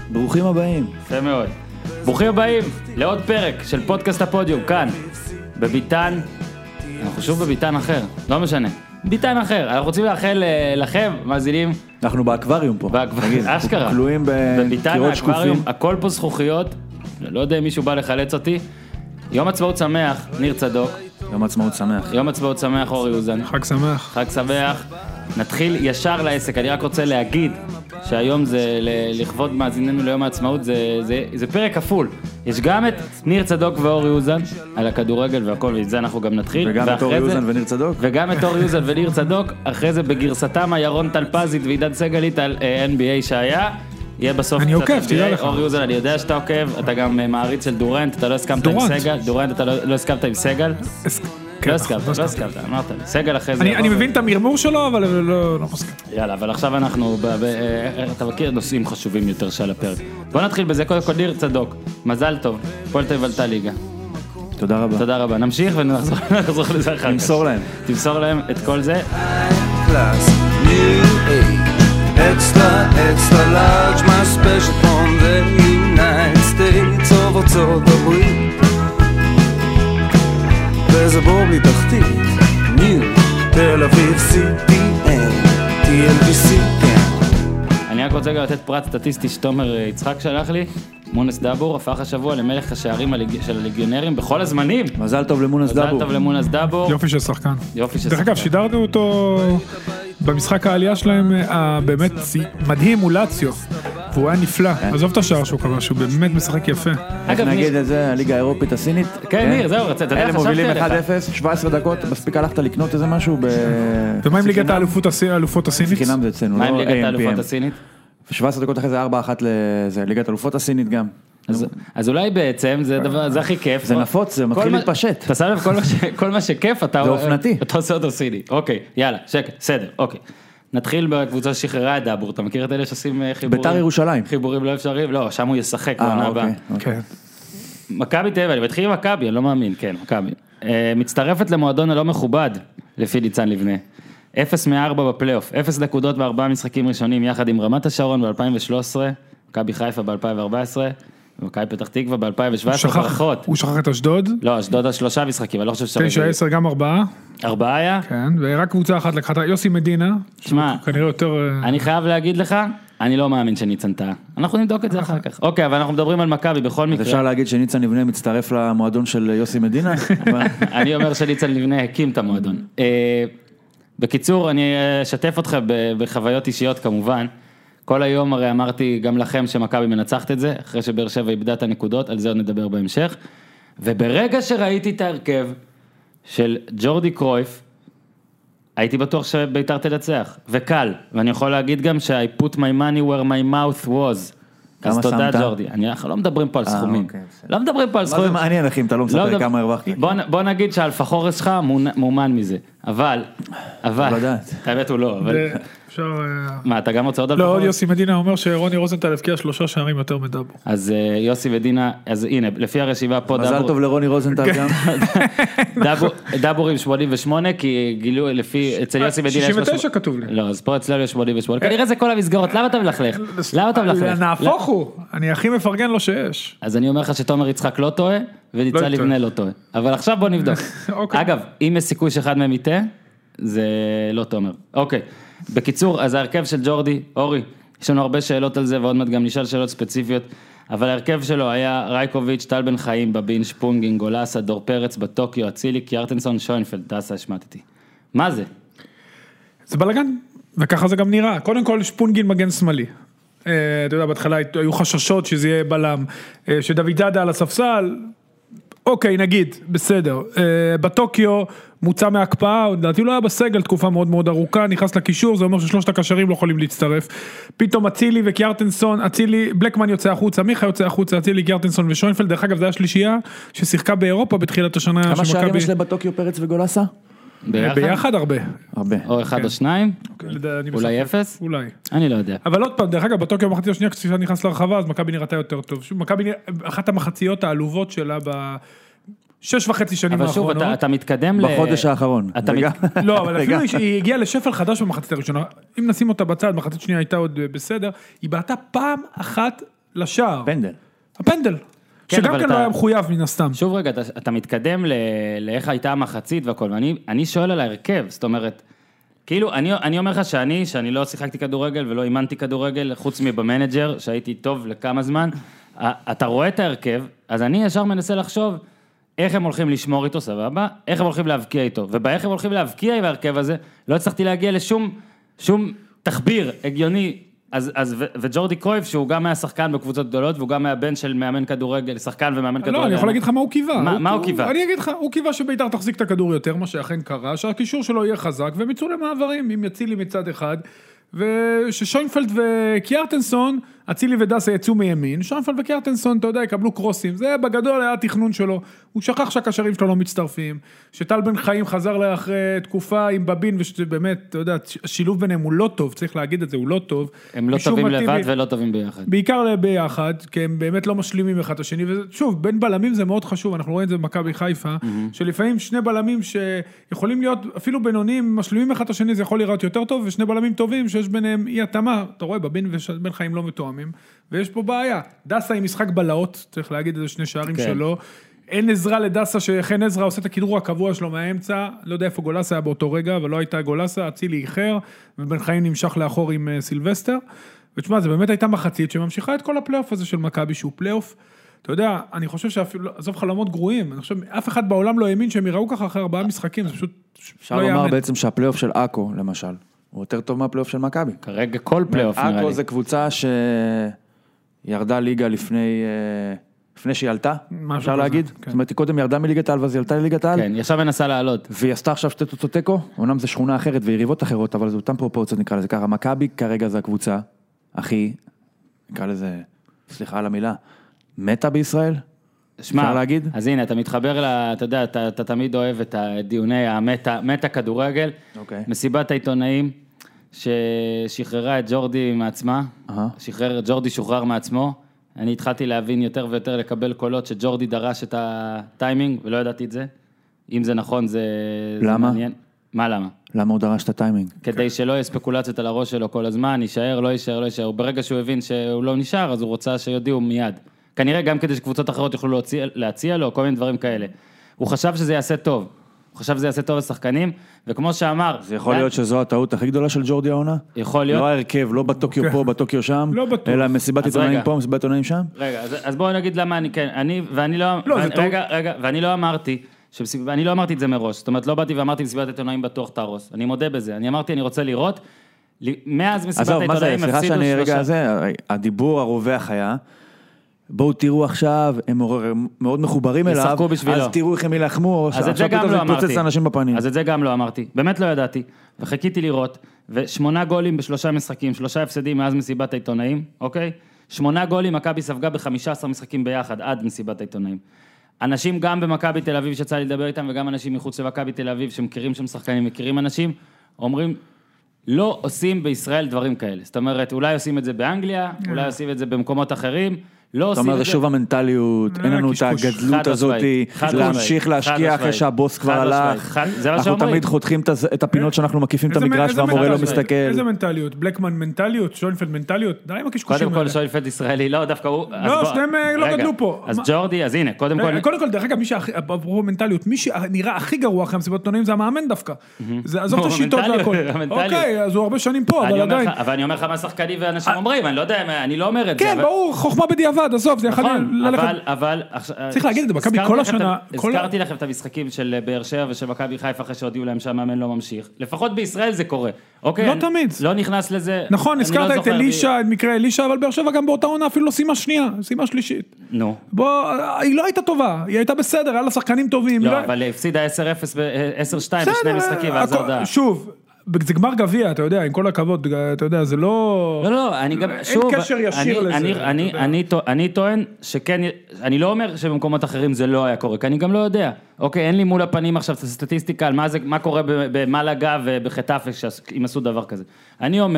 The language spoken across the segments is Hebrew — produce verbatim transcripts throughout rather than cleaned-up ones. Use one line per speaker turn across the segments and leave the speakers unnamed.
ברוכים הבאים.
יפה מאוד. ברוכים הבאים לעוד פרק של פודקאסט הפודיום, כאן, בביתן, אנחנו שוב בביתן אחר, לא משנה, ביתן אחר, אנחנו רוצים לאחל לכם, מאזינים.
אנחנו באקווריום פה.
באקווריום, אשכרה.
כלואים בקירות שקופים.
הכל פה זכוכיות, לא יודע אם מישהו בא לחלץ אותי. יום עצמאות שמח, ניר צדוק.
יום עצמאות שמח.
יום עצמאות שמח, אורי אוזן.
חג שמח.
חג שמח. נתחיל ישר לעסק, אני רק רוצה להגיד שהיום זה לכבוד מאזיננו ליום העצמאות, זה, זה, זה פרק כפול. יש גם את ניר צדוק ואורי אוזן על הכדורגל והכל, ואת זה אנחנו גם נתחיל.
וגם את אורי אוזן וניר צדוק.
וגם את אורי אוזן וניר צדוק, אחרי זה בגרסתם הירון טלפזית ועידן סגלית על אן בי איי שהיה. יהיה בסוף
אני עוקב, תדע לך.
אורי אוזן, אני יודע שאתה עוקב, אתה גם מעריץ של דורנט, אתה לא הסכמת עם סגל, דורנט אתה לא הסכמת עם סגל. לא הסכמת, לא הסכמת, אמרת, סגל אחרי זה.
אני מבין את המרמור שלו, אבל לא מסכים.
יאללה, אבל עכשיו אנחנו, אתה מכיר נושאים חשובים יותר של הפרק. בוא נתחיל בזה, קודם כל ניר צדוק, מזל טוב, הפועל תל אביב עלתה ליגה.
תודה רבה.
תודה רבה, נמשיך ונחזור לזה אחר כך.
תמסור להם.
תמסור להם את כל זה.
Extra, extra large, my special from the United States of ארצות הברית. וזה בור בלי תחתית, ניו, תל אביב, סי פי אן, טי אל בי סי, כן.
אני רק רוצה גם לתת פרט סטטיסטי שתומר יצחק שלח לי. מונס דאבור הפך השבוע למלך השערים של הליגיונרים בכל הזמנים.
מזל טוב למונס דאבור.
מזל טוב למונס דאבור.
יופי של שחקן.
יופי של
דרך אגב, שידרנו אותו במשחק העלייה שלהם, באמת מדהים מול לאציו. והוא היה נפלא. עזוב את השער שהוא קבע, שהוא באמת משחק יפה.
איך נגיד את זה, הליגה האירופית הסינית?
כן, ניר, זהו, אתה יודע,
אלה מובילים אחד אפס, שבע עשרה דקות, מספיק הלכת לקנות איזה משהו ב...
ומה עם ליגת האלופות הסינית?
חינם זה אצלנו,
מה עם ליגת האלופות הסינית?
שבע עשרה דקות אחרי זה ארבע אחת לליגת האלופות הסינית גם.
אז אולי בעצם זה דבר, זה הכי כיף.
זה נפוץ, זה מתחיל להתפשט.
אתה שם לב, כל מה שכיף, אתה עושה אותו סיני. אוקיי, יאללה, שקט, סדר, אוקיי. נתחיל בקבוצה ששחררה את דאבור, אתה מכיר את אלה שעושים חיבורים?
בית"ר ירושלים.
חיבורים לא אפשריים? לא, שם הוא ישחק בעונה הבאה.
כן.
מכבי תל אביב, התחיל עם מכבי, אני לא מאמין, כן, מכבי. מצטרפת למועדון הלא מכובד, לפי ניצן לבנה. אפס מארבע בפלייאוף, אפס נקודות בארבעה משחקים ראשונים, יחד עם רמת השרון ב-אלפיים ושלוש עשרה, מכבי חיפה ב-אלפיים וארבע עשרה, ומכבי פתח תקווה ב-אלפיים שבע עשרה, פרחות.
הוא שכח את אשדוד?
לא, אשדוד על שלושה משחקים, אני לא חושב ששווה.
תשע עשר גם ארבעה.
ארבעה היה?
כן, ורק קבוצה אחת לקחת, יוסי מדינה.
שמע,
כנראה יותר...
אני חייב להגיד לך, אני לא מאמין שניצן טעה. אנחנו נבדוק את זה אחר כך. אוקיי, אבל אנחנו מדברים על מכבי בכל מקרה.
אפשר להגיד שניצן לבנה מצטרף למועדון של יוסי מדינה?
אני אומר שניצן לבנה הקים את המועדון. בקיצור, אני אשתף אותך בחוויות אישיות כמובן. כל היום הרי אמרתי גם לכם שמכבי מנצחת את זה, אחרי שבאר שבע איבדה את הנקודות, על זה עוד נדבר בהמשך. וברגע שראיתי את ההרכב של ג'ורדי קרויף, הייתי בטוח שבית"ר תנצח, וקל. ואני יכול להגיד גם ש-I put my money where my mouth was. אז תודה ג'ורדי. אנחנו לא מדברים פה על סכומים. לא מדברים פה על סכומים.
מה זה מעניין אחי אם אתה לא מספר כמה הרווחת?
בוא נגיד שהאלפחורס שלך מומן מזה. אבל, אבל,
לא יודעת.
האמת הוא לא, אבל... מה, אתה גם רוצה עוד על
לא, יוסי מדינה אומר שרוני רוזנטל הבקיע שלושה שערים יותר מדאבור.
אז יוסי מדינה, אז הנה, לפי הרשיבה פה
דאבור. מזל טוב לרוני רוזנטל גם.
דאבור עם שמונים ושמונה, כי גילו לפי, אצל יוסי מדינה...
שישים ותשע כתוב לי.
לא, אז פה אצלנו יש שמונים ושמונה. כנראה זה כל המסגרות, למה אתה מלכלך? למה אתה מלכלך?
נהפוך הוא, אני הכי מפרגן לו שיש.
אז אני אומר לך שתומר יצחק לא טועה, וניצן לבנה לא טועה. אבל עכשיו בוא נבדוק. אגב, אם יש סיכוי שאחד מהם יטעה, זה לא תומר. אוקיי. בקיצור, אז ההרכב של ג'ורדי, אורי, יש לנו הרבה שאלות על זה, ועוד מעט גם נשאל שאלות ספציפיות, אבל ההרכב שלו היה רייקוביץ', טל בן חיים, בבין, שפונגין, גולסה, דור פרץ, בטוקיו, אצילי, קיארטנסון, שוינפלד, טסה, השמטתי. מה זה?
זה בלגן, וככה זה גם נראה. קודם כל, שפונגין מגן שמאלי. אתה יודע, בהתחלה היו חששות שזה יהיה בלם, שדוד זאדה על הספסל, אוקיי, נגיד, בסדר. בטוקיו מוצא מהקפאה, לדעתי לא היה בסגל תקופה מאוד מאוד ארוכה, נכנס לקישור, זה אומר ששלושת הקשרים לא יכולים להצטרף. פתאום אצילי וקיארטנסון, אצילי, בלקמן יוצא החוצה, מיכה יוצא החוצה, אצילי, קיארטנסון ושוינפלד, דרך אגב, זה היה שלישייה ששיחקה באירופה בתחילת השנה.
כמה שערים יש להם בטוקיו, פרץ וגולסה?
ביחד הרבה.
הרבה.
או אחד או שניים? אולי אפס?
אולי.
אני לא יודע.
אבל עוד פעם, דרך אגב, בטוקיו המחצית השנייה, כשאתה נכנס לרחבה, אז מכבי נראתה יותר טוב. מכבי, אחת המחציות העלובות שלה ב... שש וחצי שנים האחרונות.
אבל שוב, אתה מתקדם
בחודש האחרון.
לא, אבל אפילו היא הגיעה לשפל חדש במחצית הראשונה. אם נשים אותה בצד, מחצית שנייה הייתה עוד בסדר, היא בעטה פעם אחת לשער.
פנדל.
הפנדל.
כן,
שגם
אבל
כן
אתה-
לא היה מחויב מן הסתם.
שוב רגע, אתה, אתה מתקדם ל, לאיך הייתה המחצית והכל, ואני אני שואל על ההרכב, זאת אומרת, כאילו, אני, אני אומר לך שאני, שאני לא שיחקתי כדורגל ולא אימנתי כדורגל, חוץ מבמנג'ר, שהייתי טוב לכמה זמן, אתה רואה את ההרכב, אז אני ישר מנסה לחשוב, איך הם הולכים לשמור איתו, סבבה? איך הם הולכים להבקיע איתו, ובאיך הם הולכים להבקיע עם ההרכב הזה, לא הצלחתי להגיע לשום, שום תחביר הגיוני, אז, אז, ו, וג'ורדי קרויף, שהוא גם היה שחקן בקבוצות גדולות, והוא גם היה בן של מאמן כדורגל, שחקן ומאמן כדורגל.
לא, אני יכול להגיד לך מה הוא קיווה.
מה,
הוא,
מה הוא קיווה?
אני אגיד לך, הוא קיווה שבית"ר תחזיק את הכדור יותר, מה שאכן קרה, שהקישור שלו יהיה חזק, והם יצאו למעברים, אם יצילי מצד אחד, וששוינפלד וקיארטנסון, אצילי ודסה יצאו מימין, שוינפלד וקיארטנסון, אתה יודע, יקבלו קרוסים, זה בגדול היה התכנון שלו, הוא שכח שהקשרים שלו לא מצטרפים, שטל בן חיים חזר לאחרי תקופה עם בבין, ושבאמת, אתה יודע, השילוב ביניהם הוא לא טוב, צריך להגיד את זה, הוא לא טוב.
הם לא טובים לבד ולא טובים ביחד.
בעיקר ביחד, כי הם באמת לא משלימים אחד את השני, ושוב, בין בלמים זה מאוד חשוב, אנחנו רואים את זה במכבי חיפה, שלפעמים שני בלמים שיכולים להיות אפילו בינוניים, משלימים אחד את השני, זה יכול לראות יותר טוב, ושני בלמים טובים שיש ביניהם אי התאמה, אתה רואה, בבין ובן חיים לא מתואמים, ויש פה בעיה. דסה עם משחק בלהות, צריך להגיד את זה שני שערים
כן.
שלו, אין עזרה לדסה, שחן עזרה עושה את הכדרור הקבוע שלו מהאמצע, לא יודע איפה גולסה היה באותו רגע, אבל לא הייתה גולסה, אצילי איחר, ובן חיים נמשך לאחור עם סילבסטר, ותשמע, זה באמת הייתה מחצית שממשיכה את כל הפלייאוף הזה של מכבי, שהוא פלייאוף, אתה יודע, אני חושב שאפילו, עזוב חלומות גרועים, אני חושב, אף אחד בעולם לא האמין שהם יראו ככה אחרי ארבעה משחקים, זה פשוט
אפשר
לא
לומר
יאמן.
בעצם שהפלייאוף של אקו, למשל, הוא יותר טוב מהפלייאוף של מכבי.
כרגע כל פלייאוף נראה לי.
אקו זה קבוצה שירדה ליגה לפני, לפני שהיא עלתה, אפשר
כזה,
להגיד.
כן.
זאת אומרת, היא קודם ירדה מליגת העל, ואז היא עלתה לליגת העל.
כן, ישר מנסה לעלות.
והיא עשתה עכשיו שתי תוצאות תיקו, אומנם זה שכונה אחרת ויריבות אחרות, אבל זה אותם פרופורציות נקרא לזה ככה. מכבי כרגע זה הקבוצה הכי, נקרא לזה, סליחה על המילה, מתה בישראל?
שמע,
אפשר להגיד?
אז הנה, אתה מתחבר, לה, אתה יודע, אתה, אתה תמיד אוהב את הדיוני המטה, מטה כדורגל,
אוקיי.
מסיבת העיתונאים, ששחררה את ג'ורדי מעצמה,
אהה.
שחרר, ג'ורדי שוחרר מעצמו, אני התחלתי להבין יותר ויותר לקבל קולות שג'ורדי דרש את הטיימינג, ולא ידעתי את זה, אם זה נכון זה,
למה?
זה מעניין. מה למה?
למה הוא דרש את הטיימינג?
כדי שלא יהיה ספקולציות על הראש שלו כל הזמן, יישאר, לא יישאר, לא יישאר, ברגע שהוא הבין שהוא לא נשאר, אז הוא רוצה שיודיעו מיד. כנראה גם כדי שקבוצות אחרות יוכלו להציע, להציע לו, כל מיני דברים כאלה. הוא חשב שזה יעשה טוב, הוא חשב שזה יעשה טוב לשחקנים, וכמו שאמר...
זה יכול להיות שזו הטעות הכי גדולה של ג'ורדי העונה?
יכול להיות.
לא ההרכב, לא בטוקיו פה, בטוקיו שם,
לא בטוח.
אלא מסיבת
אז
עיתונאים
רגע.
פה, מסיבת עיתונאים שם?
רגע, אז, אז בואו נגיד למה אני כן, אני, ואני לא...
לא,
ואני,
זה טוב.
רגע, רגע, ואני לא אמרתי, שבסיב, אני לא אמרתי את זה מראש, זאת אומרת, לא באתי ואמרתי מסיבת עיתונאים בטוח תרוס, אני מודה בזה, אני אמרתי, אני רוצה לראות, מאז מסיבת
עזוב, מה זה,
העיתונאים
סליחה
הפסידו
שאני רגע
שלושה...
הזה, הדיבור הרווח היה, בואו תראו עכשיו, הם מאוד מחוברים אליו,
ישחקו בשבילו.
אז תראו איך הם ילחמו,
אז את זה
עכשיו
גם
פתאום
לא
זה יתפוצץ
אמרתי.
לאנשים בפנים.
אז את זה גם לא אמרתי. באמת לא ידעתי. וחיכיתי לראות, ושמונה גולים בשלושה משחקים, שלושה הפסדים מאז מסיבת העיתונאים, אוקיי? שמונה גולים, מכבי ספגה ב-חמישה עשר משחקים ביחד, עד מסיבת העיתונאים. אנשים גם במכבי תל אביב שיצא לי לדבר איתם, וגם אנשים מחוץ למכבי תל אביב, שמכירים שם שחקנים, מכירים אנשים, אומרים, לא עושים בישראל דברים כאלה. זאת אומרת, אולי עושים את זה באנגליה, אולי עושים את זה במקומות אחרים, לא
אתה
עושים
אומר,
את
זה
זה...
שוב המנטליות, אין לנו את
קשקוש.
הגדלות
חד
הזאת,
משמעית, חד
להמשיך
משמעית, חד
להשקיע אחרי
משמעית.
שהבוס כבר
חד משמעית,
הלך,
חד- זה מה
אנחנו
שאומרים.
תמיד חותכים את הז- את הפינות שאנחנו מקיפים את
איזה-
המגרש
איזה
והמורה לא
מנטליות?
מסתכל.
איזה מנטליות? בלקמן מנטליות, שוינפלד מנטליות, די עם הקשקושים
קודם כל
האלה.
שוינפלד ישראלי, לא, דווקא הוא... אז
לא,
בוא-
שניהם, אה, לא
רגע,
גדלו פה.
אז
מה-
ג'ורדי, אז הנה, קודם כל...
קודם כל, דרך אגב, מי שהכי, אפרופו מנטליות, מי שנראה הכי גרוע אחרי המסיבות עיתונאים זה המאמן דווקא. זה, עזוב את
נו,
השיטות
המנטליות,
והכל.
המנטליות.
אוקיי, אז הוא הרבה שנים פה,
אני
אבל
אומר
עדיין.
לך- אבל אני אומר לך מה שחקנים ואנשים אומרים, אני לא יודע, אני לא אומר את זה.
כן,
אבל-
ברור, חוכמה בדיעבד, עזוב, זה יכול
נכון,
ללכת.
אבל, אבל... עכשיו-
צריך להגיד את זה, מכבי
הזכרתי
כל
לכם את
השנה-
ה-
כל ה-
הזכרתי לכם את המשחקים של באר שבע ושל מכבי חיפה אחרי שהודיעו להם שהמאמן לא ממשיך. לפחות בישראל זה קורה. אוקיי?
לא
אני
תמיד.
לא נכנס לזה.
נכון,
אני לא
הזכרת את
זוכר
אלישע, את מקרה אלישע, אבל באר שבע גם באותה עונה אפילו לא סיימה שנייה, סיימה שלישית.
בי- נו.
בוא, היא לא הייתה טובה, היא הייתה בסדר, היה לה שחקנים טובים. היא
לא, אבל הפסידה עשר אפס ב-עשר שתיים בשני
בסדר,
משחקים, ואז
הכל-
הודעה.
שוב, זה גמר גביע, אתה יודע, עם כל הכבוד, אתה יודע, זה לא...
לא, לא, אני גם,
אין
שוב,
קשר ישיר
אני,
לזה,
אני,
אתה
אני,
יודע.
אני, טוע- אני טוען שכן, אני לא אומר שבמקומות אחרים זה לא היה קורה, כי אני גם לא יודע. אוקיי, אין לי מול הפנים עכשיו את הסטטיסטיקה על מה זה, מה קורה ב- במלאגה ובחטאפה, אם עשו דבר כזה. אני אומר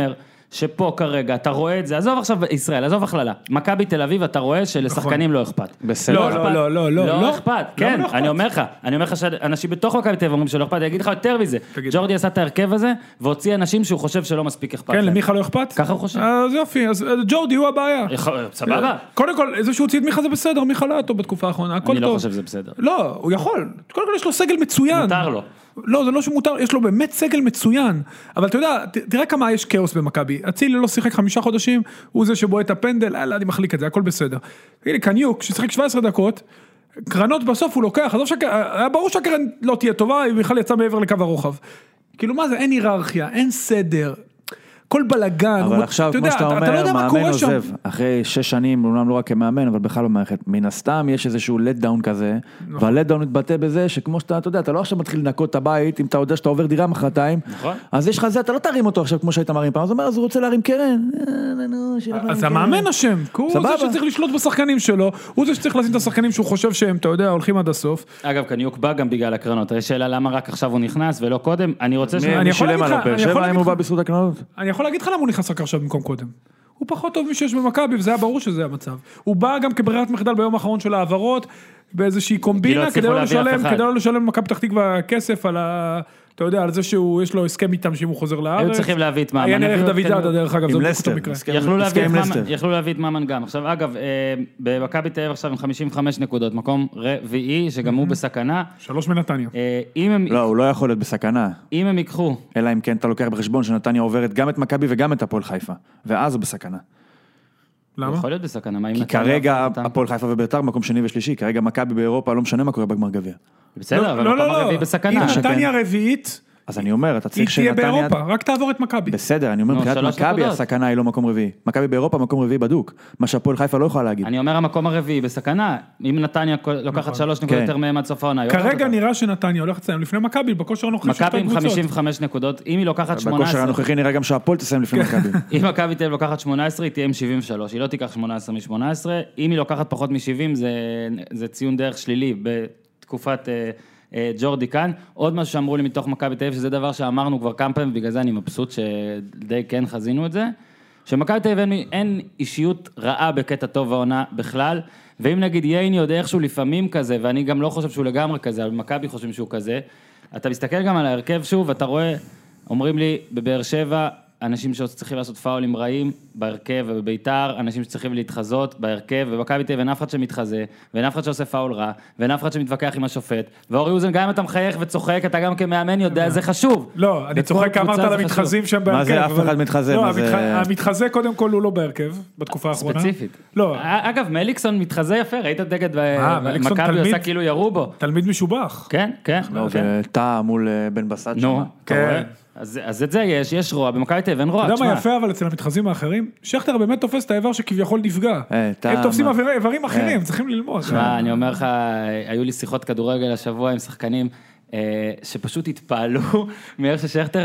שפה כרגע, אתה רואה את זה, עזוב עכשיו ישראל, עזוב הכללה, מכבי תל אביב, אתה רואה שלשחקנים לא אכפת.
בסדר.
לא, לא, לא, לא, לא.
לא אכפת, כן, אני אומר לך, אני אומר לך שאנשים בתוך מכבי תל אביב אומרים שלא אכפת, אני אגיד לך יותר מזה, ג'ורדי עשה את ההרכב הזה, והוציא אנשים שהוא חושב שלא מספיק אכפת.
כן, למיכה לא אכפת?
ככה הוא חושב.
אז יופי, אז ג'ורדי הוא הבעיה.
סבבה.
קודם כל, זה שהוא הוציא את מיכה זה בסדר, מיכה לא היה טוב בתקופה האחרונה, הכל טוב.
אני לא חושב שזה בסדר.
לא, הוא יכול. קודם כל יש לו סגל מצוין.
מותר לו.
לא, זה לא שמותר, יש לו באמת סגל מצוין, אבל אתה יודע, תראה כמה יש כאוס במכבי, אצילי לא שיחק חמישה חודשים, הוא זה שבועט את הפנדל, אלא אני מחליק את זה, הכל בסדר. הנה, קניוק, ששיחק שבע עשרה דקות, קרנות בסוף הוא לוקח, אז היה ברור שהקרן לא תהיה טובה, היא בכלל יצאה מעבר לקו הרוחב. כאילו מה זה, אין היררכיה, אין סדר, כל בלגן.
אבל עכשיו, כמו שאתה אומר, מאמן עוזב, אחרי שש שנים, אולי לא רק כמאמן, אבל בכלל במערכת, מן הסתם יש איזשהו לט-דאון כזה, והלט-דאון מתבטא בזה, שכמו שאתה, אתה יודע, אתה לא עכשיו מתחיל לנקות את הבית, אם אתה יודע שאתה עובר דירה מחרתיים, אז יש לך זה, אתה לא תרים אותו עכשיו כמו שהיית מרים פעם, אז הוא אומר, אז הוא רוצה להרים קרן.
אז המאמן אשם, הוא זה שצריך לשלוט בשחקנים שלו, הוא זה שצריך לשים את השחקנים שהוא חושב שהם, אתה יודע, הולכים עד הסוף.
אגב, קניוק בא גם בגלל הקרנות. יש שאלה למה רק עכשיו הוא נכנס ולא קודם. אני רוצה ש...
אני יכול להגיד לך, אני יכול להגיד לך,
אני יכול להגיד לך למה הוא נכנס רק עכשיו במקום קודם. הוא פחות טוב משש במכבי, וזה היה ברור שזה המצב. הוא בא גם כברירת מחדל ביום האחרון של העברות, באיזושהי קומבינה, כדי לא לשלם, כדי לא לשלם מכבי פתח תקווה כסף על ה... אתה יודע, על זה שהוא, יש לו הסכם איתם שאם הוא חוזר לארץ.
היו צריכים להביא את מאמן.
היה נראה דוידד, דרך אגב,
עם לסטר.
יכלו להביא את מאמן גם. עכשיו, אגב, במכבי תל אביב עכשיו עם חמישים וחמש נקודות, מקום רביעי, שגם הוא בסכנה.
שלוש מנתניה.
לא, הוא לא יכול להיות בסכנה.
אם הם ייקחו.
אלא אם כן אתה לוקח בחשבון שנתניה עוברת גם את מכבי וגם את הפועל חיפה. ואז הוא בסכנה.
למה?
יכול להיות בסכנה.
כי כרגע הפועל חיפה וביתר מקום שני ושלישי, כרגע מכבי באירופה לא משנה מה קורה בגמר גביע.
בסדר, אבל מקום הרביעי בסכנה.
אם נתניה רביעית,
אז אני אומר, אתה צריך
שנתניה... היא תהיה באירופה, רק תעבור את מכבי.
בסדר, אני אומר, מבחינת מכבי הסכנה היא לא מקום רביעי. מכבי באירופה מקום רביעי בדוק, מה שהפועל חיפה לא יכולה להגיד.
אני אומר, המקום הרביעי בסכנה, אם נתניה לוקחת שלוש נקודות יותר מהם עד סוף העונה.
כרגע נראה שנתניה הולכת לסיים לפני מכבי, בכושר הנוכחי של
מכבי עם חמישים וחמש נקודות, אם היא לוקחת שמונה עשרה...
בכושר הנוכחי נראה גם שהפועל תסיים לפני מכבי.
אם מכבי תל אביב לוקחת שמונה עשרה, היא תהיה עם שבעים ושלוש, היא לא תיקח שמונה עשרה מ-שמונה עשרה, אם היא לוקחת פחות מ-שבעים, זה ציון דרך שלילי בתקופת ג'ורדי כאן. עוד משהו שאמרו לי מתוך מכבי תל אביב, שזה דבר שאמרנו כבר כמה פעמים, ובגלל זה אני מבסוט שדי כן חזינו את זה, שמכבי תל אביב אין אישיות רעה בקטע טוב העונה בכלל, ואם נגיד ייני יודע איכשהו לפעמים כזה, ואני גם לא חושב שהוא לגמרי כזה, אבל מכבי חושבים שהוא כזה, אתה מסתכל גם על ההרכב שוב, ואתה רואה, אומרים לי בבאר שבע, אנשים שצריכים לעשות פאולים רעים בהרכב ובביתר, אנשים שצריכים להתחזות בהרכב, ובמכבי תל אביב אין אף אחד שמתחזה, ואין אף אחד שעושה פאול רע, ואין אף אחד שמתווכח עם השופט, ואורי אוזן, גם אם אתה מחייך וצוחק, אתה גם כמאמן יודע, זה חשוב.
לא, אני צוחק, אמרת על המתחזים שם בהרכב.
מה זה אף אחד מתחזה?
לא, המתחזה קודם כל הוא לא בהרכב, בתקופה האחרונה.
ספציפית.
לא.
אגב, מליקסון מתחזה יפה, ראית דגת במכבי עושה כאילו ירו בו.
תלמיד משובח.
כן, כן.
ותא מול בן בסט שם.
אז, אז את זה יש, יש רוע, במכבי תל אביב אין רוע.
אתה יודע מה יפה, אבל אצל המתחזים האחרים, שכטר באמת תופס את האיבר שכביכול נפגע. הם תופסים איברים אחרים, צריכים ללמוד.
אני אומר לך, היו לי שיחות כדורגל השבוע עם שחקנים, שפשוט התפעלו מאיך ששכטר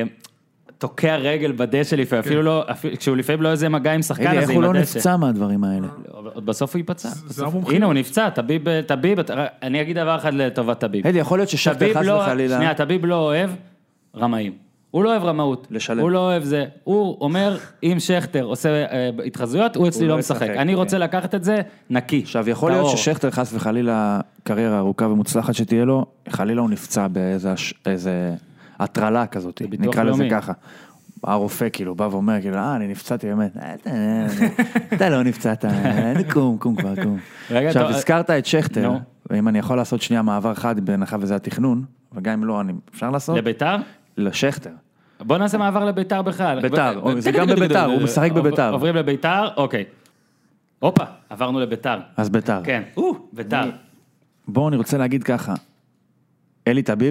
תוקע רגל בדשא לפעמים, אפילו לא, כשהוא לפעמים לא איזה מגע עם שחקן, אז
איך הוא לא נפצע מהדברים האלה?
עוד בסוף הוא ייפצע. הנה הוא נפצע, טביב, טביב, אני אגיד דבר אחד לטובת טביב.
הדי, יכול להיות ששכטר חס וחלילה.
שנייה, טביב לא אוהב רמאים. הוא לא אוהב רמאות,
לשלם.
הוא לא אוהב זה, הוא אומר, אם שכטר עושה אה, התחזויות, הוא אצלי הוא לא, לא משחק, אני רוצה כן. לקחת את זה נקי.
עכשיו יכול להיות ששכטר חס וחלילה קריירה ארוכה ומוצלחת שתהיה לו, חלילה הוא נפצע באיזה איזה הטרלה כזאת, נקרא לזה ככה. הרופא כאילו בא ואומר, כאילו, אה, אני נפצעתי באמת, אתה לא נפצעת, קום, קום כבר, קום. עכשיו, הזכרת את שכטר, ואם אני יכול לעשות שנייה מעבר חד בהנחה וזה התכנון, וגם אם לא, אפשר לעשות?
לביתר?
לשכטר.
בוא נעשה מעבר לביתר בכלל.
ביתר, זה גם בביתר, הוא משחק בביתר.
עוברים לביתר, אוקיי. הופה, עברנו לביתר.
אז ביתר.
כן, או, ביתר.
בואו, אני רוצה להגיד ככה, אלי טביב,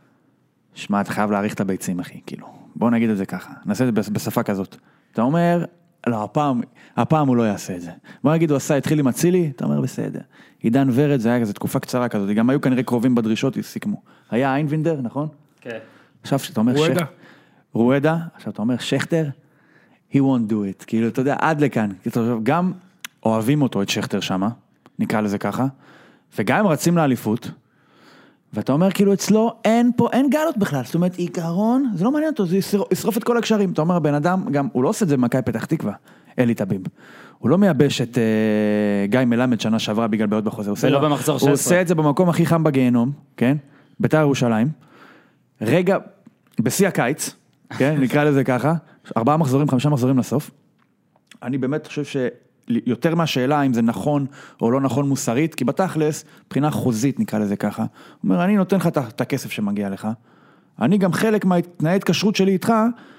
שמע, אתה חייב להעריך את הביצים, אחי, כאילו. בואו נגיד את זה ככה, נעשה את זה בשפה כזאת. אתה אומר, לא, הפעם, הפעם הוא לא יעשה את זה. בוא נגיד, הוא עשה, התחיל עם אצילי, אתה אומר, בסדר. עידן ורד, זה היה כזה תקופה קצרה כזאת, גם היו כנראה קרובים בדרישות, סיכמו. היה איינבינדר, נכון?
כן.
עכשיו שאתה אומר שכטר, רואדה, עכשיו אתה אומר שכטר, he won't do it, כאילו אתה יודע, עד לכאן, גם אוהבים אותו את שכטר שמה, נקרא לזה ככה, וגם הם רצים לאליפות, ואתה אומר, כאילו, אצלו אין פה, אין גלות בכלל, זאת אומרת, עיקרון, זה לא מעניין אותו, זה ישרוף את כל הקשרים, אתה אומר, בן אדם, גם, הוא לא עושה את זה במכבי פתח תקווה, אלי טביב, הוא לא מייבש את uh, גיא מלמד שנה שעברה בגלל בעיות בחוזה,
ולא במחזור שש עשרה.
הוא עושה את זה במקום הכי חם בגיהנום, כן, בית"ר ירושלים, רגע, בשיא הקיץ, כן, נקרא לזה ככה, ארבעה מחזורים, חמישה מחזורים לסוף, אני באמת חושב ש... יותר מהשאלה אם זה נכון או לא נכון מוסרית, כי בתכלס, מבחינה חוזית נקרא לזה ככה, הוא אומר, אני נותן לך את הכסף שמגיע לך, אני גם חלק מהתנאי התקשרות שלי איתך,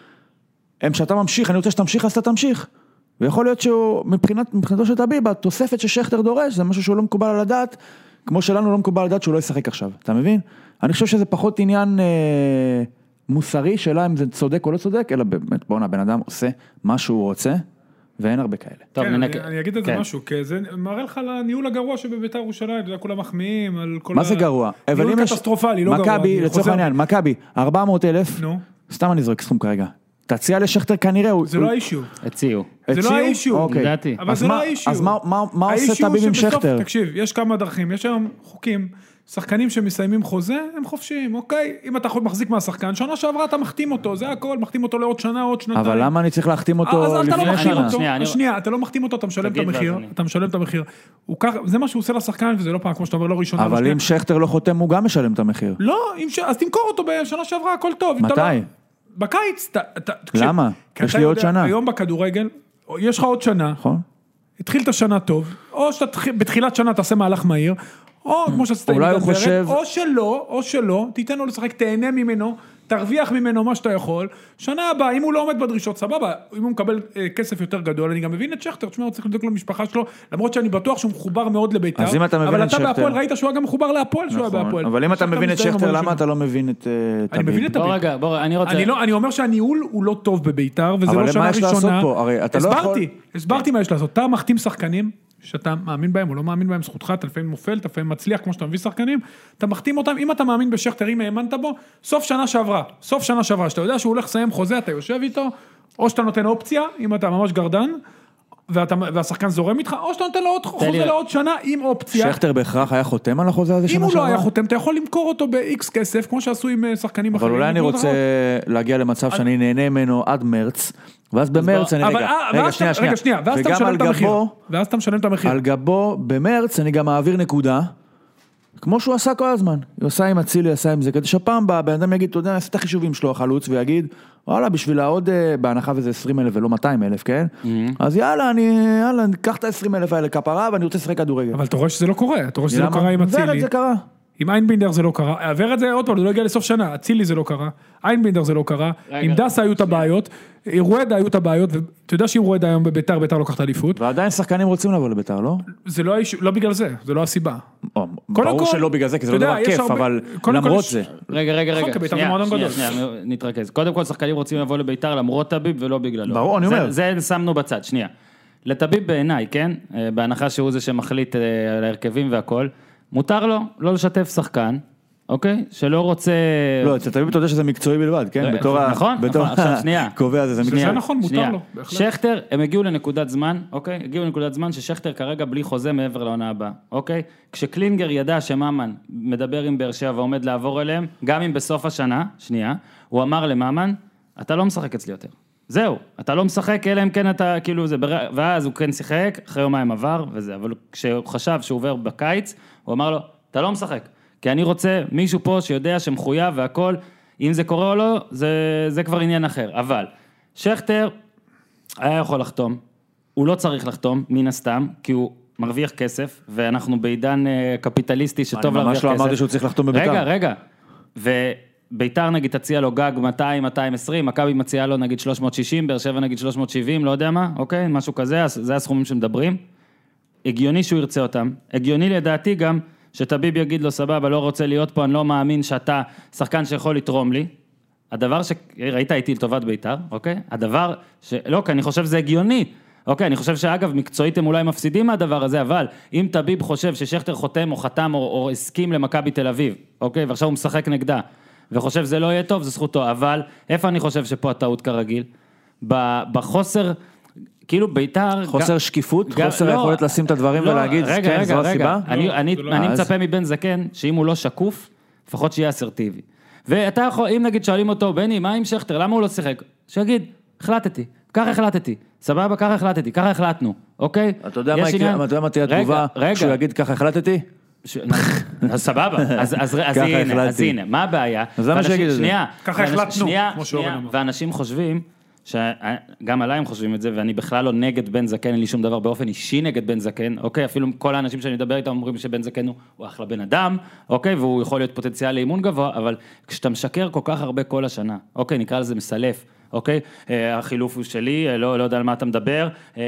הם שאתה ממשיך, אני רוצה שתמשיך, אז אתה תמשיך, ויכול להיות שהוא, מבחינת, מבחינתו של טביב, התוספת ששכטר דורש, זה משהו שהוא לא מקובל על הדעת, כמו שלנו לא מקובל על הדעת שהוא לא ישחק עכשיו, אתה מבין? אני חושב שזה פחות עניין אה, מוסרי, שאלה אם זה צודק או לא צודק, אלא באמת, בואו, הבן אדם עושה מה שהוא רוצה, ואין הרבה כאלה.
טוב, כן, ננק... אני, אני אגיד את זה משהו, כי זה מראה לך לניהול הגרוע שבבית"ר ירושלים, אתה יודע, כולם מחמיאים על כל ה...
מה זה גרוע?
ניהול קטסטרופלי, לא גרוע.
מכבי, לצורך העניין, מכבי, ארבע מאות אלף, סתם אני זורק סכום כרגע, תציע לשכטר כנראה...
זה לא האישיו.
הציעו.
זה לא האישיו.
לדעתי.
אבל זה לא האישיו.
אז מה עושה טביב עם שכטר?
תקשיב, יש כמה דרכים, יש היום חוקים, שחקנים שמסיימים חוזה, הם חופשיים, אוקיי? אם אתה מחזיק מהשחקן, שנה שעברה אתה מחתים אותו, זה הכל, מחתים אותו לעוד שנה, עוד שנתיים.
אבל למה אני צריך להחתים אותו לפני שנה?
שנייה, אתה לא מחתים אותו, אתה משלם את המחיר, אתה משלם את המחיר. זה מה שהוא עושה לשחקן, וזה לא פעם, כמו שאתה אומר, לא ראשונה.
אבל אם שכטר לא חותם, הוא גם משלם את המחיר.
לא, אז תמכור אותו בשנה שעברה, הכל טוב.
מתי?
בקיץ.
למה? יש לי עוד שנה.
היום בכדורגל, יש לך עוד שנה.
נכון.
התחיל את השנה טוב, או שבתחילת שנה תעשה מהלך מהיר, או כמו שעשית עם דברת, או שלא, או שלא, תיתן לו לשחק, תהנה ממנו, תרוויח ממנו מה שאתה יכול, שנה הבאה, אם הוא לא עומד בדרישות, סבבה, אם הוא מקבל אה, כסף יותר גדול, אני גם מבין את שכטר, תשמע, הוא צריך לדאוג למשפחה שלו, למרות שאני בטוח שהוא מחובר מאוד לבית"ר,
אז אם אתה מבין
אבל
את
אתה
שכטר...
בהפועל, ראית שהוא היה גם מחובר להפועל, שהוא היה בהפועל.
אבל אם אתה מבין את שכטר, למה אתה לא מבין את טביב?
אני מבין את טביב.
בוא רגע, בוא, אני רוצה...
אני לא, אני אומר שהניהול הוא לא טוב בבית"ר, וזה לא שנה ראשונה. הסברתי, הסברתי מה יש לעשות. אתה מחתים שחקנים שאתה מאמין בהם או לא מאמין בהם, זכותך, אתה לפעמים מופל, אתה לפעמים מצליח, כמו שאתה מביא שחקנים, אתה מחתים אותם, אם אתה מאמין בשכטר, אם האמנת בו, סוף שנה שעברה, סוף שנה שעברה, שאתה יודע שהוא הולך לסיים חוזה, אתה יושב איתו, או שאתה נותן אופציה, אם אתה ממש גרדן, ואתה, והשחקן זורם איתך, או שאתה נותן לו עוד חוזה לעוד שנה עם אופציה.
שכטר בהכרח היה חותם על החוזה הזה שנה שעברה?
אם הוא לא היה חותם, אתה יכול למכור אותו ב-X כסף, כמו שעשו עם שחקנים אחרים.
אבל אולי אני רוצה להגיע למצב שאני נהנה ממנו עד מרץ, ואז במרץ אני רגע, רגע, שנייה,
רגע, שנייה, ואז אתה משלם את המחיר. ואז אתה משלם את המחיר.
על גבו, במרץ אני גם מעביר נקודה, כמו שהוא עשה כל הזמן. הוא עשה עם הצילי, עשה עם זה, כדי שפעם בא, בן אדם יגיד, אתה יודע, עשה את החישובים שלו, החלוץ, ויגיד, וואלה, בשביל העוד, בהנחה וזה עשרים אלף ולא מאתיים אלף, כן? אז יאללה, אני, יאללה, ניקח את ה-עשרים אלף האלה כפרה, ואני רוצה לשחק כדורגל.
אבל אתה רואה שזה לא קורה, אתה רואה שזה לא קרה עם הצילי.
זה קרה.
עם איינבינדר זה לא קרה, עבר את זה עוד פעם, זה לא הגיע לסוף שנה, הצילי זה לא קרה, איינבינדר זה לא קרה, עם דסה היו את הבעיות, רואדה היו את הבעיות, ואתה יודע שאם רואדה היום בביתר, ביתר לוקחת אליפות.
ועדיין שחקנים רוצים לבוא לביתר, לא?
זה לא, לא בגלל זה, זה לא הסיבה.
ברור שלא בגלל זה, כי זה לא דבר כיף, אבל למרות זה.
רגע, רגע, רגע, שנייה, שנייה, נתרכז. קודם כל, שחקנים רוצים לבוא לביתר למרות טביב ולא בגללו.
ברור, אני אומר.
זה שמנו בצד, שנייה. לטביב בעיניי, כן? בהנחה שהוא זה שמחליט על ההרכבים והכל. מותר לו לא לשתף שחקן, אוקיי? שלא רוצה...
לא, אצל טביב אתה יודע שזה מקצועי בלבד, כן?
נכון, נכון, עכשיו שנייה.
קובע זה, זה מקצועי.
זה נכון, מותר לו.
שכטר, הם הגיעו לנקודת זמן, אוקיי? הגיעו לנקודת זמן ששכטר כרגע בלי חוזה מעבר לעונה הבאה, אוקיי? כשקלינגר ידע שמאמן מדבר עם באר שבע ועומד לעבור אליהם, גם אם בסוף השנה, שנייה, הוא אמר למאמן, אתה לא משחק אצלי יותר. זהו, אתה לא משחק, אלא אם כן אתה, כאילו זה, ואז הוא כן שיחק, אחרי יומיים עבר, וזה, אבל כשהוא חשב שהוא עובר בקיץ, הוא אמר לו, אתה לא משחק, כי אני רוצה מישהו פה שיודע שמחויב והכל, אם זה קורה או לא, זה, זה כבר עניין אחר, אבל שכטר היה יכול לחתום, הוא לא צריך לחתום, מן הסתם, כי הוא מרוויח כסף, ואנחנו בעידן קפיטליסטי שטוב להרוויח כסף.
אני ממש לא אמרתי שהוא צריך לחתום בביתר.
רגע, רגע, ו... ביתר נגיד תציע לו גג מאתיים מאתיים ועשרים, מכבי מציעה לו נגיד שלוש מאות שישים, באר שבע נגיד שלוש מאות שבעים, לא יודע מה, אוקיי, משהו כזה, זה הסכומים שמדברים. הגיוני שהוא ירצה אותם, הגיוני לדעתי גם שטביב יגיד לו סבבה, לא רוצה להיות פה, אני לא מאמין שאתה שחקן שיכול לתרום לי. הדבר שראית איתי לטובת ביתר, אוקיי? הדבר ש... לא, כי אני חושב שזה הגיוני. אוקיי, אני חושב שאגב, מקצועית הם אולי מפסידים מהדבר הזה, אבל אם טביב חושב ששכטר חותם או חתם או, או הסכים למכבי תל אביב, אוקיי? ועכשיו הוא משחק נגדה. וחושב זה לא יהיה טוב, זה זכותו, אבל איפה אני חושב שפה הטעות כרגיל? בחוסר, כאילו ביתר...
חוסר שקיפות? חוסר היכולת לשים את הדברים ולהגיד, כן, זו הסיבה?
אני מצפה מבן זקן, שאם הוא לא שקוף, לפחות שיהיה אסרטיבי. ואתה יכול, אם נגיד שואלים אותו, בני, מה עם שכטר, למה הוא לא שיחק? שיגיד, החלטתי, ככה החלטתי, סבבה, ככה החלטתי, ככה החלטנו, אוקיי?
אתה יודע מה תהיה התגובה, כשהוא יגיד ככה החלטתי?
סבבה, אז הנה, מה הבעיה?
זה מה שיגיד את זה.
שנייה,
ככה החלטנו, כמו שאורן אמר.
ואנשים חושבים, שגם עליי הם חושבים את זה, ואני בכלל לא נגד בן זקן, אין לי שום דבר באופן אישי נגד בן זקן, אוקיי? אפילו כל האנשים שאני מדבר איתם אומרים שבן זקן הוא אחלה בן אדם, אוקיי? והוא יכול להיות פוטנציאל לאימון גבוה, אבל כשאתה משקר כל כך הרבה כל השנה, אוקיי? נקרא לזה מסלף, אוקיי? החילוף הוא שלי, לא, לא יודע על מה אתה מדבר,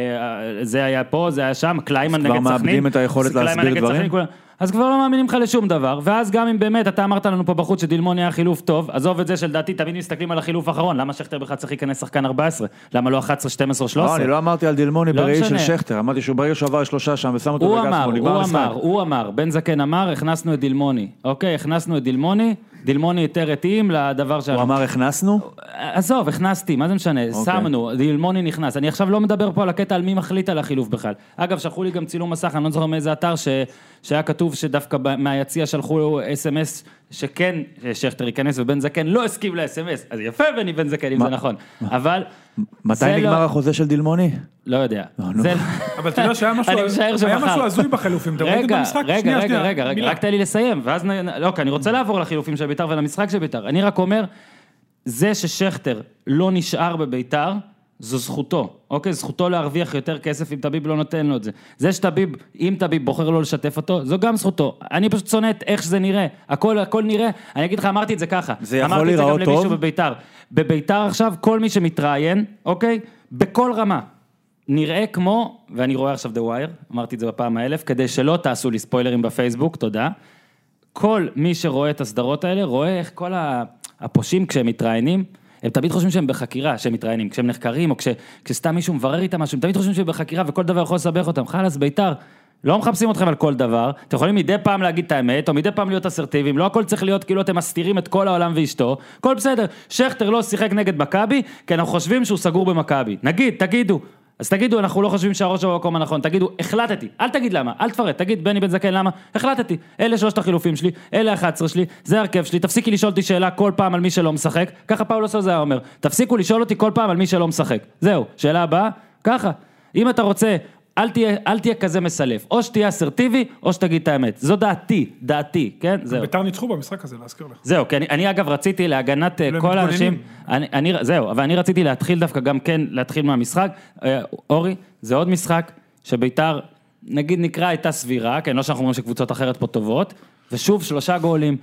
זה היה פה, זה היה שם, קליימן נגד סכנין.
כבר מאבדים את היכולת להסביר דברים?
אז כבר לא מאמינים לך לשום דבר, ואז גם אם באמת, אתה אמרת לנו פה בחוץ שדילמון היה חילוף טוב, עזוב את זה שלדעתי, תמיד מסתכלים על החילוף האחרון, למה שכטר בכלל צריך להיכנס שחקן ארבע עשרה? למה לא אחת עשרה, שתים עשרה, שלוש עשרה?
לא, אני לא אמרתי על דילמוני בראי של שכטר, אמרתי שהוא ברגע שהוא עבר שלושה שם, ושם אותו בגס מולי.
הוא אמר, הוא אמר, בן זקן אמר, הכנסנו את דילמוני, אוקיי, הכנסנו את דילמוני, דילמוני יותר התאים לדבר שלנו.
הוא אמר הכנסנו?
עזוב, הכנסתי, מה זה משנה? שמנו, דילמוני נכנס. אני עכשיו לא מדבר פה על הקטע על מי מחליט על החילוף בכלל. אגב, שלחו לי גם צילום מסך, אני לא זוכר מאיזה אתר שהיה כתוב שדווקא מהיציע שלחו אס אם אס שכן שכטר ייכנס ובן זקן לא הסכים ל-אס אם אס. אז יפה בני בן זקן אם זה נכון. אבל
מתי נגמר החוזה של דילמוני?
לא יודע.
אבל אתה יודע שהיה משהו הזוי בחילופים.
רגע, רגע, רגע, רגע, רק תן לי לסיים. ואז, לא, כי אני רוצה לעבור לחילופים של ביתר ולמשחק של ביתר. אני רק אומר, זה ששכטר לא נשאר בביתר, זו זכותו, אוקיי? זכותו להרוויח יותר כסף אם טביב לא נותן לו את זה. זה שטביב, אם טביב בוחר לא לשתף אותו, זו גם זכותו. אני פשוט שונא את איך שזה נראה. הכל, הכל נראה. אני אגיד לך, אמרתי את זה ככה.
זה יכול להיראות טוב.
אמרתי את זה גם למישהו בביתר. בביתר עכשיו, כל מי שמתראיין, אוקיי? בכל רמה. נראה כמו, ואני רואה עכשיו The Wire, אמרתי את זה בפעם האלף, כדי שלא תעשו לי ספוילרים בפייסבוק, תודה. כל מי שרואה את הסדרות האלה, רואה איך כל הפושים כשהם מתראיינים, הם תמיד חושבים שהם בחקירה, שהם מתראיינים, כשהם נחקרים, או כש, כשסתם מישהו מברר איתם משהו, הם תמיד חושבים שהם בחקירה, וכל דבר יכול לסבך אותם. חלס, ביתר, לא מחפשים אתכם על כל דבר, אתם יכולים מדי פעם להגיד את האמת, או מדי פעם להיות אסרטיביים, לא הכל צריך להיות כאילו אתם מסתירים את כל העולם ואשתו, הכל בסדר, שכטר לא שיחק נגד מכבי, כי אנחנו חושבים שהוא סגור במכבי. נגיד, תגידו, אז תגידו, אנחנו לא חושבים שהראש במקום הנכון, תגידו, החלטתי, אל תגיד למה, אל תפרט, תגיד בני בן זקן למה, החלטתי, אלה שלושת החילופים שלי, אלה אחת עשרה שלי, זה הרכב שלי, תפסיקי לשאול אותי שאלה כל פעם על מי שלא משחק, ככה פאולוס זה היה אומר, תפסיקו לשאול אותי כל פעם על מי שלא משחק, זהו, שאלה הבאה, ככה, אם אתה רוצה, אל תהיה, אל תהיה כזה מסלף, או שתהיה אסרטיבי, או שתגיד את האמת, זו דעתי, דעתי, כן, זהו.
ביתר ניצחו במשחק הזה, להזכיר לך.
זהו, כי אני, אני אגב רציתי להגנת כל האנשים, אני, אני, זהו, אבל אני רציתי להתחיל דווקא גם כן, להתחיל מהמשחק, אורי, זה עוד משחק, שביתר, נגיד נקרא הייתה סבירה, כן, לא שאנחנו אומרים שקבוצות אחרת פה טובות, ושוב שלושה גולים,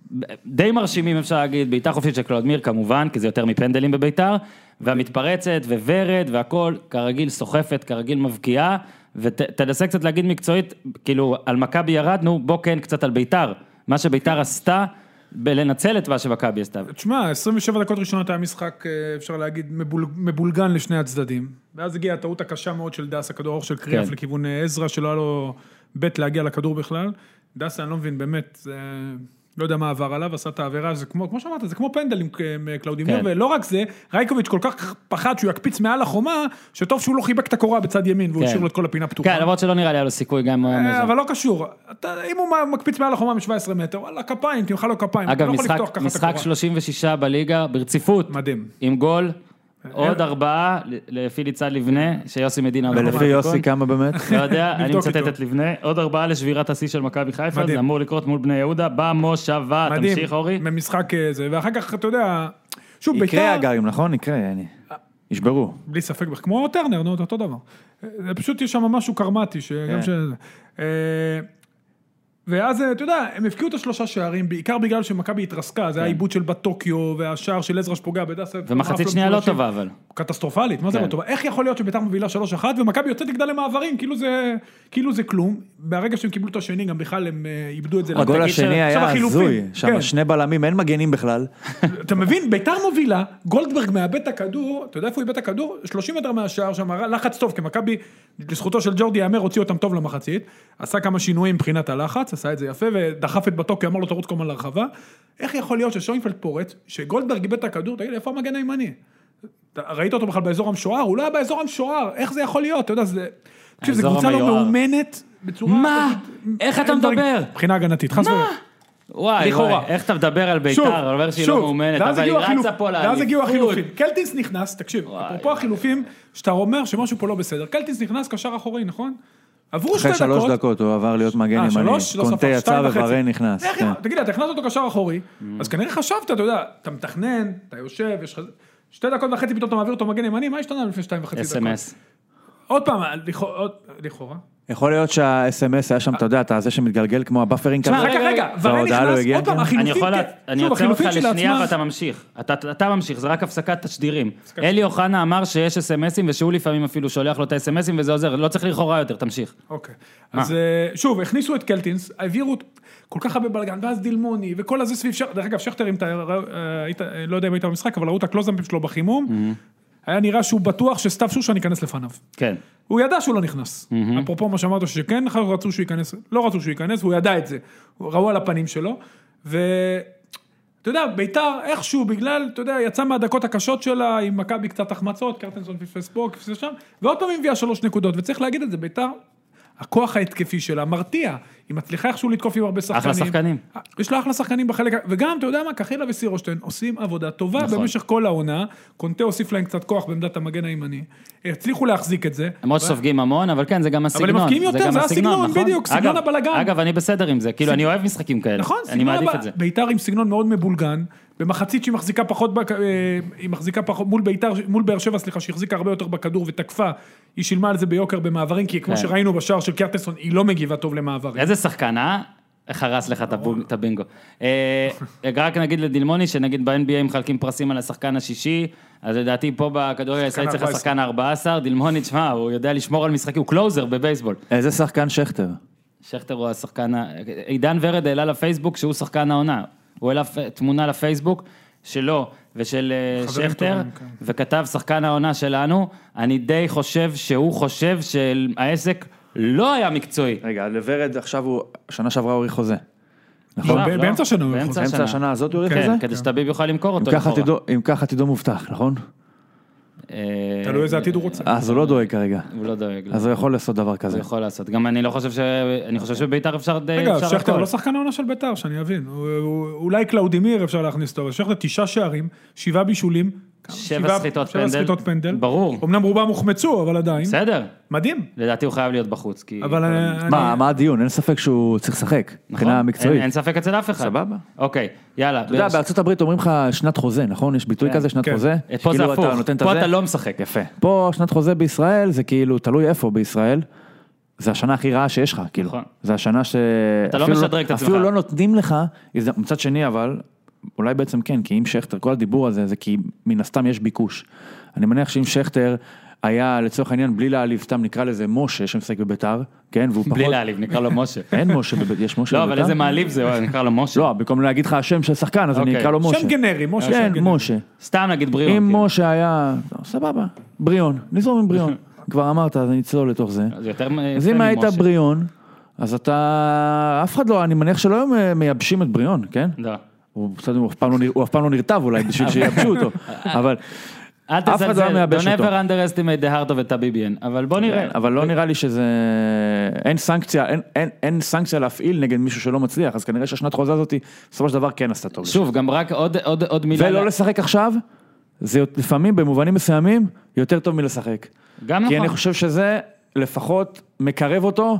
די מרשימים אפשר להגיד, ביתר חופשית של קלודמיר כמובן, כי זה יותר מפנדלים בביתר, והמתפרצת וורד והכל, כרגיל סוחפת, כרגיל מבקיעה, ותנסה קצת להגיד מקצועית, כאילו על מכבי ירדנו, בוא כן קצת על ביתר, מה שביתר עשתה, בלנצל את מה שמכבי עשתה.
תשמע, עשרים ושבע דקות ראשונות היה משחק, אפשר להגיד, מבולגן לשני הצדדים, ואז הגיעה הטעות הקשה מאוד של דס, הכדור אור של קריאף לכיוון עזרא, שלא היה לו בית להגיע לכדור בכלל, דס אני לא מבין, באמת, זה... לא יודע מה עבר עליו, עשה את העבירה, זה כמו, כמו שאמרת, זה כמו פנדל עם קלאודימיר, ולא רק זה, רייקוביץ' כל כך פחד שהוא יקפיץ מעל החומה, שטוב שהוא לא חיבק את הקורה בצד ימין, והוא השאיר לו את כל הפינה פתוחה.
כן, למרות שלא נראה לי על הסיכוי גם...
אבל לא קשור, אם הוא מקפיץ מעל החומה מ-שבע עשרה מטר, וואלה, כפיים, תמחא לו כפיים.
אגב, משחק שלושים ושש בליגה, ברציפות.
מדהים.
עם גול. עוד ארבעה, לפי ליצד לבנה, שיוסי מדינה...
ולפי יוסי כמה באמת?
לא יודע, אני מצטט את לבנה, עוד ארבעה לשבירת השיא של מכבי חיפה, זה אמור לקרות מול בני יהודה, במושבה, תמשיך אורי.
ממשחק זה, ואחר כך אתה יודע, שוב ביתר...
יקרה אגרים, נכון? יקרה, ישברו.
בלי ספק, כמו טרנר, נו, אותו דבר. זה פשוט יש שם משהו קרמטי, שגם ש... ואז, אתה יודע, הם הפקיעו את השלושה שערים, בעיקר בגלל שמכבי התרסקה, זה היה עיבוד של בטוקיו, והשער של עזרא שפוגע בדסה.
ומחצית שנייה לא טובה, אבל.
קטסטרופלית, מה זה לא טובה? איך יכול להיות שביתר מובילה שלוש אחת, ומכבי יוצאת תגדל למעברים, כאילו זה כלום. ברגע שהם קיבלו את השני, גם בכלל הם איבדו את זה.
הגול השני היה הזוי, שם שני בלמים, אין מגנים בכלל.
אתה מבין, ביתר מובילה, גולדברג מאבד את הכדור, אתה יודע איפה הוא איבד את הכדור? שלושים מטר מהשער, שם לחץ טוב, כי מכבי, לזכותו של ג'ורדי יאמר, הוציא אותם טוב למחצית, עשה כמה שינויים מבחינת הלחץ, עשה את זה יפה, ודחף את בטוקי, אמר לו תרוץ כל מה לרחבה. איך יכול להיות ששוינפלד פורץ, שגולדברג איבד את הכדור, תגיד, איפה המגן הימני? ראית אותו בכלל באזור המשוער? הוא לא היה באזור המשוער, איך זה יכול להיות? אתה יודע, זה... כשזו קבוצה לא מאומנת, בצורה...
מה? איך אתה מדבר?
מבחינה הגנתית, חס וחלילה.
וואי, וואי, איך אתה מדבר על ביתר, אומר שהיא לא מאומנת, אבל היא רצה פה לאליפות.
ואז הגיעו החילופים, קלטינס נכנס, תקשיב, אפרופו החילופים, שאתה אומר שמשהו פה לא בסדר, קלטינס נכנס קשר אחורי, נכון? עברו שתי דקות.
אחרי שלוש דקות הוא עבר להיות מגן ימני, קונטה יצא וברן נכנס.
תגיד, אתה הכנסת אותו קשר אחורי, אז כנראה חשבת, אתה יודע, אתה מתכנן, אתה יושב, יש שתי דקות וחצי פתאום אתה מעביר אותו מגן ימני, מה השתנה לפני שתיים וחצי דקות?
אס אם אס.
עוד פעם, לכאורה.
יכול להיות שה-אס אם אס היה שם, אתה יודע, אתה זה שמתגלגל כמו הבאפרינג כזה.
רגע, רגע, ורן נכנס, עוד פעם, החילופים,
אני עוצר אותך לשנייה ואתה ממשיך. אתה ממשיך, זה רק הפסקת תשדירים. אלי אוחנה אמר שיש אס אם אסים, ושהוא לפעמים אפילו שולח לו את ה-אס אם אסים, וזה עוזר, לא צריך לכאורה יותר, תמשיך.
אוקיי. אז שוב, הכניסו את קלטינס, העבירו כל כך הרבה בלגן, ואז דילמוני, וכל הזה סביב שכטר, דרך אגב, שכטר, לא יודע אם היית במשחק, אבל ראו את הקלוזאפים שלו בחימום, היה נראה שהוא בטוח שסתיו שושן ייכנס לפניו.
כן.
הוא ידע שהוא לא נכנס. אפרופו מה שאמרת שכן, רצו שהוא ייכנס, לא רצו שהוא ייכנס, והוא ידע את זה. ראו על הפנים שלו, ואתה יודע, ביתר איכשהו בגלל, אתה יודע, יצא מהדקות הקשות שלה, עם מכבי קצת החמצות, קרטנסון פספס פה, פספס שם, ועוד פעם הביאה שלוש נקודות, וצריך להגיד את זה, ביתר, הכוח ההתקפי שלה מרתיע, היא מצליחה איכשהו לתקוף עם הרבה שחקנים.
אחלה שחקנים.
יש לה אחלה שחקנים בחלק, וגם, אתה יודע מה, קחילה וסירושטיין עושים עבודה טובה נכון. במשך כל העונה, קונטה הוסיף להם קצת כוח בעמדת המגן הימני, הצליחו להחזיק את זה.
למרות שסופגים המון, אבל כן, זה גם הסגנון.
אבל הם מפקיעים יותר, זה, זה הסגנון, נכון? בדיוק, סגנון
אגב,
הבלגן.
אגב, אני בסדר עם זה, כאילו, אני אוהב משחקים כאלה.
נכון,
אני מעדיף את זה.
ביתר עם סגנון מאוד מבולגן, במחצית שהיא מחזיקה פחות, היא מחזיקה פחות, מול ביתר, מול באר שבע, סליחה, שהיא החזיקה הרבה יותר בכדור ותקפה, היא שילמה על זה ביוקר במעברים, כי כמו שראינו בשער של קרטנסון, היא לא מגיבה טוב למעברים.
איזה שחקן, אה? איך הרס לך את הבינגו. רק נגיד לדילמוני, שנגיד ב-אן בי איי מחלקים פרסים על השחקן השישי, אז לדעתי פה בכדורגל הישראלי צריך השחקן ה-ארבע עשרה, דילמוני, תשמע, הוא יודע לשמור על משחקים, הוא קלוזר בבייסבול.
איזה שחקן שכטר?
שכטר הוא השחקן, עידן ורד העלה לפייסבוק שהוא שחקן העונה, הוא העלה תמונה לפייסבוק שלו ושל שכטר, וכתב שחקן העונה שלנו, אני די חושב שהוא חושב שהעסק לא היה מקצועי.
רגע, לוורד עכשיו הוא, שנה שעברה הוא הוריד חוזה.
נכון? באמצע השנה הוא
באמצע
באמצע השנה הזאת הוא הוריד חוזה?
כן, כדי שטביב יוכל למכור אותו.
אם ככה עתידו מובטח, נכון?
תלוי איזה עתיד הוא רוצה.
אז הוא לא דואג כרגע.
הוא לא דואג.
אז הוא יכול לעשות דבר כזה.
הוא יכול לעשות. גם אני לא חושב ש... אני חושב שביתר אפשר די...
רגע, שכטר לא שחקן העונה של ביתר, שאני אבין. אולי קלאודימיר אפשר להכניס אותו, אבל שכטר תשעה שערים, שבעה בישולים,
שבע סחיטות פנדל. ברור.
אמנם רובם הוחמצו, אבל עדיין.
בסדר.
מדהים.
לדעתי הוא חייב להיות בחוץ, כי...
מה הדיון? אין ספק שהוא צריך לשחק. מבחינה מקצועית.
אין ספק אצל אף אחד.
סבבה.
אוקיי, יאללה.
אתה יודע, בארצות הברית אומרים לך שנת חוזה, נכון? יש ביטוי כזה, שנת חוזה.
פה זה הפוך. פה אתה לא משחק.
יפה. פה שנת חוזה בישראל, זה כאילו, תלוי איפה בישראל. זה השנה הכי רעה שיש לך, כאילו. זה השנה ש...
אתה לא משדרג את עצמך.
אפילו לא נותנים לך, מצד שני, אבל אולי בעצם כן, כי אם שכטר, כל הדיבור הזה, זה כי מן הסתם יש ביקוש. אני מניח שאם שכטר היה לצורך העניין, בלי להעליב, סתם נקרא לזה משה, שמשחק בביתר, כן, והוא פחות...
בלי להעליב, נקרא לו משה.
אין משה, יש משה
בביתר. לא, אבל איזה מעליב זה, נקרא לו משה.
לא, במקום להגיד לך השם של שחקן, אז אני אקרא לו משה.
שם גנרי, משה.
כן, משה.
סתם נגיד בריאון.
אם משה היה, סבבה, בריאון, נזרום עם בריאון. כבר אמרת, אז אני אצלול לתוך זה. אז אם היית בריאון, אז אתה, אף אחד לא, אני מניח שלא היום מייבשים את בריאון, כן?
לא.
הוא אף פעם לא נרטב אולי, בשביל שיבשו אותו, אבל
אף אחד לא מייבש אותו. Don't ever underestimate the heart of a Tabibian, אבל בוא נראה.
אבל לא נראה לי שזה, אין סנקציה, אין סנקציה להפעיל נגד מישהו שלא מצליח, אז כנראה שהשנת חוזה הזאת, בסופו של דבר כן עשתה טוב.
שוב, גם רק עוד מילה.
ולא לשחק עכשיו, זה לפעמים במובנים מסוימים, יותר טוב מלשחק.
גם נכון.
כי אני חושב שזה לפחות מקרב אותו,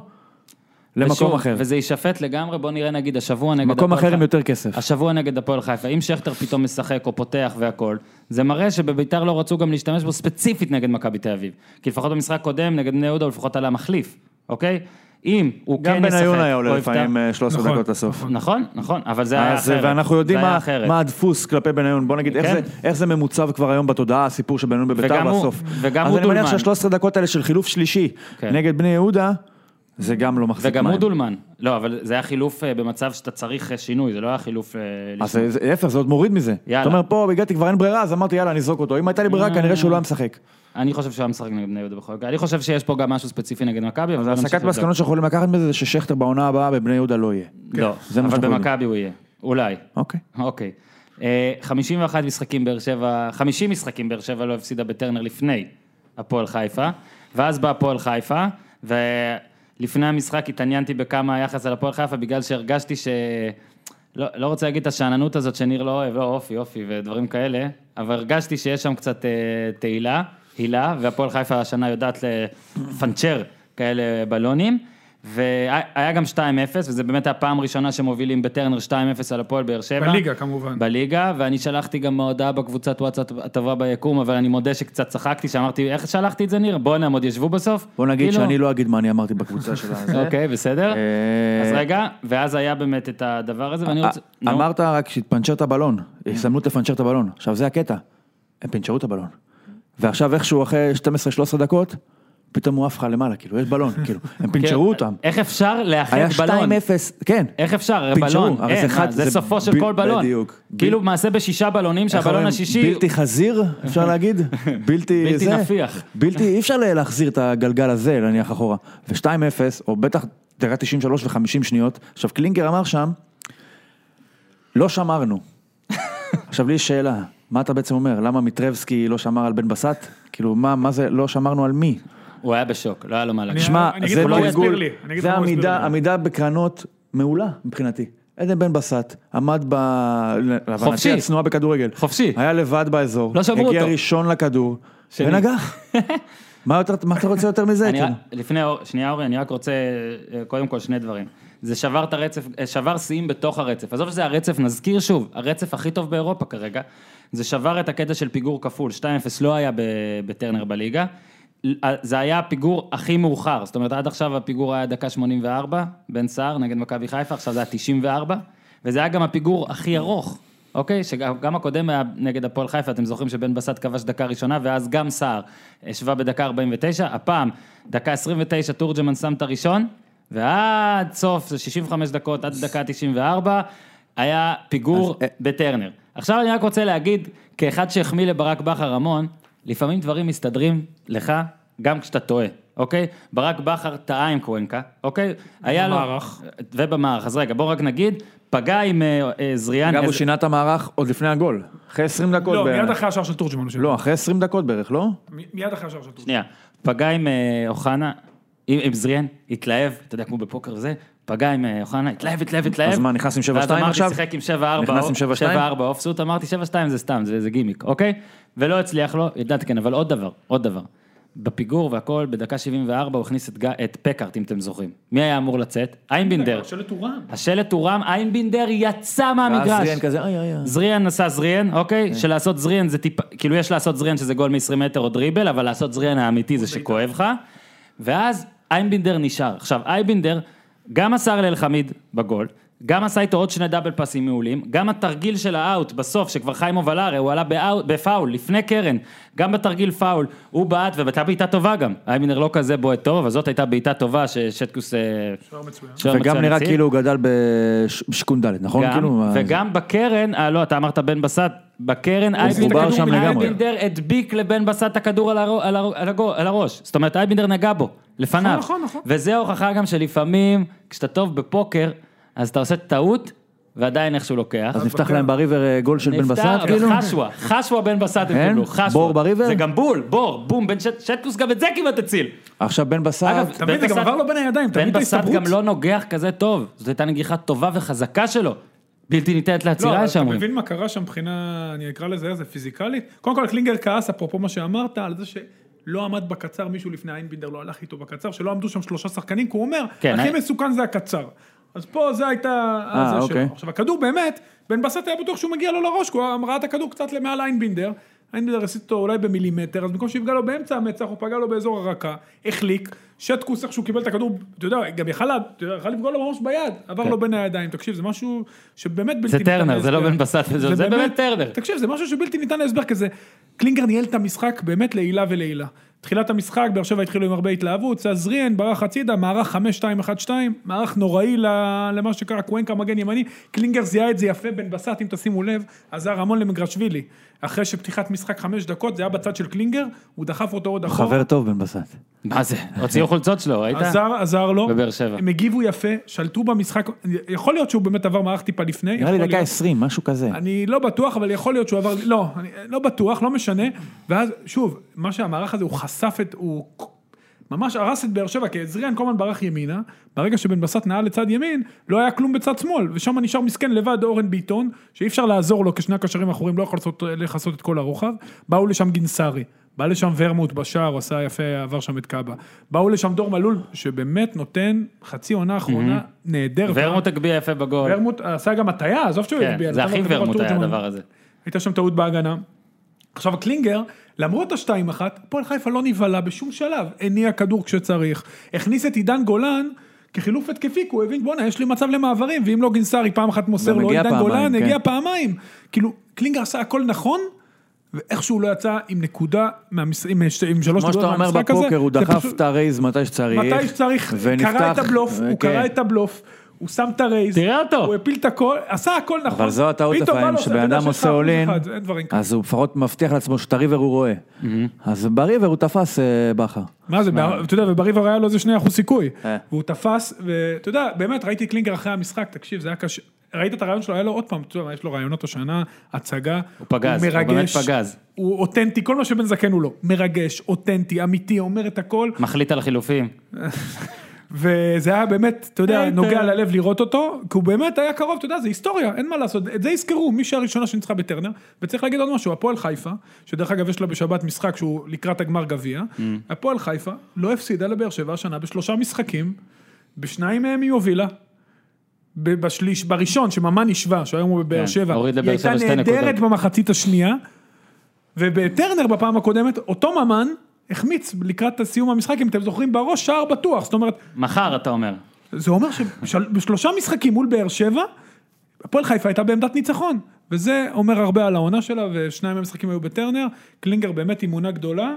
למקום אחר.
וזה יישפט לגמרי, בוא נראה נגיד השבוע נגד
מקום אחר עם יותר כסף.
השבוע נגד הפועל חיפה, אם שכטר פתאום משחק או פותח והכל, זה מראה שבביתר לא רצו גם להשתמש בו ספציפית נגד מכבי תל אביב. כי לפחות במשחק קודם נגד בני יהודה הוא לפחות עלה מחליף, אוקיי? אם הוא כן ישחק...
גם בניון היה עולה לפעמים שלוש עשרה דקות לסוף.
נכון, נכון, אבל זה היה אחרת.
ואנחנו יודעים מה הדפוס כלפי בניון, בוא נגיד איך זה ממוצב כבר היום בתודעה, הסיפור של בניון בביתר בסוף.
וגם הוא דולמן.
אז אני מניח ש-שלוש עשרה דקות האלה של חילוף שלישי נגד בני יהודה, זה גם לא מחזיק מים.
וגם הוא דולמן. לא, אבל זה היה חילוף במצב שאתה צריך שינוי, זה לא היה חילוף...
אז איפה, זה עוד מוריד מזה.
יאללה.
אתה אומר, פה הגעתי כבר אין ברירה, אז אמרתי, יאללה, נזרוק אותו. אם הייתה לי ברירה, כנראה שהוא לא משחק.
אני חושב שהוא משחק נגד בני יהודה בכל מקרה. אני חושב שיש פה גם משהו ספציפי נגד מכבי.
אז הסקת מסקנות שיכולים לקחת מזה, זה ששכטר בעונה הבאה בבני יהודה לא יהיה.
לא, אבל במכבי הוא יהיה. אולי.
אוקיי.
אוקיי. חמישים ואחד משחקים באר שבע, חמישים משחקים באר שבע לא הפסידה בטרנר לפני הפועל חיפה, ואז בא הפועל חיפה, ולפני המשחק התעניינתי בכמה היחס על הפועל חיפה, בגלל שהרגשתי ש... לא, לא רוצה להגיד את השעננות הזאת שניר לא אוהב, לא אופי, אופי ודברים כאלה, אבל הרגשתי שיש שם קצת אה, תהילה, הילה, והפועל חיפה השנה יודעת לפנצ'ר כאלה בלונים, והיה גם שתיים אפס, וזה באמת הפעם הראשונה שמובילים בטרנר שתיים אפס על הפועל באר שבע.
בליגה כמובן.
בליגה, ואני שלחתי גם מהודעה בקבוצת וואטסאפ הטבה ביקום, אבל אני מודה שקצת צחקתי, שאמרתי, איך שלחתי את זה ניר? בוא נעמוד ישבו בסוף.
בוא נגיד שאני לא אגיד מה אני אמרתי בקבוצה של הזה.
אוקיי, בסדר. אז רגע, ואז היה באמת את הדבר הזה, ואני רוצה...
אמרת רק שתפנצ'ר את הבלון, הזדמנות לפנצ'ר את הבלון. עכשיו זה הקטע, הם פנצ'רו את הבלון. ועכשיו איכשהו אחרי שתים עשרה שלוש עשרה דקות, פתאום הוא עף לך למעלה, כאילו, יש בלון, כאילו, הם פינצ'רו אותם.
איך אפשר לאחד בלון?
היה שתיים אפס, כן.
איך אפשר? בלון, אין, זה סופו של כל בלון. בדיוק. כאילו מעשה בשישה בלונים, שהבלון השישי...
בלתי חזיר, אפשר להגיד? בלתי זה.
בלתי נפיח.
בלתי, אי אפשר להחזיר את הגלגל הזה, להניח אחורה. ו-שתיים אפס, או בטח דקה תשעים ושלוש וחמישים שניות. עכשיו, קלינגר אמר שם, לא שמרנו. עכשיו, לי יש שאלה, מה אתה בעצם אומר? למה מיטרבסקי לא שמר על בן בסט? כאילו, מה, מה זה, לא שמרנו על מי?
הוא היה בשוק, לא היה לו מה להגיד.
שמע, זה תרגול, זה עמידה, עמידה בקרנות מעולה מבחינתי. עדן בן בסט, עמד ב...
חופשי.
הצנועה בכדורגל.
חופשי.
היה לבד באזור.
לא שברו אותו.
הגיע ראשון לכדור, ונגח. מה אתה רוצה יותר מזה?
לפני, שנייה אורי, אני רק רוצה, קודם כל שני דברים. זה שבר את הרצף, שבר שיאים בתוך הרצף. עזוב שזה הרצף, נזכיר שוב, הרצף הכי טוב באירופה כרגע, זה שבר את הקטע של פיגור כפול, שתיים אפס לא היה בטרנר בליגה, זה היה הפיגור הכי מאוחר, זאת אומרת עד עכשיו הפיגור היה דקה שמונים וארבע, בן סער נגד מכבי חיפה, עכשיו זה היה תשעים וארבע, וזה היה גם הפיגור הכי ארוך, אוקיי? שגם הקודם היה נגד הפועל חיפה, אתם זוכרים שבן בסט כבש דקה ראשונה, ואז גם סער השווה בדקה ארבעים ותשע, הפעם דקה עשרים ותשע תורג'מן שם את הראשון, ועד סוף, זה שישים וחמש דקות, עד דקה תשעים וארבע, היה פיגור בטרנר. עכשיו אני רק רוצה להגיד, כאחד שהחמיא לברק בכר המון, לפעמים דברים מסתדרים לך, גם כשאתה טועה, אוקיי? ברק בכר טעה עם קוונקה, אוקיי? היה לו...
במערך.
ובמערך, אז רגע, בוא רק נגיד, פגע עם זריאן...
אגב, הוא שינה את המערך עוד לפני הגול, אחרי עשרים דקות
לא,
בערך.
מיד אחרי השער של תורג'מן.
לא, אחרי עשרים דקות בערך, לא?
מיד אחרי השער של תורג'מן.
שנייה, פגע עם אוחנה, עם זריאן, התלהב, אתה יודע, כמו בפוקר וזה, פגע עם אוחנה, התלהב, התלהב, התלהב.
אז מה, נכנס עם שבע שתיים עכשיו?
ואז אמרתי, שיחק עם שבע ארבע,
נכנס עם שבע שתיים?
שבע ארבע אופסוט, אמרתי שבע שתיים זה סתם, זה גימיק, אוקיי? ולא הצליח לו, ידעתי כן, אבל עוד דבר, עוד דבר. בפיגור והכל, בדקה שבעים וארבע, הוא הכניס את, את פקארט, אם אתם זוכרים. מי היה אמור לצאת? איינבינדר.
השלט הוא רם.
השלט הוא רם, איינבינדר יצא מהמגרש.
זריאן כזה, איי, איי, איי.
זריאן עשה זריאן, אוקיי? שלעשות זריאן זה טיפה, כאילו יש לעשות זריאן שזה גול מ-עשרים מטר או דריבל, אבל לעשות זריאן האמיתי זה שכואב לך. ואז איינבינדר נשאר. עכשיו, איינבינדר גם עשה אל חמיד בגול, גם עשה איתו עוד שני דאבל פסים מעולים, גם התרגיל של האוט בסוף, שכבר חיים הובלארי, הוא עלה בפאול, לפני קרן, גם בתרגיל פאול, הוא בעט, ובתה בעיטה טובה גם, איינבינדר לא כזה בועט טוב, אבל זאת הייתה בעיטה טובה, ששטקוס...
שוער מצוין.
וגם נראה כאילו הוא גדל בשכון ד', נכון?
וגם בקרן, לא, אתה אמרת בן בסט, בקרן איינבינדר הדביק לבן בסט הכדור על הראש, זאת אומרת איינבינדר נגע בו, לפניו, וזה הוכחה גם שלפעמים, כשאתה טוב בפוקר, אז אתה עושה טעות, ועדיין איכשהו לוקח.
אז נפתח להם בריבר גול של בן בסט, כאילו?
חשווה, חשווה בן בסט הם קיבלו,
בור בריבר?
זה גם בול, בור, בום, בן שטקוס גם את זה כמעט הציל.
עכשיו בן בסט...
תמיד זה גם עבר לו בין הידיים,
בן בסט גם לא נוגח כזה טוב, זאת הייתה נגיחה טובה וחזקה שלו, בלתי ניתנת לעצירה
לא,
שם.
אתה מבין מה קרה שם מבחינה, אני אקרא לזה, זה פיזיקלית? קודם כל קלינגר כעס, אפרופו מה שאמרת, על זה ש... לא עמד בקצר, מישהו לפני איינבינדר לא הלך איתו בקצר, שלא עמדו שם שלושה שחקנים, כי הוא אומר, הכי מסוכן זה הקצר. אז פה זה הייתה...
אה, אוקיי.
עכשיו, הכדור באמת, בן בסט היה בטוח שהוא מגיע לו לראש, כי הוא ראה את הכדור קצת למעל איינבינדר, איינבינדר עשית אותו אולי במילימטר, אז במקום שיפגע לו באמצע המצח, הוא פגע לו באזור הרקה, החליק, שטקוס איך שהוא קיבל את הכדור, אתה יודע, גם יכל לפגוע לו ממש ביד, עבר לו בין הידיים, תקשיב, זה משהו שבאמת בלתי
ניתן להסבר. זה טרנר, זה לא בן בסט, זה באמת טרנר.
תקשיב, זה משהו שבלתי ניתן להסבר כזה. קלינגר ניהל את המשחק באמת לעילה ולעילה. תחילת המשחק, באר שבע התחילו עם הרבה התלהבות, זריאן, ברח הצידה, מערך חמש שתיים אחת שתיים, מערך נוראי למה שקרה, קוונקה מגן ימני, קלינגר זיהה את זה יפה, בן בסט, אם תשימו לב, עזר המון למגרשווילי, אחרי שפתיחת משחק חמש דקות, זה היה בצד של קלינגר, הוא דחף אותו עוד אחורה.
חבר טוב בן בסט.
מה זה? הוציאו חולצות שלו, ראית?
עזר, עזר לו,
בבאר שבע.
הם הגיבו יפה, שלטו במשחק, יכול להיות שהוא באמת עבר מערך טיפה לפני.
נראה לי דקה עשרים, משהו כזה.
אני לא בטוח, אבל יכול להיות שהוא עבר, לא, אני לא בטוח, לא משנה, ואז, שוב, מה שהמערך הזה, הוא חשף את, הוא ממש הרס את באר שבע, כי זריאן כל הזמן ברח ימינה, ברגע שבן בסט נעה לצד ימין, לא היה כלום בצד שמאל, ושם נשאר מסכן לבד אורן ביטון, שאי אפשר לעזור לו, כשני הקשרים האחוריים לא יכול לחסות את כל הרוחב, באו לשם גינסרי, בא לשם ורמוט בשער, עשה יפה, עבר שם את קאבה, באו לשם דור מלול, שבאמת נותן חצי עונה אחרונה נהדר.
ורמוט הגביע יפה בגול.
ורמוט עשה גם הטעיה, עזוב שהוא הגביע.
זה הכי ורמוט היה הדבר הזה.
הייתה שם טעות בהגנה. עכשיו קלינגר, למרות השתיים אחת, הפועל חיפה לא נבהלה בשום שלב, הניע כדור כשצריך, הכניס את עידן גולן, כחילוף התקפי, הוא הבין, בונה, יש לי מצב למעברים, ואם לא גינסרי פעם אחת מוסר לו, עידן גולן הגיע פעמיים, כאילו, קלינגר עשה הכל נכון, ואיכשהו לא יצא עם נקודה, עם שלוש נקודות מהמשחק הזה.
כמו שאתה אומר בפוקר, הוא דחף את הרייז מתי שצריך,
מתי שצריך, קרא את הבלוף, הוא קרא את הבלוף, הוא שם את הרייז,
תראה אותו,
הוא הפיל את הכל, עשה הכל נכון.
אבל זו הטעות לפעמים, שבן אדם עושה אולין, אז הוא לפחות מבטיח לעצמו שאת הריבר הוא רואה. אז בריבר הוא תפס בחר.
מה זה, אתה יודע, ובריבר היה לו איזה שני אחוז סיכוי. והוא תפס, ואתה יודע, באמת ראיתי קלינגר אחרי המשחק, תקשיב, זה היה קשה. ראית את הרעיון שלו, היה לו עוד פעם, אתה יודע, יש לו רעיונות השנה, הצגה,
הוא פגז, הוא באמת פגז.
הוא אותנטי, כל מה שבן זקן הוא לא, מרגש, אותנטי, אמיתי, אומר את הכל.
מחליט על החילופים.
וזה היה באמת, אתה יודע, נוגע ללב לראות אותו, כי הוא באמת היה קרוב, אתה יודע, זה היסטוריה, אין מה לעשות, את זה יזכרו, מי שהראשונה שניצחה בטרנר, וצריך להגיד עוד משהו, הפועל חיפה, שדרך אגב יש לה בשבת משחק שהוא לקראת הגמר גביע, הפועל חיפה לא הפסידה לבאר שבע השנה בשלושה משחקים, בשניים מהם היא הובילה, בשליש, בראשון, שממן נשווה, שהיום הוא בבאר שבע, היא הייתה נהדרת במחצית השנייה, ובטרנר בפעם הקודמת, אותו ממן, החמיץ לקראת סיום המשחק, אם אתם זוכרים בראש, שער בטוח, זאת אומרת...
מחר, אתה אומר.
זה אומר שבשלושה משחקים מול באר שבע, הפועל חיפה הייתה בעמדת ניצחון, וזה אומר הרבה על העונה שלה, ושניים המשחקים היו בטרנר, קלינגר באמת אימונה גדולה,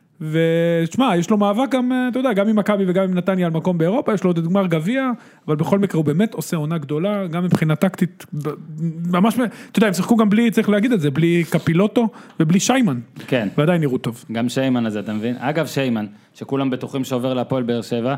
ושמע, יש לו מאבק גם, אתה יודע, גם עם מכבי וגם עם נתניה על מקום באירופה, יש לו עוד גמר גביע, אבל בכל מקרה הוא באמת עושה עונה גדולה, גם מבחינה טקטית, ממש, אתה יודע, הם שיחקו גם בלי, צריך להגיד את זה, בלי קפילוטו ובלי שיימן.
כן.
ועדיין נראו טוב.
גם שיימן הזה, אתה מבין? אגב, שיימן, שכולם בטוחים שעובר להפועל באר שבע,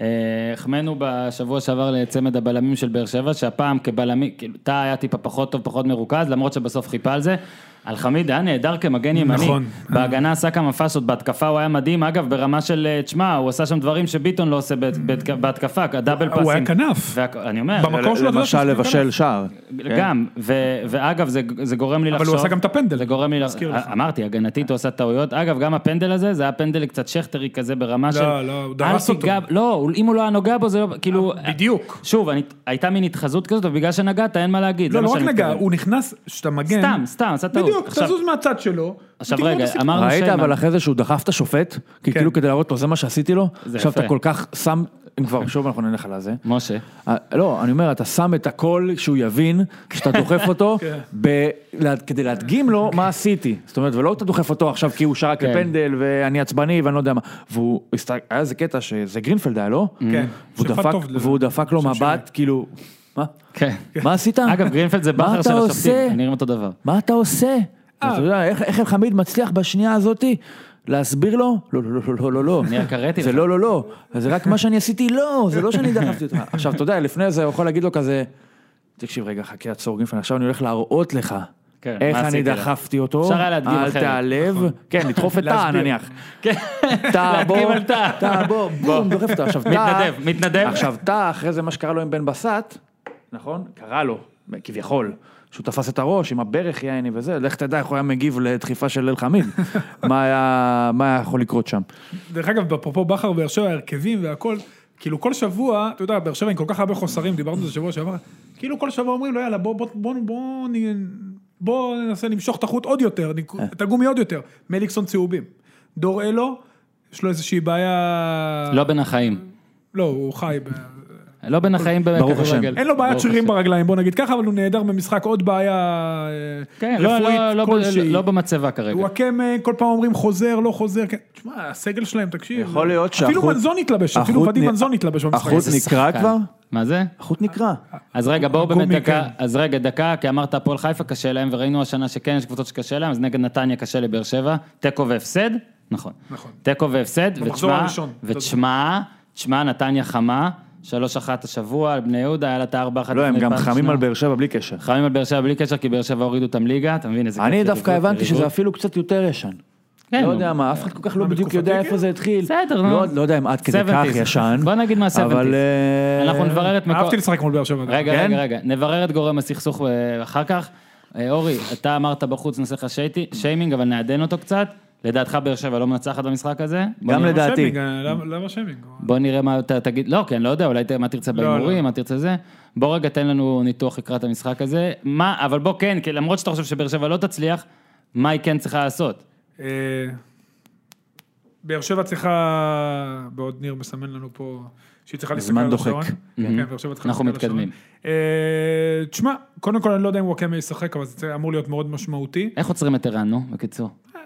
החמנו בשבוע שעבר לצמד הבלמים של באר שבע, שהפעם כבלמי, תא היה טיפה פחות טוב, פחות מרוכז, למרות שבסוף חיפה על זה, אלחמיד היה נהדר כמגן ימני,
נכון.
בהגנה עשה כמה פאשות, בהתקפה הוא היה מדהים, אגב ברמה של, תשמע, הוא עשה שם דברים שביטון לא עושה בהתקפה, דאבל פאסים.
הוא היה כנף.
אני אומר.
במקור שלו
למשל לבשל שער.
גם, ואגב זה גורם לי לחשוב.
אבל הוא עשה גם את הפנדל.
זה גורם לי, אמרתי, הגנתית הוא עושה טעויות, אגב גם הפנדל הזה, זה היה פנדל קצת שכתרי כזה ברמה של...
לא, לא, הוא דרס אותו.
לא, אם הוא לא היה נוגע בו, זה לא, כאילו...
בדיוק.
שוב, הייתה מין התחזות כזאת, ובגלל שנגעת, אין מה להגיד.
לא, לא רק נגע, הוא נכנס, שאתה מגן.
סתם, סתם, עשה טעות.
בדיוק, תזוז מהצד שלו.
עכשיו רגע, אמרנו
ראית אבל אחרי זה שהוא דחף את השופט, כי כאילו כדי להראות לו, זה מה שעשיתי לו, עכשיו אתה כל כך שם, אם כבר שוב אנחנו נלך על זה.
משה.
לא, אני אומר, אתה שם את הכל שהוא יבין, כשאתה דוחף אותו, כדי להדגים לו מה עשיתי. זאת אומרת, ולא אתה דוחף אותו עכשיו כי הוא שרק לפנדל, ואני עצבני ואני לא יודע מה. והוא, היה איזה קטע שזה גרינפלד היה, לא?
כן.
והוא דפק לו מבט, כאילו, מה?
כן.
מה עשית?
אגב, גרינפלד זה בחר של השופטים, נראים אותו דבר.
מה אתה עושה? אתה יודע, איך אלחמיד מצליח בשנייה הזאתי להסביר לו? לא, לא, לא, לא, לא, לא.
אני הקראתי לך.
זה לא, לא, לא. זה רק מה שאני עשיתי, לא, זה לא שאני דחפתי אותך. עכשיו, אתה יודע, לפני זה הוא יכול להגיד לו כזה, תקשיב רגע, חכה, עצור גרינפלד, עכשיו אני הולך להראות לך איך אני דחפתי אותו, אל תעלב, כן, לדחוף את תא נניח. תא, בוא, תא, בוא, בום, דוחף אותו. עכשיו,
מתנדב, מתנדב.
עכשיו, תא, אחרי זה מה שקרה לו עם בן בסט, נכון? קרה לו, כביכול. שהוא תפס את הראש עם הברך יעני וזה, לך תדע איך הוא היה מגיב לדחיפה של אלחמיד, מה היה, מה היה יכול לקרות שם.
דרך אגב, אפרופו בכר באר שבע, הרכבים והכל, כאילו כל שבוע, אתה יודע, באר שבע עם כל כך הרבה חוסרים, דיברנו על זה שבוע שעבר, כאילו כל שבוע אומרים לו, יאללה, בוא, בוא, בוא, בוא, בוא ננסה למשוך את החוט עוד יותר, את הגומי עוד יותר, מליקסון צהובים. דור אלו, יש לו איזושהי בעיה...
לא בין החיים.
לא, הוא חי ב...
לא בין החיים בכדורגל.
אין לו בעיית שרירים ברגליים, בוא נגיד ככה, אבל הוא נהדר במשחק, עוד בעיה רפואית כלשהי.
לא במצבה כרגע.
הוא הקם, כל פעם אומרים חוזר, לא חוזר, תשמע, הסגל שלהם, תקשיב.
יכול להיות שהחוט...
אפילו מנזון התלבש, אפילו ודים מנזון התלבש במשחק.
החוט נקרא כבר?
מה זה?
החוט נקרא.
אז רגע, בואו באמת דקה, אז רגע, דקה, כי אמרת הפועל חיפה קשה להם, וראינו השנה שכן יש קבוצות שקשה להם, אז נגד נתניה קשה לבאר שבע, תיקו והפסד, נכון. תיקו והפסד, ותשמע, תשמע, נתניה חמה, שלוש אחת השבוע, על בני יהודה, היה לה את הארבע אחת.
לא, הם גם חמים על באר שבע בלי קשר.
חמים על באר שבע בלי קשר, כי באר שבע הורידו אותם ליגה, אתה מבין איזה...
אני דווקא הבנתי שזה אפילו קצת יותר ישן. לא יודע מה, אף אחד כל כך לא בדיוק יודע איפה זה התחיל.
בסדר,
לא יודע אם עד כדי כך ישן.
בוא נגיד מה שבעים.
אבל...
אנחנו נברר את מקום...
אהבתי לשחק מול באר שבע.
רגע, רגע, רגע, נברר את גורם הסכסוך אחר כך. אורי, אתה אמרת בחוץ נעשה לך שיימינג, אבל נעדן אותו קצת. לדעתך באר שבע לא מנצחת במשחק הזה?
גם לדעתי.
למה שיימינג?
בוא נראה מה אתה תגיד. לא, כן, לא יודע, אולי מה תרצה בהימורים, מה תרצה זה. בוא רגע, תן לנו ניתוח לקראת המשחק הזה. מה, אבל בוא כן, למרות שאתה חושב שבאר שבע לא תצליח, מה היא כן צריכה לעשות?
באר שבע צריכה, בעוד ניר מסמן לנו פה, שהיא צריכה להסתכל
על השעון.
אנחנו מתקדמים.
תשמע, קודם כל אני לא יודע אם וואקמה ישחק, אבל זה אמור להיות מאוד משמעותי.
איך עוצרים את ערן, נו, בקיצור?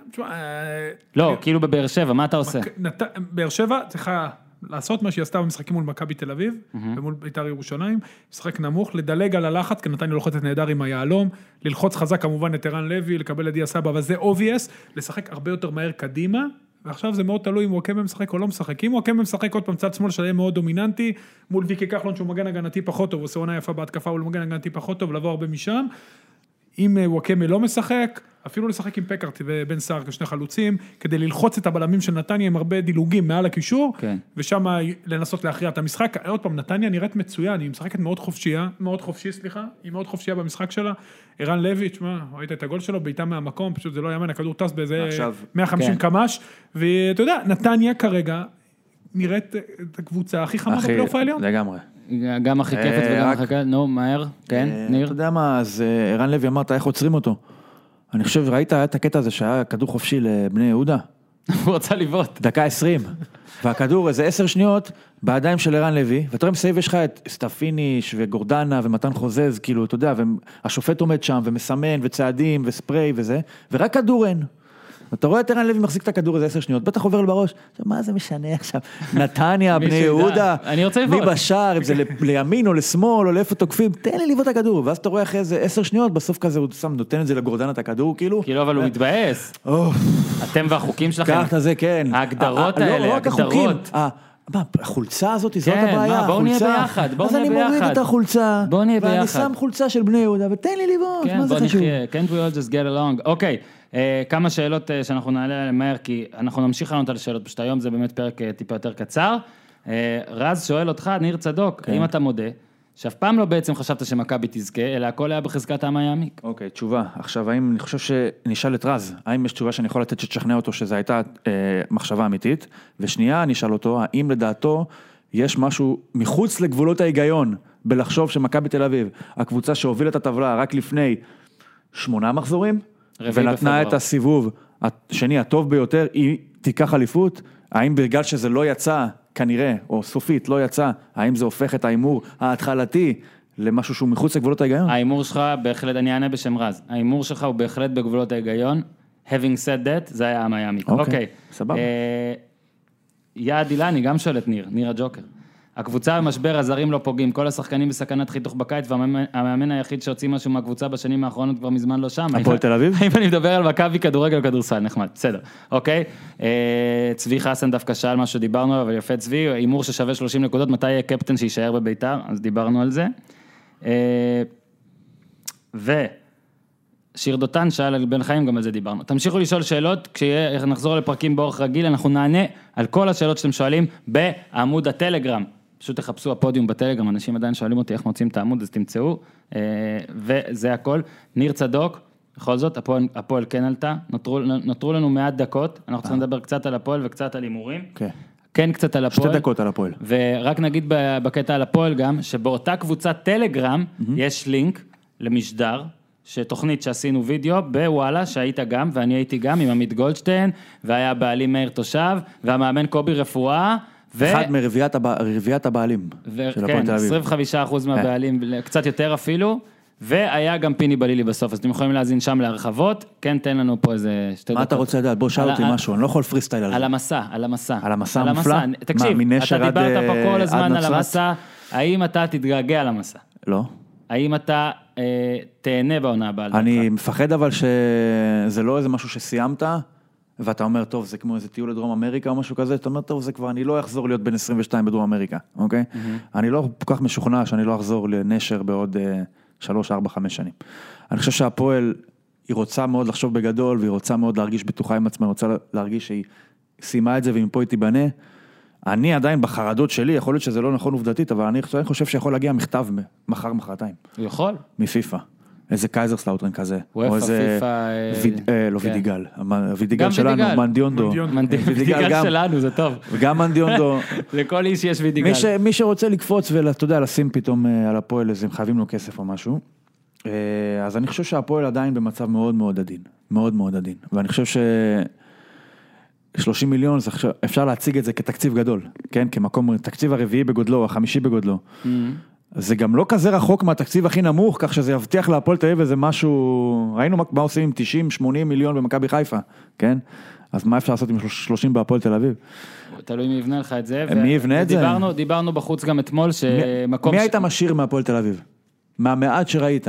לא, כאילו בבאר שבע, מה אתה עושה?
באר שבע צריכה לעשות מה שהיא עשתה במשחקים מול מכבי תל אביב, ומול בית"ר ירושלים, משחק נמוך, לדלג על הלחץ, כי נתניה לוחצת נהדר עם היהלום, ללחוץ חזק כמובן את ערן לוי, לקבל את דיה סבא, אבל זה obvious, לשחק הרבה יותר מהר קדימה, ועכשיו זה מאוד תלוי אם וואקמה משחק או לא משחק. אם וואקמה משחק עוד פעם צד שמאל שלהם מאוד דומיננטי, מול ויקי כחלון שהוא מגן הגנתי פחות טוב, עושה עונה יפה בהתקפה, הוא מגן הגנתי פחות טוב, לבוא הרבה משם. אם וואקמה לא משחק, אפילו לשחק עם פקארט ובן סער כשני חלוצים, כדי ללחוץ את הבלמים של נתניה עם הרבה דילוגים מעל הקישור, כן. ושם לנסות להכריע את המשחק. עוד פעם, נתניה נראית מצוין, היא משחקת מאוד חופשייה, מאוד חופשי, סליחה, היא מאוד חופשייה במשחק שלה. ערן לוי, תשמע, ראית את הגול שלו, בעיטה מהמקום, פשוט זה לא יאמן, הכדור טס באיזה עכשיו, מאה וחמישים כן. קמ"ש, ואתה יודע, נתניה כרגע נראית את הקבוצה הכי חמה בפלייאוף העליון.
לגמרי.
גם הכי כיפת וגם הכי כיפת, נו, מהר, כן, ניר.
אתה יודע מה, אז ערן לוי אמרת, איך עוצרים אותו? אני חושב, ראית את הקטע הזה שהיה כדור חופשי לבני יהודה?
הוא רוצה לבעוט.
דקה עשרים. והכדור, איזה עשר שניות, בידיים של ערן לוי, ואתה רואה מסביב יש לך את סטפיניש וגורדנה ומתן חוזז, כאילו, אתה יודע, והשופט עומד שם ומסמן וצעדים וספרי וזה, ורק כדור אין. אתה רואה את ערן לוי מחזיק את הכדור איזה עשר שניות, בטח עובר לו בראש, מה זה משנה עכשיו? נתניה, בני יהודה, מי בשער, אם זה לימין או לשמאל או לאיפה תוקפים, תן לי לבעוט את הכדור, ואז אתה רואה אחרי איזה עשר שניות, בסוף כזה הוא שם, נותן את זה לגורדן את הכדור, כאילו.
כאילו, אבל הוא מתבאס. אתם והחוקים שלכם.
קח את זה, כן.
ההגדרות האלה, ההגדרות.
מה, החולצה הזאת, זאת הבעיה,
בואו נהיה ביחד, בואו נהיה ביחד.
אז אני מוריד את החולצה,
בואו נהיה ביחד.
ואני שם חולצה של בני יהודה, ותן לי לבעוט, מה זה חשוב?
Can't we all just get along? אוקיי. כמה שאלות שאנחנו נעלה עליהן מהר, כי אנחנו נמשיך לענות על השאלות, פשוט היום זה באמת פרק טיפה יותר קצר. רז שואל אותך, ניר צדוק, האם אתה מודה, שאף פעם לא בעצם חשבת שמכבי תזכה, אלא הכל היה בחזקת העם היעמיק?
אוקיי, תשובה. עכשיו, האם אני חושב שנשאל את רז, האם יש תשובה שאני יכול לתת שתשכנע אותו שזו הייתה מחשבה אמיתית, ושנייה נשאל אותו, האם לדעתו יש משהו מחוץ לגבולות ההיגיון, בלחשוב שמכבי תל אביב, הקבוצה שהובילה את הטבלה רק לפני שמונה מחזורים, ונתנה את הסיבוב השני הטוב ביותר, היא תיקח אליפות, האם בגלל שזה לא יצא, כנראה, או סופית לא יצא, האם זה הופך את האימור ההתחלתי למשהו שהוא מחוץ לגבולות ההיגיון?
האימור שלך, בהחלט, אני אענה בשם רז, האימור שלך הוא בהחלט בגבולות ההיגיון, having said that, זה היה המיימי.
אוקיי, סבבה.
יעד אילני, גם שואל את ניר, ניר הג'וקר. הקבוצה במשבר, הזרים לא פוגעים, כל השחקנים בסכנת חיתוך בקיץ, והמאמן היחיד שהוציא משהו מהקבוצה בשנים האחרונות כבר מזמן לא שם.
הפועל תל אביב?
אם אני מדבר על מכבי, כדורגל וכדורסל, נחמד, בסדר, אוקיי? צבי חסן דווקא שאל מה שדיברנו, אבל יפה צבי, אימור ששווה שלושים נקודות, מתי יהיה קפטן שישאר בביתר, אז דיברנו על זה. ושיר דותן שאל על בן חיים, גם על זה דיברנו. תמשיכו לשאול שאלות, כשנחזור לפרקים באורך רגיל, אנחנו נענה על כל השאלות שאתם שואלים בעמוד הטלגרם. פשוט תחפשו הפודיום בטלגרם, אנשים עדיין שואלים אותי איך מוצאים את העמוד, אז תמצאו, וזה הכל. ניר צדוק, בכל זאת, הפועל, הפועל כן עלתה, נותרו, נותרו לנו מעט דקות, אנחנו צריכים לדבר קצת על הפועל וקצת על הימורים.
כן.
כן, קצת על הפועל.
שתי דקות על הפועל.
ורק נגיד בקטע על הפועל גם, שבאותה קבוצת טלגרם, יש לינק למשדר, שתוכנית שעשינו וידאו בוואלה, שהיית גם, ואני הייתי גם עם עמית גולדשטיין, והיה בעלים מאיר תושב, והמאמן קובי רפואה,
אחד מרביעת הבעלים של הפועל תל אביב.
עשרים וחמישה אחוז מהבעלים, קצת יותר אפילו, והיה גם פיני בלילי בסוף, אז אתם יכולים להזין שם להרחבות, כן, תן לנו פה איזה שתי דקות.
מה אתה רוצה לדעת? בוא שאל אותי משהו, אני לא יכול פרי סטייל על זה.
על המסע, על המסע.
על המסע המופלא?
תקשיב, אתה דיברת פה כל הזמן על המסע, האם אתה תתגעגע על המסע?
לא.
האם אתה תהנה בעונה הבאה?
אני מפחד אבל שזה לא איזה משהו שסיימת, ואתה אומר, טוב, זה כמו איזה טיול לדרום אמריקה או משהו כזה, אתה אומר, טוב, זה כבר, אני לא אחזור להיות בן עשרים ושתיים בדרום אמריקה, אוקיי? אני לא כל כך משוכנע שאני לא אחזור לנשר בעוד שלוש, ארבע, חמש שנים. אני חושב שהפועל היא רוצה מאוד לחשוב בגדול, והיא רוצה מאוד להרגיש בטוחה עם עצמה, היא רוצה להרגיש שהיא סיימה את זה, ומפה היא תיבנה. אני עדיין בחרדות שלי, יכול להיות שזה לא נכון עובדתית, אבל אני חושב שיכול להגיע מכתב מחר, מחרתיים.
הוא יכול?
מפיפה. איזה קייזרסלאוטרן כזה.
או איזה...
לא וידיגל. וידיגל שלנו, מנדיונדו.
וידיגל שלנו, זה טוב.
וגם מנדיונדו.
לכל איש יש וידיגל.
מי שרוצה לקפוץ ואתה יודע, לשים פתאום על הפועל, אז הם חייבים לו כסף או משהו. אז אני חושב שהפועל עדיין במצב מאוד מאוד עדין. מאוד מאוד עדין. ואני חושב ש... שלושים מיליון, אפשר להציג את זה כתקציב גדול, כן? כמקום, תקציב הרביעי בגודלו, החמישי בגודלו. זה גם לא כזה רחוק מהתקציב הכי נמוך, כך שזה יבטיח להפועל תל אביב איזה משהו, ראינו מה עושים עם תשעים שמונים מיליון במכבי חיפה, כן? אז מה אפשר לעשות עם שלושים בהפועל תל אביב?
תלוי מי יבנה לך את זה.
מי יבנה את זה?
דיברנו בחוץ גם אתמול שמקום...
מי היית משאיר מהפועל תל אביב? מהמעט שראית?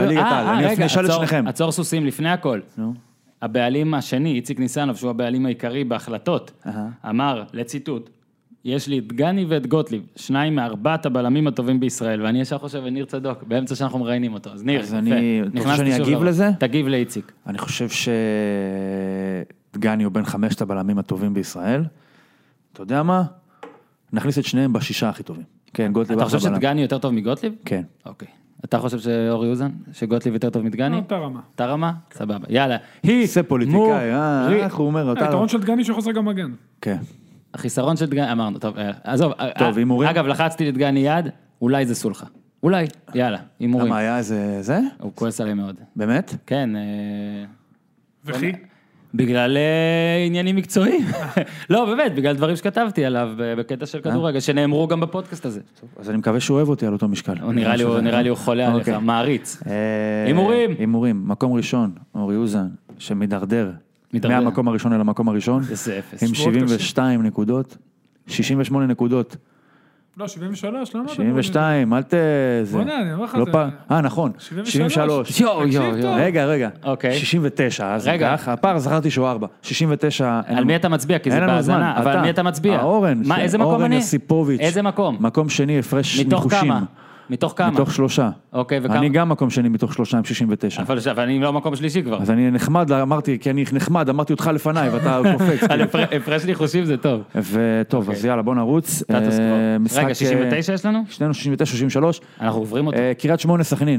עצור סוסים לפני הכל. הבעלים השני, איציק ניסנוב, שהוא הבעלים העיקרי בהחלטות, אמר, לציטוט, יש לי את גני ואת גוטליב, שניים מארבעת הבלמים הטובים בישראל, ואני ישר חושב, וניר צדוק, באמצע שאנחנו מראיינים אותו. אז ניר,
אז אני, אתה חושב שאני אגיב לזה?
תגיב לאיציק.
אני חושב שגני הוא בין חמשת הבלמים הטובים בישראל. אתה יודע מה? נכניס את שניהם בשישה הכי טובים. כן, גוטליב.
אתה חושב שגני יותר טוב מגוטליב?
כן.
אוקיי. אתה חושב שאורי אוזן, שגוטליב יותר טוב מדגני?
אותה רמה.
אותה רמה? סבבה. יאללה. היא
זה פוליטיקאי, אה, איך הוא אומר?
היתרון של דגני שחוזר גם מגן.
כן.
החיסרון של דגני, אמרנו, טוב, עזוב.
טוב, הימורים.
אגב, לחצתי לדגני יד, אולי זה סולחה. אולי, יאללה, הימורים.
למה היה איזה, זה?
הוא כועס עליהם מאוד.
באמת?
כן.
וכי?
בגלל עניינים מקצועיים. לא, באמת, בגלל דברים שכתבתי עליו בקטע של כדורגל, שנאמרו גם בפודקאסט הזה.
אז אני מקווה שהוא אוהב אותי על אותו משקל.
נראה לי הוא חולה עליך, מעריץ. הימורים.
הימורים, מקום ראשון, אורי אוזן, שמדרדר. מהמקום הראשון אל המקום הראשון.
זה אפס.
עם שבעים ושתיים נקודות, שישים ושמונה נקודות.
לא, שבעים ושלוש, למה?
שבעים ושתיים, אל ת...
בוא נע, אני אומר לך זה...
אה, נכון, שבעים ושלוש.
יו, יו, יו.
רגע, רגע.
אוקיי.
שישים ותשע, אז
רגע.
ככה, הפער זכרתי שהוא ארבע. שישים ותשע...
על מי אתה מצביע? כי זה בהזנה, אבל על מי אתה מצביע?
האורן.
מה, איזה מקום אני?
אורן יסיפוביץ'.
איזה מקום?
מקום שני, הפרש ניחושים.
מתוך כמה? מתוך כמה?
מתוך שלושה.
אוקיי, וכמה?
אני גם מקום שני מתוך שלושה עם שישים ותשע.
אבל אני לא מקום שלישי כבר.
אז אני נחמד, אמרתי, כי אני נחמד, אמרתי אותך לפניי, ואתה קופץ.
על הפרש ניחושים זה טוב.
וטוב, אז יאללה, בוא נרוץ.
רגע, שישים ותשע יש לנו?
שנינו שישים ותשע, שישים ושלוש.
אנחנו עוברים אותו.
קריית שמונה, סכנין.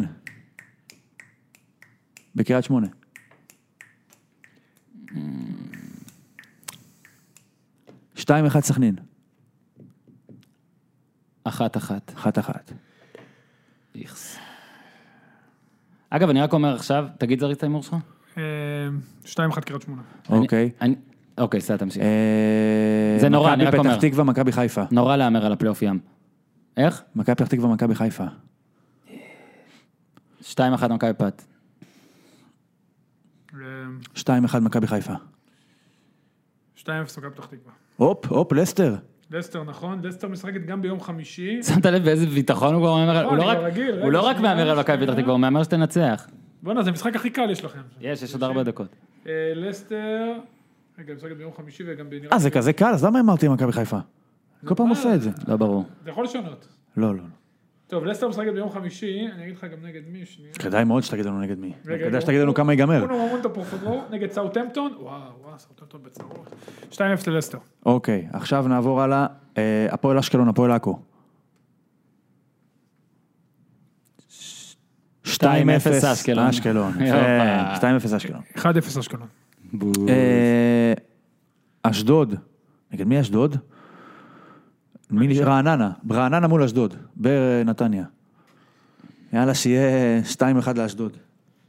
בקריית שמונה. שתיים אחד סכנין.
אחת אחת.
אחת אחת.
איכס. אגב, אני רק אומר עכשיו, תגיד זריץ האימור שלך?
שתיים אחת קריית שמונה.
אוקיי.
אוקיי, סע, תמשיך. זה נורא, אני רק אומר.
מכבי פתח תקווה, מכבי חיפה.
נורא לאמר על הפלייאוף ים. איך?
מכבי פתח תקווה, מכבי חיפה.
שתיים אחת מכבי פת.
שתיים אחד מכבי חיפה.
שתיים אפס מכבי פתח תקווה.
הופ, הופ, לסטר.
לסטר, נכון, לסטר משחקת גם ביום חמישי.
שמת לב באיזה ביטחון הוא כבר מאמר, הוא לא רק מאמר על מכבי פתח תקווה, הוא מאמר שתנצח.
בוא'נה, זה המשחק הכי קל יש לכם.
יש, יש עוד ארבע דקות.
לסטר, רגע, משחקת ביום חמישי וגם בנראה...
אה, זה כזה קל, אז למה אמרתי מכבי חיפה? כל פעם עושה את זה.
לא ברור.
זה יכול לשנות.
לא, לא.
טוב, לסטר משחקת ביום חמישי, אני אגיד לך גם נגד מי, שנייה.
כדאי מאוד שתגיד לנו נגד מי. כדאי שתגיד לנו כמה ייגמר.
אונו ממונטו פורפודרו, נגד סאוטהמפטון, וואו, וואו, סאוטהמפטון בצרות. שתיים אפס ללסטר.
אוקיי, עכשיו נעבור הלאה, הפועל אשקלון, הפועל עכו. שתיים אפס אשקלון. אשקלון. שתיים אפס אשקלון.
אחד אפס אשקלון.
אשדוד. נגד מי אשדוד? רעננה, רעננה מול אשדוד, בנתניה. יאללה, שיהיה שתיים אחד לאשדוד.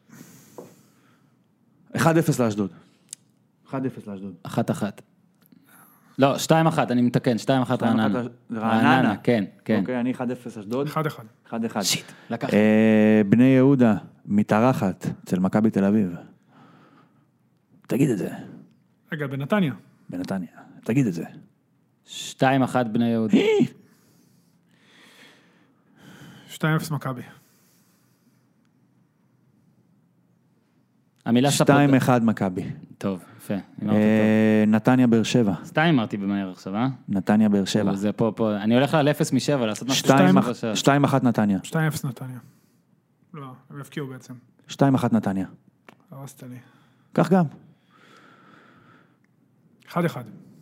אחד אפס לאשדוד. אחד אפס לאשדוד.
אחת אחת. לא, שתיים אחת, אני מתקן, שתיים אחת רעננה. רעננה, כן, כן.
אוקיי, אני אחד אפס אשדוד.
אחד אחד.
אחד אחד.
שיט, לקחתי.
בני יהודה, מתארחת, אצל מכבי תל אביב. תגיד את זה.
רגע, בנתניה.
בנתניה, תגיד את זה.
שתיים אחת בני יהודה.
שתיים אפס מכבי.
המילה ספורט.
שתיים אחד מכבי.
טוב, יפה.
נתניה באר שבע.
שתיים אמרתי במהר עכשיו, אה?
נתניה באר שבע.
זה פה, פה. אני הולך על אפס משבע, לעשות משהו.
שתיים אחת נתניה.
שתיים אפס נתניה. לא, הם יפקיעו בעצם.
שתיים אחת נתניה.
הרסת לי.
כך גם.
אחד אחד.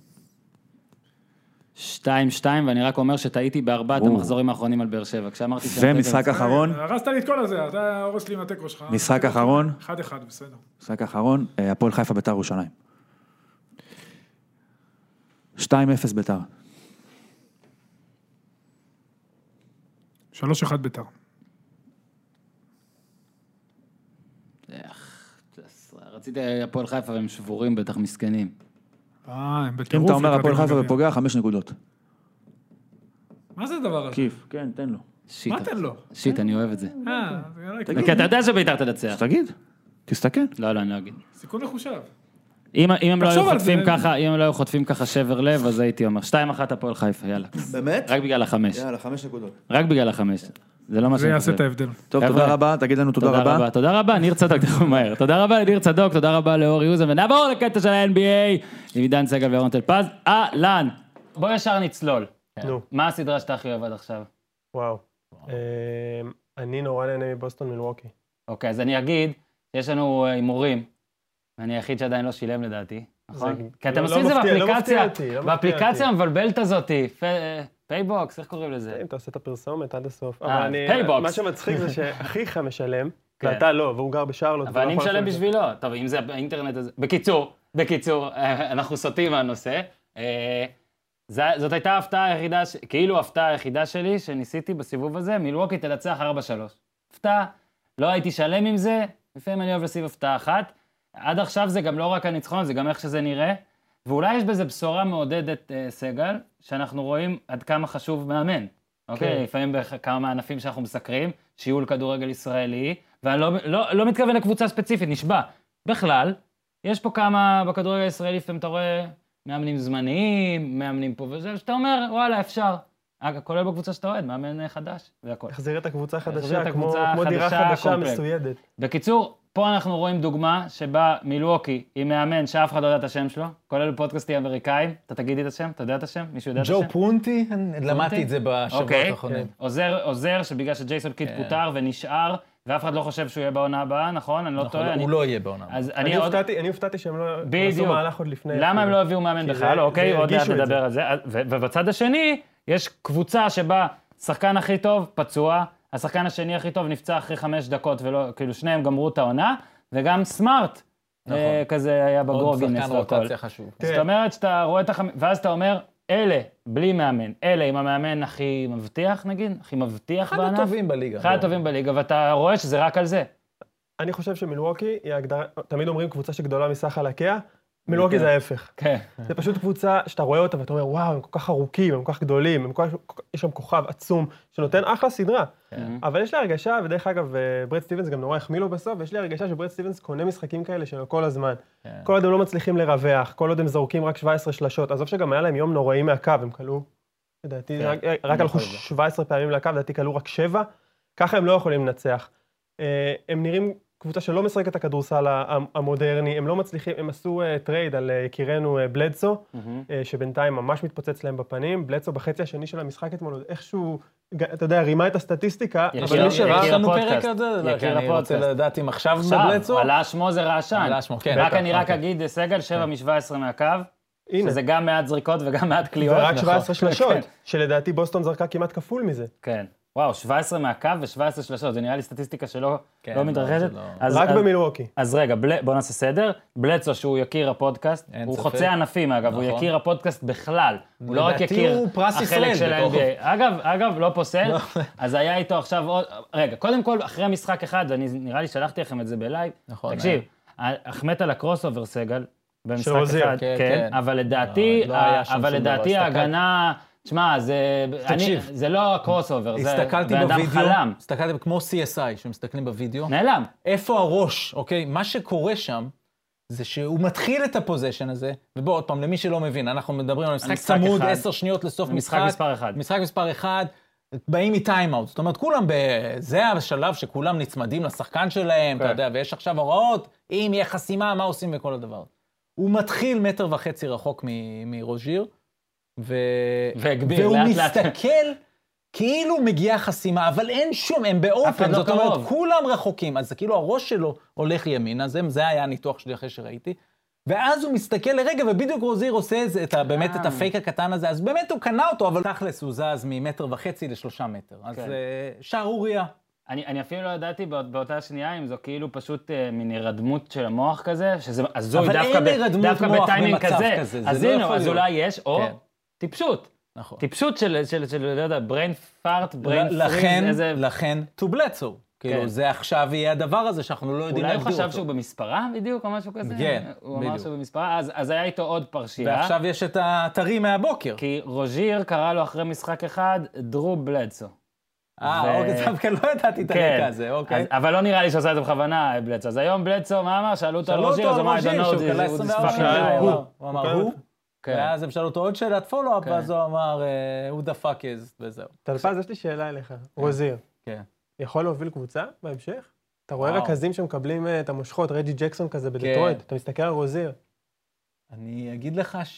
שתיים שתיים, ואני רק אומר שטעיתי בארבעת המחזורים האחרונים על באר שבע, כשאמרתי...
ומשחק אחרון.
הרסת לי את כל הזה, אתה הורס לי עם התיקו שלך.
משחק אחרון.
אחד אחד, בסדר.
משחק אחרון, הפועל חיפה ביתר ירושלים. שתיים אפס ביתר.
שלוש אחד ביתר.
רציתי הפועל חיפה והם שבורים בטח מסכנים.
אה, הם בטירוף.
אם אתה אומר הפועל חיפה ופוגע, חמש נקודות.
מה זה הדבר הזה?
כיף, כן, תן לו.
מה תן לו?
שיט, אני אוהב את זה.
אה,
כי אתה יודע שביתר תנצח.
תגיד, תסתכל.
לא, לא, אני לא אגיד.
סיכון מחושב.
אם הם לא היו חוטפים ככה, אם הם לא היו חוטפים ככה שבר לב, אז הייתי אומר, שתיים אחת הפועל חיפה, יאללה.
באמת?
רק בגלל החמש.
יאללה, חמש נקודות.
רק בגלל החמש. זה לא מה
זה יעשה את ההבדל.
טוב, תודה רבה, תגיד לנו תודה רבה.
תודה רבה, ניר צדוק, תכף מהר. תודה רבה לניר צדוק, תודה רבה לאורי יוזן, ונעבור לקטע של ה-אן בי איי, עם עידן סגל וירון טלפז. אהלן, בוא ישר נצלול.
נו.
מה הסדרה שאתה הכי אוהב עד עכשיו?
וואו. אני נורא נהנה מבוסטון מילווקי.
אוקיי, אז אני אגיד, יש לנו הימורים, ואני היחיד שעדיין לא שילם לדעתי, נכון? כי אתם עושים את זה באפליקציה, באפליקציה המבלבלת הזאת, פייבוקס, איך קוראים לזה?
אתה עושה את הפרסומת עד הסוף.
פייבוקס.
מה שמצחיק זה שאחיך משלם, ואתה לא, והוא גר בשרלוט.
אבל אני משלם בשבילו. טוב, אם זה באינטרנט הזה... בקיצור, בקיצור, אנחנו סוטים מהנושא. זאת הייתה ההפתעה היחידה, כאילו ההפתעה היחידה שלי, שניסיתי בסיבוב הזה, מילווקי תנצח ארבע שלוש. הפתעה, לא הייתי שלם עם זה, לפעמים אני אוהב לסיב הפתעה אחת. עד עכשיו זה גם לא רק הניצחון, זה גם איך שזה נראה. ואולי יש בזה בשורה מעודדת סגל, שאנחנו רואים עד כמה חשוב מאמן. אוקיי? לפעמים בכמה מענפים שאנחנו מסקרים, שיעול כדורגל ישראלי, ואני לא, לא, לא מתכוון לקבוצה ספציפית, נשבע. בכלל, יש פה כמה בכדורגל הישראלי, לפעמים אתה רואה מאמנים זמניים, מאמנים פה וזה, שאתה אומר, וואלה, אפשר. אגב, כולל בקבוצה שאתה אוהד, מאמן חדש, והכל.
החזיר את הקבוצה חדשה, כמו, כמו דירה חדשה מסוידת.
בקיצור, פה אנחנו רואים דוגמה שבה מילווקי עם מאמן שאף אחד לא יודע את השם שלו, כולל פודקאסטים אמריקאים, אתה תגידי את השם? אתה יודע את השם? מישהו יודע את השם?
ג'ו פונטי, למדתי את זה בשבועות האחרונים.
עוזר שבגלל שג'ייסון קיד פוטר ונשאר, ואף אחד לא חושב שהוא יהיה בעונה הבאה, נכון? אני לא טועה.
הוא לא יהיה בעונה הבאה.
אני הופתעתי שהם לא עשו מהלך עוד לפני.
למה הם לא הביאו מאמן בכלל? אוקיי, עוד מעט נדבר על זה. ובצד השני, יש קבוצה שבה שחקן הכי טוב, פצוע, השחקן השני הכי טוב נפצע אחרי חמש דקות, ולא, כאילו שניהם גמרו את העונה, וגם סמארט, נכון. אה, כזה היה בגורגינס והכל. זאת אומרת שאתה רואה את החמש, ואז אתה אומר, אלה, בלי מאמן, אלה עם המאמן הכי מבטיח, נגיד, הכי מבטיח בענף.
אחד הטובים בליגה.
אחד הטובים בליגה, ואתה רואה שזה רק על זה.
אני חושב שמילווקי היא הגדרה, תמיד אומרים קבוצה שגדולה מסך חלקיה, מילווקי זה ההפך.
כן.
זה פשוט קבוצה שאתה רואה אותה ואתה אומר, וואו, הם כל כך ארוכים, הם כל כך גדולים, יש שם כוכב עצום, שנותן אחלה סדרה. אבל יש לי הרגשה, ודרך אגב, ברד סטיבנס גם נורא החמיא לו בסוף, ויש לי הרגשה שברד סטיבנס קונה משחקים כאלה שלו כל הזמן. כל עוד הם לא מצליחים לרווח, כל עוד הם זורקים רק שבע עשרה שלשות, עזוב שגם היה להם יום נוראי מהקו, הם קלו, לדעתי, רק הלכו שבע עשרה פעמים לקו, לדעתי קלו רק שבע, ככה הם לא יכולים לנצח. הם נראים קבוצה שלא משחקת את הכדורסל המודרני, הם לא מצליחים, הם עשו טרייד על יקירנו בלדסו, שבינתיים ממש מתפוצץ להם בפנים, בלדסו בחצי השני של המשחק אתמול, איכשהו, אתה יודע, רימה את הסטטיסטיקה,
אבל מי שראה לנו פרק על זה, אני רוצה לדעת אם עכשיו בבלדסו.
עכשיו, עלה שמו זה רעשן. רק אני רק אגיד, סגל שבע משבע עשרה מהקו, שזה גם מעט זריקות וגם מעט קליעות.
ורק שבע עשרה שלשות, שלדעתי בוסטון זרקה כמעט כפול מזה.
כן. וואו, שבע עשרה מהקו ו-שבע עשרה שלשות, זה נראה לי סטטיסטיקה שלא לא מתרחשת.
רק במילווקי.
אז רגע, בוא נעשה סדר. בלדסו שהוא יכיר הפודקאסט, הוא חוצה ענפים אגב, הוא יכיר הפודקאסט בכלל. הוא לא רק יכיר החלק של ה-אן בי איי. אגב, אגב, לא פוסל, אז היה איתו עכשיו עוד... רגע, קודם כל, אחרי משחק אחד, ואני נראה לי שלחתי לכם את זה בלייב, תקשיב, החמאת על הקרוס אובר סגל, במשחק אחד, כן, אבל לדעתי, אבל לדעתי ההגנה... תשמע, זה, אני, זה לא קרוס אובר, זה באדם חלם.
הסתכלתי כמו סי אס איי, שמסתכלים בווידאו.
נעלם.
איפה הראש, אוקיי? מה שקורה שם, זה שהוא מתחיל את הפוזיישן הזה, ובוא עוד פעם, למי שלא מבין, אנחנו מדברים על משחק צמוד, עשר שניות לסוף משחק.
משחק מספר אחד.
משחק מספר אחד, באים מטיימאוט. זאת אומרת, כולם, זה השלב שכולם נצמדים לשחקן שלהם, אתה יודע, ויש עכשיו הוראות, אם יהיה חסימה, מה עושים בכל הדבר. הוא מתחיל מטר וחצי רחוק מרוז'יר, ו...
והגביר,
והוא
לאט,
מסתכל
לאט.
כאילו מגיעה חסימה, אבל אין שום, הם באופן,
לא
זאת אומרת,
קרוב.
כולם רחוקים, אז זה כאילו הראש שלו הולך ימינה, זה, זה היה הניתוח שלי אחרי שראיתי, ואז הוא מסתכל לרגע, ובדיוק רוזיר עושה את, זה, את ה, באמת את הפייק הקטן הזה, אז באמת הוא קנה אותו, אבל תכלס הוא זז ממטר וחצי לשלושה מטר, אז
כן.
שערוריה.
אני, אני אפילו לא ידעתי באות, באותה שנייה אם זו כאילו פשוט אה, מין הירדמות של המוח כזה, שזה הזוי דווקא, ב, דווקא בטיימינג כזה.
כזה,
אז
לא
הנה, אז אולי יש, או
כן.
טיפשות.
נכון.
טיפשות של, של, של, לא יודע, brain fart, brain
לכן,
freeze, איזה...
לכן, to בלצו. כאילו,
כן.
זה עכשיו יהיה הדבר הזה שאנחנו לא יודעים
אולי הוא
להגדיר אותו.
חשב שהוא במספרה בדיוק, או משהו כזה?
כן,
הוא אמר
בדיוק.
שהוא במספרה, אז, אז היה איתו עוד פרשייה.
ועכשיו יש את הטרי מהבוקר.
כי רוז'יר קרא לו אחרי משחק אחד, דרו בלדסו.
אה,
ו-
אוקיי, דווקא לא ידעתי את
כן.
הרקע הזה, אוקיי.
אז, אבל לא נראה לי שעושה את זה בכוונה, בלדסו. אז היום בלדסו, מה אמר? שאלו אותו על
שאלו
רוז'יר,
אותו
אז
על
הוא אמר,
רוז'יר,
"I don't know,
שהוא
this
קלע
is
עשרים
this
וארבע
fucking
שעות.
guy."
הוא הוא אמר, הוא?
כן.
ואז הם שאלו אותו עוד שאלת פולו-אפ,
כן.
ואז הוא אמר, אה, who the fuck is, וזהו.
טלפז, יש לי שאלה אליך. רוזיר,
כן.
יכול להוביל קבוצה בהמשך? אתה רואה
וואו.
רכזים שמקבלים אה, את המושכות, רג'י ג'קסון כזה בדטרויט, אתה מסתכל על רוזיר.
אני אגיד לך ש...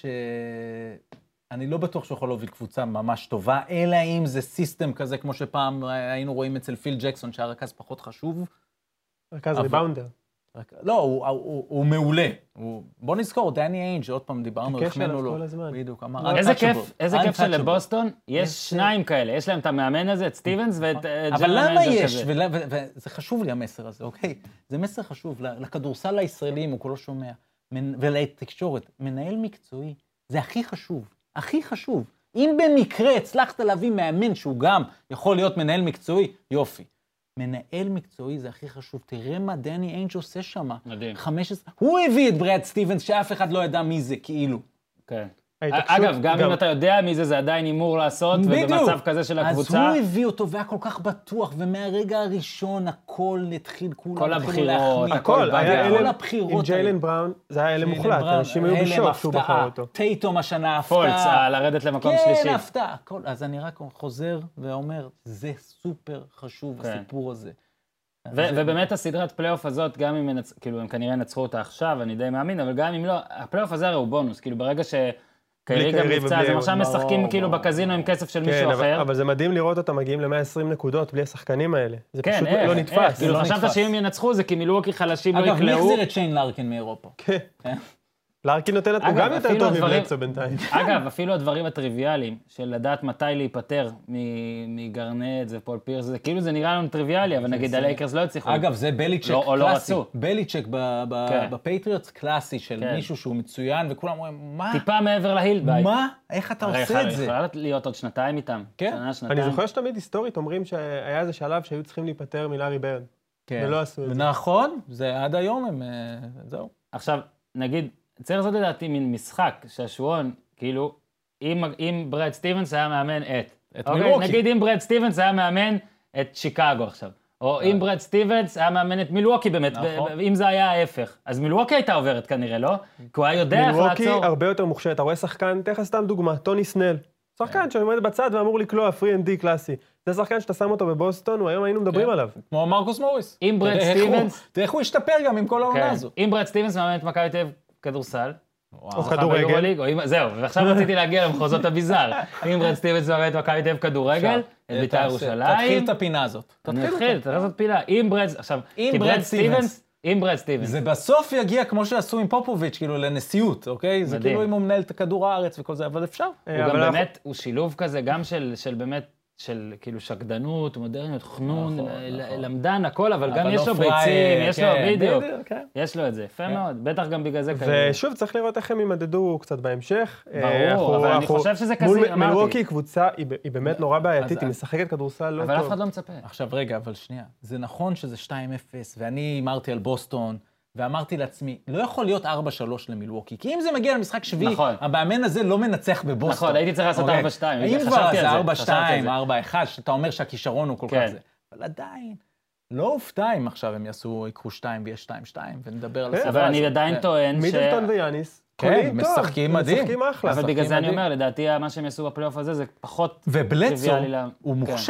אני לא בטוח שהוא יכול להוביל קבוצה ממש טובה, אלא אם זה סיסטם כזה, כמו שפעם היינו רואים אצל פיל ג'קסון, שהיה רכז פחות חשוב.
רכז
אבל-
ריבאונדר.
רק- לא, הוא, הוא, הוא מעולה. הוא... בוא נזכור, דני איינג', עוד פעם דיברנו,
קשה
החמאנו
עליו
לו.
כל הזמן.
בדיוק, אמר,
איזה
untouchable.
כיף, איזה כיף
untouchable.
שלבוסטון יש
יש-
שניים כאלה, יש להם את המאמן הזה, את סטיבנס ואת אה,
אבל
ג'נרל
למה
מנג'ר
יש,
כזה.
ולה- ו- וזה חשוב לי המסר הזה, אוקיי? זה מסר חשוב ל- לכדורסל הישראלי, אם הוא כולו שומע, מנ- ולתקשורת. מנהל מקצועי, זה הכי חשוב, הכי חשוב. אם במקרה הצלחת להביא מאמן שהוא גם יכול להיות מנהל מקצועי, יופי. מנהל מקצועי זה הכי חשוב. תראה מה דני איינג' עושה שם.
מדהים.
חמש עשרה הוא הביא את ברד סטיבנס, שאף אחד לא ידע מי זה, כאילו.
כן.
ההתעקשות-
אגב, גם אם אתה יודע מי זה, זה עדיין הימור לעשות, ובמצב כזה של הקבוצה,
אז הוא הביא אותו והיה כל כך בטוח, ומהרגע הראשון הכל התחיל, כולם
כל
התחילו
הבחירות,
להחמיא.
הכל,
בגר.
היה
כל
הלם,
הבחירות
עם
האלה.
ג'יילן בראון, זה היה הלם
ג'יילן
מוחלט,
בראון,
אנשים היו
הלם,
בשוק שהוא בחר
הפתעה.
אותו.
טייטום השנה, הפתעה.
פולץ, על לרדת למקום שלישי.
כן, הפתעה. הכל. אז אני רק חוזר ואומר, זה סופר חשוב,
כן.
הסיפור הזה.
ו-
זה-
ובאמת הסדרת פלייאוף הזאת, גם אם ינצ... כאילו, הם כנראה ינצחו אותה עכשיו, אני די מאמין, אבל גם אם לא, הפלייאוף הזה הרי הוא בונוס, כאילו ברגע שקיירי גם
קיירי
נפצע,
ובלי
אז הם עכשיו
אהוד,
משחקים
ברור,
כאילו
ברור.
בקזינו עם כסף של
כן,
מישהו
אבל-
אחר.
אבל זה מדהים לראות אותם מגיעים ל-מאה ועשרים נקודות בלי השחקנים האלה. זה
כן,
פשוט
איך,
לא
איך,
נתפס.
כאילו
לא
חשבת
נתפס.
שאם ינצחו זה כי מילואוקי חלשים לא
אגב, מי
יקלעו.
החזיר את שיין לארקין מאירופה?
כן.
כן.
לארקין נותן, הוא
אגב,
גם יותר
אפילו
טוב
הדברים-
מבלצו בינתיים.
אגב, אפילו הדברים הטריוויאליים, של לדעת מתי להיפטר מ- מגרנט ופול פירס, זה כאילו זה נראה לנו טריוויאלי, אבל נגיד הלייקרס לא הצליחו.
אגב, זה בליצ'ק
לא- או לא
קלאסי.
רצו.
בליצ'ק ב- ב-
כן.
בפטריוטס קלאסי של
כן.
מישהו שהוא מצוין, וכולם אומרים, מה?
טיפה מעבר להילדבייט.
מה? איך אתה
הרי
עושה
יכול-
את זה?
יכולה להיות עוד שנתיים איתם.
כן.
שנה, שנתיים.
אני זוכר שתמיד היסטורית אומרים שהיה איזה שלב שהיו צריכים להיפטר מלארי ברד.
כן.
ולא עשו את זה.
נכון, זה עד היום הם, אה, זהו.
עכשיו, נגיד, צריך לעשות לדעתי מין משחק שהשועון, כאילו, אם, אם ברד סטיבנס היה מאמן את,
את
אוקיי?
מילווקי.
נגיד אם ברד סטיבנס היה מאמן את שיקגו עכשיו, או אם ברד סטיבנס היה מאמן את מילווקי באמת,
נכון.
ו- אם זה היה ההפך, אז מילווקי הייתה עוברת כנראה, לא? כי הוא היה יודע איך
מילווקי
לעצור.
הרבה יותר מוכשר, אתה רואה שחקן, תן לך סתם דוגמה, טוני סנל. שחקן שעומד בצד ואמור לקלוע פרי אנד די קלאסי. זה שחקן שאתה שם אותו בבוסטון, הוא היום היינו מדברים עליו.
כמו מרקוס מוריס.
אם ברד
תראה איך הוא-
סטיבנס-
תראה איך הוא השתפר גם עם כל העונה
כן.
הזו.
אם ברד סטיבנס מאמן את מכבי תל אביב כדורסל,
או
זכה
כדורגל.
ביורוליג, או אם- זהו, ועכשיו רציתי להגיע למחוזות הביזאר. אם ברד סטיבנס מאמן את מכבי תל אביב כדורגל, את בית"ר
תעשה-
ירושלים.
תתחיל את הפינה הזאת.
אני
תתחיל
אתחיל,
אותה.
צריך לעשות פינה. אם ברד, עכשיו,
אם
כי
ברד
ברד
סטיבנס.
סטיבנס, אם ברד סטיבנס.
זה בסוף יגיע כמו שעשו עם פופוביץ', כאילו לנשיאות, אוקיי? זה
מדהים.
כאילו אם הוא מנהל את כדור הארץ וכל זה, אבל אפשר.
הוא
אבל
גם
אנחנו-
באמת, הוא שילוב כזה גם של של באמת, של כאילו שקדנות, מודרניות, חנון,
נכון,
ל-
נכון.
למדן, הכל, אבל גם
אבל
יש
לא
לו
פראייר,
ביצים, יש לו,
כן,
בדיוק.
כן.
יש לו את זה, יפה מאוד. בטח גם בגלל זה כזה.
ושוב, צריך לראות איך הם יימדדו קצת בהמשך.
ברור,
אה, אנחנו-
אבל אני
אנחנו-
חושב שזה
מול
כזה, אמרתי.
מילווקי קבוצה, היא ב- היא באמת נורא בעייתית,
אז-
היא משחקת כדורסל לא
אבל אף
טוב.
אחד לא מצפה.
עכשיו רגע, אבל שנייה. זה נכון שזה שתיים אפס, ואני הימרתי על בוסטון, ואמרתי לעצמי, לא יכול להיות ארבע שלוש למילווקי, כי אם זה מגיע למשחק שביעי,
נכון.
המאמן הזה לא מנצח בבוסטון.
נכון, הייתי צריך לעשות
אוקיי?
ארבע שתיים,
אם
חשבתי
כבר,
על
זה
זה,
ארבע
חשבתי על
שתיים,
זה.
ארבע אחד, שאתה אומר שהכישרון הוא כל
כן.
כך זה. אבל עדיין, לא אופתע אם עכשיו הם יעשו, יקחו שתיים ויש שתיים שתיים, ונדבר על
כן,
הסדרה
אבל
הזאת.
אני עדיין
כן.
טוען ש...
מידלטון ויאניס,
כן,
קולים טוב,
משחקים
הם
מדהים.
משחקים אחלה.
אבל
משחקים
בגלל זה אני
מדהים.
אומר, לדעתי מה שהם יעשו בפלייאוף הזה זה פחות
ובלצו
טריוויאלי לה-
הוא
כן.
מוכשר.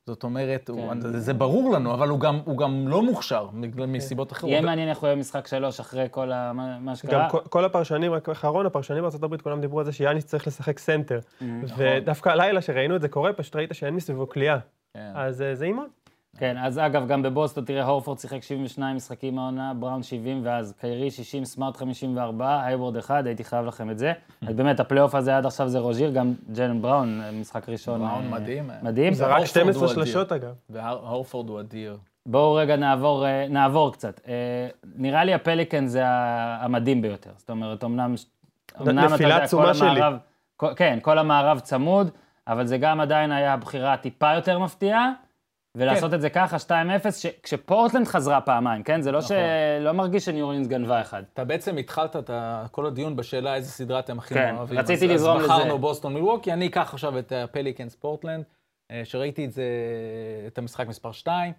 זאת אומרת, הוא, זה ברור לנו, אבל הוא גם, הוא גם לא מוכשר, מסיבות אחרות.
יהיה מעניין איך הוא יהיה משחק שלוש אחרי כל ה, מה שקרה.
גם כל, כל הפרשנים, רק אחרון, הפרשנים בארצות הברית, כולם דיברו על זה שיאניס צריך לשחק סנטר. ודווקא הלילה שראינו את זה קורה, פשוט ראית שאין מסביבו קליעה. אז זה אימון.
כן, אז אגב, גם בבוסטון, תראה, הורפורד שיחק שבעים ושניים משחקים מהעונה, בראון שבעים, ואז קיירי שישים, סמארט חמישים וארבע, הייוורד אחד, הייתי חייב לכם את זה. אז באמת, הפלייאוף הזה עד עכשיו זה רוז'יר, גם ג'יילן בראון, משחק ראשון.
בראון מדהים.
מדהים.
זה רק שתים עשרה שלשות אגב.
והורפורד הוא אדיר.
בואו רגע נעבור, נעבור קצת. נראה לי הפליקן זה המדהים ביותר. זאת אומרת, אמנם, אמנם אתה יודע, כל המערב, כן, כל המערב צמוד, אבל זה גם עדיין היה בחירה טיפה יותר מפתיעה. ולעשות את זה ככה, שתיים אפס, כשפורטלנד חזרה פעמיים, כן? זה לא שלא מרגיש שניו אורלינס גנבה אחד.
אתה בעצם התחלת את כל הדיון בשאלה איזה סדרה אתם הכי אוהבים.
כן, רציתי לזרום לזה.
אז בחרנו בוסטון מילווקי, אני אקח עכשיו את הפליקנס פורטלנד, שראיתי את זה, את המשחק מספר שתיים,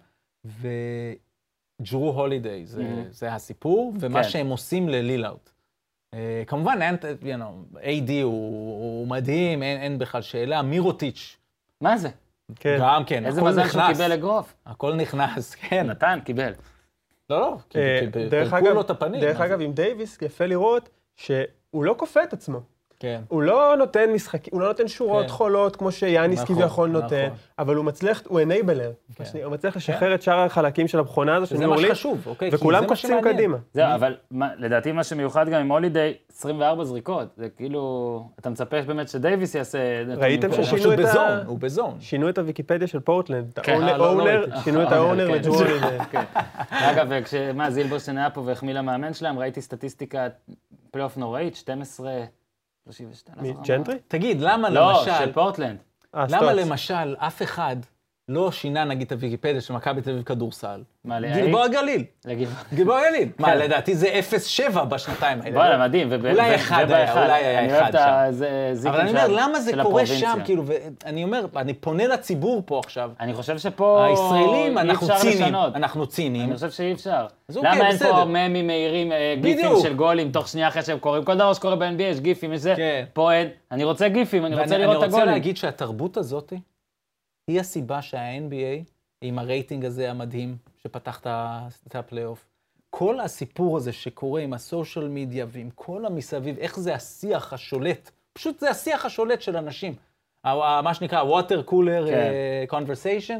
וג'רו הולידיי, זה הסיפור, ומה שהם עושים ללילאוט. כמובן, איי די הוא מדהים, אין בכלל שאלה, מירוטיץ'.
מה זה?
גם כן,
איזה מזל שהוא קיבל אגרוף.
הכל נכנס, כן.
נתן, קיבל.
לא, לא,
דרך
פרקו לו את הפנים.
דרך אגב, עם דייביס יפה לראות שהוא לא כופה את עצמו.
כן.
הוא לא נותן משחקים, הוא לא נותן שורות חולות כמו שיאניס כביכול נותן, אבל הוא מצליח, הוא אנייבלר. הוא מצליח לשחרר את שאר החלקים של הבכונה הזו,
שזה מה שחשוב, אוקיי?
וכולם קופצים קדימה.
זהו, אבל לדעתי מה שמיוחד גם עם הולידיי, עשרים וארבע זריקות, זה כאילו, אתה מצפה באמת שדייביס יעשה...
ראיתם ששינו את ה...
הוא בזון.
שינו את הוויקיפדיה של פורטלנד, האונר, שינו את האונר לג'רו הולידיי.
אגב, כשמה, זילברשטיין היה פה והחמיא למאמן שלהם, ראיתי סטטיסטיקה פלייאוף נוראית, שתים עשרה
ג'נטרי?
תגיד, למה למשל...
לא, של פורטלנד.
למה למשל אף אחד לא שינה נגיד את הוויקיפדיה של מכבי תל אביב כדורסל?
מה,
גלבוע גליל. גלבוע גליל. מה, לדעתי זה אפס שבע בשנתיים האלה.
וואלה, מדהים.
אולי אחד היה, אולי היה אחד שם. אבל אני אומר, למה זה קורה שם? כאילו, ואני אומר, אני פונה לציבור פה עכשיו.
אני חושב שפה...
הישראלים, אנחנו ציניים. אנחנו ציניים.
אני חושב שאי אפשר. למה אין פה ממים מהירים, גיפים של גולים תוך שנייה אחרי שהם קוראים? כל דבר שקורה ב-אן בי איי יש גיפים, יש זה. פה אין. אני רוצה גיפים, אני רוצה לראות את הגולים.
אני רוצה להגיד שהתרבות הזאת היא הסיבה שה-אן בי איי, עם הרייטינג הזה המדהים, שפתח את הפלייאוף, כל הסיפור הזה שקורה עם הסושיאל מדיה ועם כל המסביב, איך זה השיח השולט, פשוט זה השיח השולט של אנשים, מה שנקרא water cooler conversation,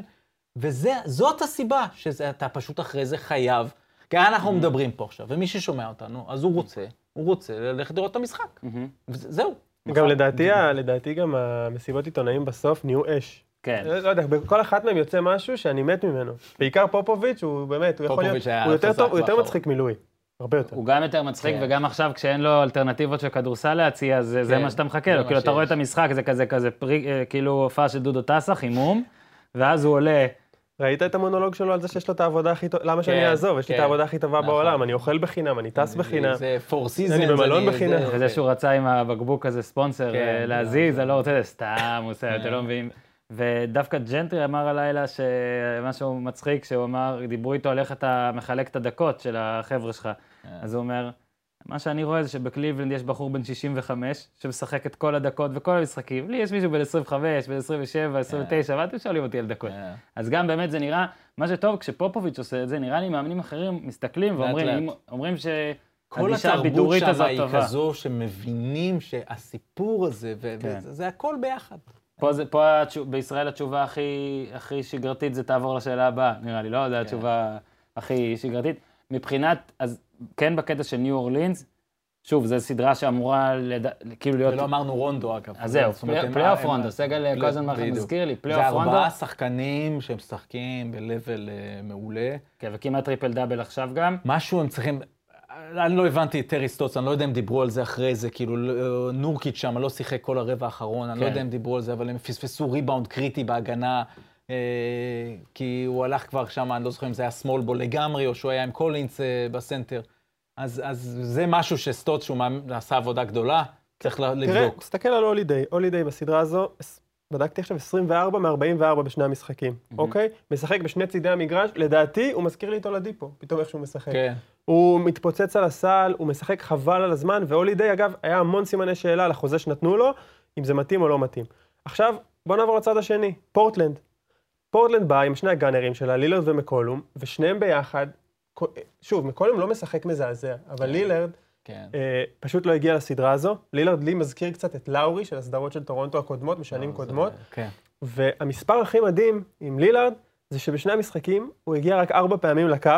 וזאת הסיבה שאתה פשוט אחרי זה חייב, כי אנחנו מדברים פה עכשיו, ומי ששומע אותנו, אז הוא רוצה, הוא רוצה ללכת לראות את המשחק, וזהו.
גם לדעתי, לדעתי גם המסיבות עיתונאים בסוף נהיו אש.
כן.
לא יודע, בכל אחת מהם יוצא משהו שאני מת ממנו. בעיקר פופוביץ' הוא באמת, הוא יכול להיות, הוא יותר טוב, הוא יותר מצחיק מלואי. הרבה יותר.
הוא גם יותר מצחיק, וגם עכשיו כשאין לו אלטרנטיבות של כדורסל להציע, אז זה מה שאתה מחכה לו. כאילו, אתה רואה את המשחק, זה כזה, כזה, כאילו הופעה של דודו טסה, חימום, ואז הוא עולה...
ראית את המונולוג שלו על זה שיש לו את העבודה הכי טובה? למה שאני אעזוב? יש לי את העבודה הכי טובה בעולם, אני אוכל בחינם, אני טס בחינם.
זה four seasons.
אני במלון בחינם.
וזה שהוא רצה עם הבקבוק הזה ספונסר להזיז, אני לא רוצה, סתם, הוא עושה, אתה לא מבין. ודווקא ג'נטרי אמר הלילה שמשהו מצחיק, שהוא אמר, דיברו איתו על איך אתה מחלק את הדקות של החבר'ה שלך. אז הוא אומר, מה שאני רואה זה שבקליבלנד יש בחור בן שישים וחמש, שמשחק את כל הדקות וכל המשחקים. לי יש מישהו בן עשרים וחמש, בן עשרים ושבע, עשרים ותשע, ואתם שואלים אותי על דקות. אז גם באמת זה נראה, מה שטוב, כשפופוביץ' עושה את זה, נראה לי מאמנים אחרים מסתכלים ואומרים שהגישה הבידורית הזאת טובה.
כל התרבות שם היא כזו שמבינים שהסיפור הזה, וזה הכל ביחד.
פה, זה, פה בישראל התשובה הכי, הכי שגרתית זה תעבור לשאלה הבאה, נראה לי, לא? זו התשובה הכי שגרתית. מבחינת, אז כן בקטע של ניו אורלינס, שוב, זו סדרה שאמורה לד... כאילו להיות...
ולא אמרנו רונדו, אגב.
אז זהו, פלייאוף רונדו, סגל קוזנמאכר מזכיר לי, פלייאוף רונדו.
זה ארבעה שחקנים שהם משחקים ב-level מעולה.
כן, וכמעט טריפל דאבל עכשיו גם.
משהו הם צריכים... אני לא הבנתי את טרי סטוץ, אני לא יודע אם דיברו על זה אחרי זה, כאילו נורקיץ' שם לא שיחק כל הרבע האחרון, אני לא יודע אם דיברו על זה, אבל הם פספסו ריבאונד קריטי בהגנה, כי הוא הלך כבר שם, אני לא זוכר אם זה היה סמול בול לגמרי, או שהוא היה עם קולינס בסנטר. אז, אז זה משהו שסטוץ, שהוא עשה עבודה גדולה, צריך לבדוק.
תראה, תסתכל על הולידיי, הולידיי בסדרה הזו, בדקתי עכשיו עשרים וארבע מ-ארבעים וארבע בשני המשחקים, אוקיי? משחק בשני צידי המגרש, לדעתי הוא מזכיר לי את אולדיפו, פתאום איך שהוא משחק.
כן.
הוא מתפוצץ על הסל, הוא משחק חבל על הזמן, והולידיי, אגב, היה המון סימני שאלה על החוזה שנתנו לו, אם זה מתאים או לא מתאים. עכשיו, בוא נעבור לצד השני, פורטלנד. פורטלנד בא עם שני הגאנרים שלה, לילרד ומקולום, ושניהם ביחד, שוב, מקולום לא משחק מזעזע, אבל לילרד
כן.
אה, פשוט לא הגיע לסדרה הזו. לילרד לי מזכיר קצת את לאורי של הסדרות של טורונטו הקודמות, בשנים קודמות.
כן.
והמספר הכי מדהים עם לילרד, זה שבשני המשחקים הוא הגיע רק ארבע פעמים לקו,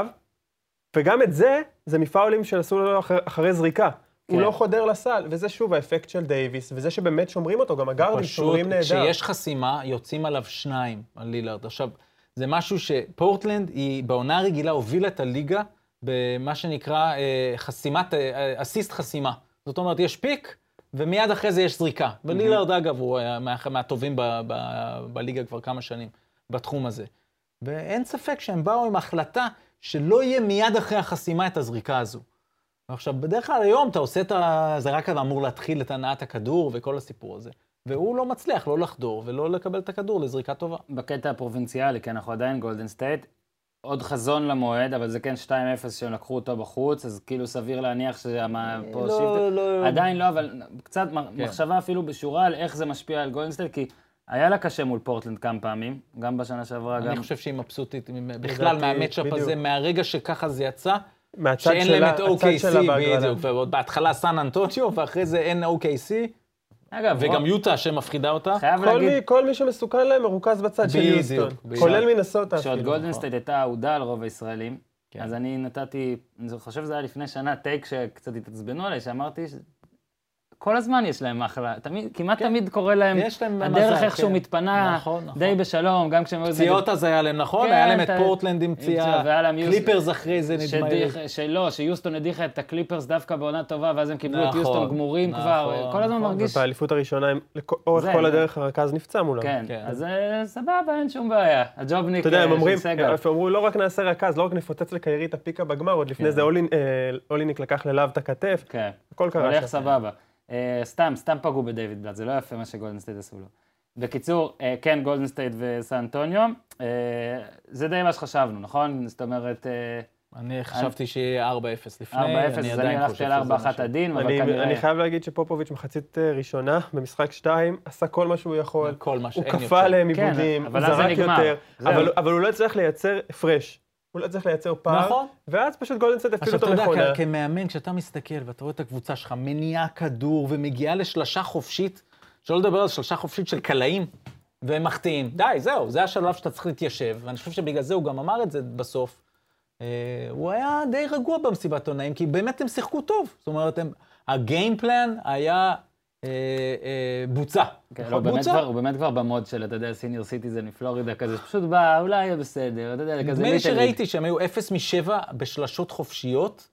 וגם את זה, זה מפאולים שעשו לו אחרי, אחרי זריקה. הוא לא חודר לסל, וזה שוב האפקט של דייביס, וזה שבאמת שומרים אותו, גם הגארדים שומרים נהדר.
פשוט, כשיש חסימה, יוצאים עליו שניים על לילארד. עכשיו, זה משהו שפורטלנד היא בעונה רגילה הובילה את הליגה, במה שנקרא חסימת, אסיסט חסימה. זאת אומרת, יש פיק, ומיד אחרי זה יש זריקה. ולילארד, אגב, הוא מהטובים בליגה כבר כמה שנים, בתחום הזה. ואין ספק שהם באו עם החלטה שלא יהיה מיד אחרי החסימה את הזריקה הזו. עכשיו, בדרך כלל היום אתה עושה את ה... זה רק אמור להתחיל את הנעת הכדור וכל הסיפור הזה. והוא לא מצליח לא לחדור ולא לקבל את הכדור לזריקה טובה.
בקטע הפרובינציאלי, כי אנחנו עדיין גולדן סטייט, עוד חזון למועד, אבל זה כן שתיים אפס שהם לקחו אותו בחוץ, אז כאילו סביר להניח שמה פה
לא,
שיפט...
לא...
עדיין לא, אבל קצת
כן.
מחשבה אפילו בשורה על איך זה משפיע על גולדן סטייט, כי היה לה קשה מול פורטלנד כמה פעמים, גם בשנה שעברה,
אני
גם...
אני חושב שהיא מבסוטית בכלל מהמצ'אפ הזה, מהרגע שככה זה יצא,
מהצד
שאין
שלה,
להם את או קיי
הצד שלה
סי
בהגרלה.
בדיוק, ועוד בהתחלה סן אנטוניו, ואחרי זה אין או קיי סי,
אגב,
וגם יוטה שמפחידה אותה.
חייב
כל
להגיד...
מי, כל מי שמסוכן להם מרוכז בצד של
בדיוק,
יוסטון,
בדיוק.
כולל מינסוטה.
כשעוד
אפילו.
גולדן סטייט הייתה אהודה על רוב הישראלים,
כן.
אז אני נתתי, אני חושב שזה היה לפני שנה, טייק שקצת התעצבנו עליי, שאמרתי כל הזמן יש להם אחלה, תמיד, כמעט
כן.
תמיד קורה להם,
יש להם
הדרך
מזל,
איכשהו
כן.
מתפנה,
נכון, נכון.
די בשלום, גם כשהם...
פציעות אז היה להם, נכון?
כן,
היה להם את
אתה-
פורטלנד עם פציעה,
והיה להם יוס-
קליפרס אחרי זה נדמה לי.
שדיח- שלא, שיוסטון הדיחה את הקליפרס דווקא בעונה טובה, ואז הם קיבלו את
נכון,
יוסטון גמורים
נכון,
כבר, כל הזמן
נכון.
מרגיש...
ובאליפות הראשונה, הם- לאורך
זה,
כל
זה.
הדרך הרכז נפצע מולם.
כן,
כן.
אז אה, סבבה, אין שום בעיה. הג'ובניק
אתה יודע, הם
אה,
אומרים,
של סגל.
הם אמרו, לא רק נעשה רכז, לא רק נפוצץ לקיירי את הפיקה בגמר, עוד לפני
כן.
זה אולין- אה, אוליניק לקח ללהב את הכתף,
כן.
הכל קרה
הולך
שם.
סבבה. אה, סתם, סתם פגעו בדיוויד בלאט, זה לא יפה מה שגולדן סטייט עשו לו. בקיצור, אה, כן, גולדן סטייט וסן אנטוניו, אה, זה די מה שחשבנו, נכון? זאת אומרת, אה,
אני חשבתי שיהיה ארבע אפס לפני,
ארבע אפס, אז אני
עדיין
הלכתי
חושב
על
שזה
ארבע
מה
אחת
ש-
הדין, אבל
אני
כנראה...
אני חייב להגיד שפופוביץ' מחצית אה, ראשונה, במשחק שתיים, עשה כל מה שהוא יכול,
כל מה
הוא
שאין
כפה
יותר.
עליהם
כן,
עיבודים,
אבל
הוא
אז זה
זרק
נגמר.
יותר,
זהו.
אבל- אבל הוא לא הצליח לייצר הפרש, הוא לא הצליח לייצר פער,
נכון.
ואז פשוט גולדן סטייט הפעיל
עכשיו, אתה
אותו
יודע,
נכונה.
כ- כמאמן, כשאתה מסתכל ואתה רואה את הקבוצה שלך, מניעה כדור ומגיעה לשלשה חופשית, שלא לדבר על שלשה חופשית של קלעים, והם מחטיאים. די, זהו, זה השלב שאתה צריך להתיישב, ואני חושב שבגלל זה הוא גם אמר את זה בסוף. אה, הוא היה די רגוע במסיבת עונאים, כי באמת הם שיחקו טוב. זאת אומרת, הם, הגיימפלן היה אה, אה, בוצע.
כן,
נכון,
לא, באמת
בוצע.
כבר, הוא באמת כבר במוד של, אתה יודע, סיניור סיטיזן מפלורידה כזה, שפשוט בא, אולי יהיה בסדר, אתה יודע, כזה
נדמה לי
ליטל ליג.
שראיתי שהם היו אפס משבע בשלשות חופשיות,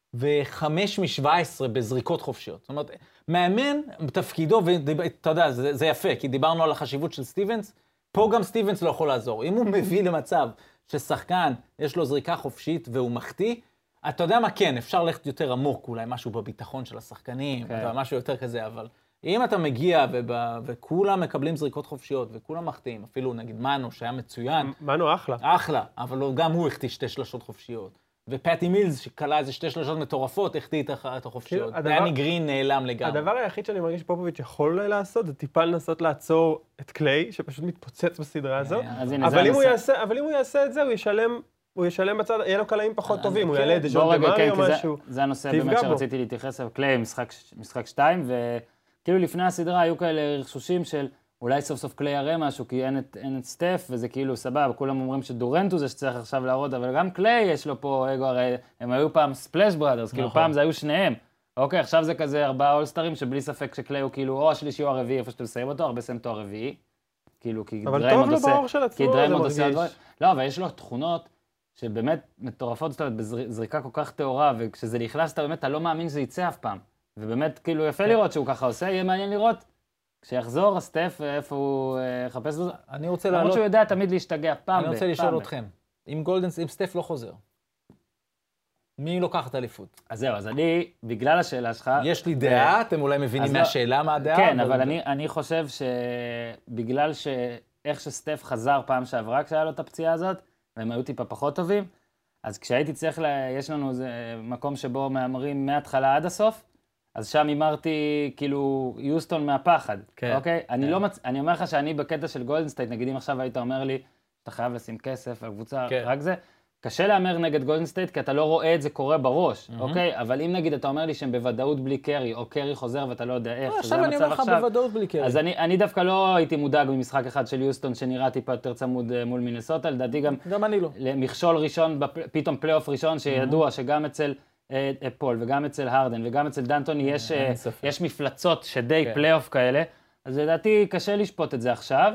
ו-חמש משבע עשרה בזריקות חופשיות. זאת אומרת, מאמן בתפקידו, ואתה יודע, זה, זה יפה, כי דיברנו על החשיבות של סטיבנס, פה גם סטיבנס לא יכול לעזור. אם הוא מביא למצב ששחקן, יש לו זריקה חופשית והוא מחטיא, אתה יודע מה, כן, אפשר ללכת יותר עמוק, אולי משהו בביטחון של השחקנים,
כן.
משהו יותר כזה, אבל אם אתה מגיע ובא, וכולם מקבלים זריקות חופשיות, וכולם מחטיאים, אפילו נגיד מנו שהיה מצוין,
מנו אחלה.
אחלה, אבל לא, גם הוא החטיא שתי שלשות חופשיות. ופטי מילס, שקלה איזה שתי שלשות מטורפות, החטיא את הח- את החופשיות.
כאילו, הדבר-
דני גרין נעלם לגמרי.
הדבר היחיד שאני מרגיש שפופוביץ' יכול לעשות, זה טיפה לנסות לעצור את קליי, שפשוט מתפוצץ בסדרה הזו.
אז הנה, זה
אבל אם הוא
הנושא.
יעשה, אבל אם הוא יעשה את זה, הוא ישלם, הוא ישלם בצד, יהיה לו קלעים פחות טובים, הוא
כן.
יעלה את
בוא
דז'ון
רגע,
דמרי
כן,
או
כי זה-
משהו.
זה הנושא
תפגע
באמת
בו.
שרציתי להתייחס אליו, קליי, משחק, משחק שתיים, וכאילו לפני הסדרה היו כאלה רכשושים של אולי סוף סוף קליי יראה משהו, כי אין את, אין את סטף, וזה כאילו סבבה, כולם אומרים שדורנט הוא זה שצריך עכשיו להראות, אבל גם קליי יש לו פה אגו, הרי הם היו פעם ספלאש בראדרס, כאילו
נכון.
פעם זה היו שניהם. אוקיי, עכשיו זה כזה ארבעה אולסטרים, שבלי ספק שקליי הוא כאילו או השלישי או הרביעי, איפה שאתה מסיים אותו, הרבה סיים תואר רביעי. כאילו, כי
אבל
דריימונד
טוב לו
עושה-
באור של
כי
עצמו, זה
דריימונד עושה
מרגיש.
דברים. לא, אבל יש לו תכונות שבאמת מטורפות, זאת אומרת, בזריקה כל כך טהורה, וכשזה נכנס, אתה באמת, אתה לא מאמין שזה יצא אף פעם. ובאמת, כאילו, יפה לראות שהוא ככה עושה, יהיה מעניין לראות. כשיחזור, הסטף, איפה הוא אה, יחפש בזה.
אני רוצה
למרות
לעלות,
שהוא יודע תמיד להשתגע פעם
אני
ב-
רוצה
פעם
לשאול
ב-
אתכם, אם גולדן, אם סטף לא חוזר, מי לוקח את האליפות?
אז זהו, אז אני, בגלל השאלה שלך...
יש לי דעה, אתם אולי מבינים
אז לא-
מהשאלה מה הדעה.
כן, אבל אני, אני חושב שבגלל שאיך שסטף חזר פעם שעברה כשהיה לו את הפציעה הזאת, והם היו טיפה פחות טובים, אז כשהייתי צריך, לה, יש לנו איזה מקום שבו מאמרים מההתחלה עד הסוף, אז שם אמרתי, כאילו, יוסטון מהפחד,
כן,
אוקיי?
כן.
אני לא מצ... אני אומר לך שאני בקטע של גולדן סטייט, נגיד אם עכשיו היית אומר לי, אתה חייב לשים כסף על קבוצה,
כן.
רק זה. קשה להמר נגד גולדן סטייט, כי אתה לא רואה את זה קורה בראש, mm-hmm. אוקיי? אבל אם נגיד אתה אומר לי שהם בוודאות בלי קרי, או קרי חוזר ואתה לא יודע איך,
שזה המצב עכשיו. עכשיו אני אומר לך בוודאות בלי קרי.
אז אני, אני דווקא לא הייתי מודאג במשחק אחד של יוסטון, שנראה טיפה יותר צמוד מול מינסוטה, לדעתי גם...
גם אני לא.
למכשול ראשון, פתאום פלייאוף ראשון, שידוע mm-hmm. שגם אצל אה, פול, וגם אצל הרדן, וגם אצל דנטוני, יש, אה, יש מפלצות שדי כן. פלייאוף כאלה, אז לדעתי קשה לשפוט את זה עכשיו.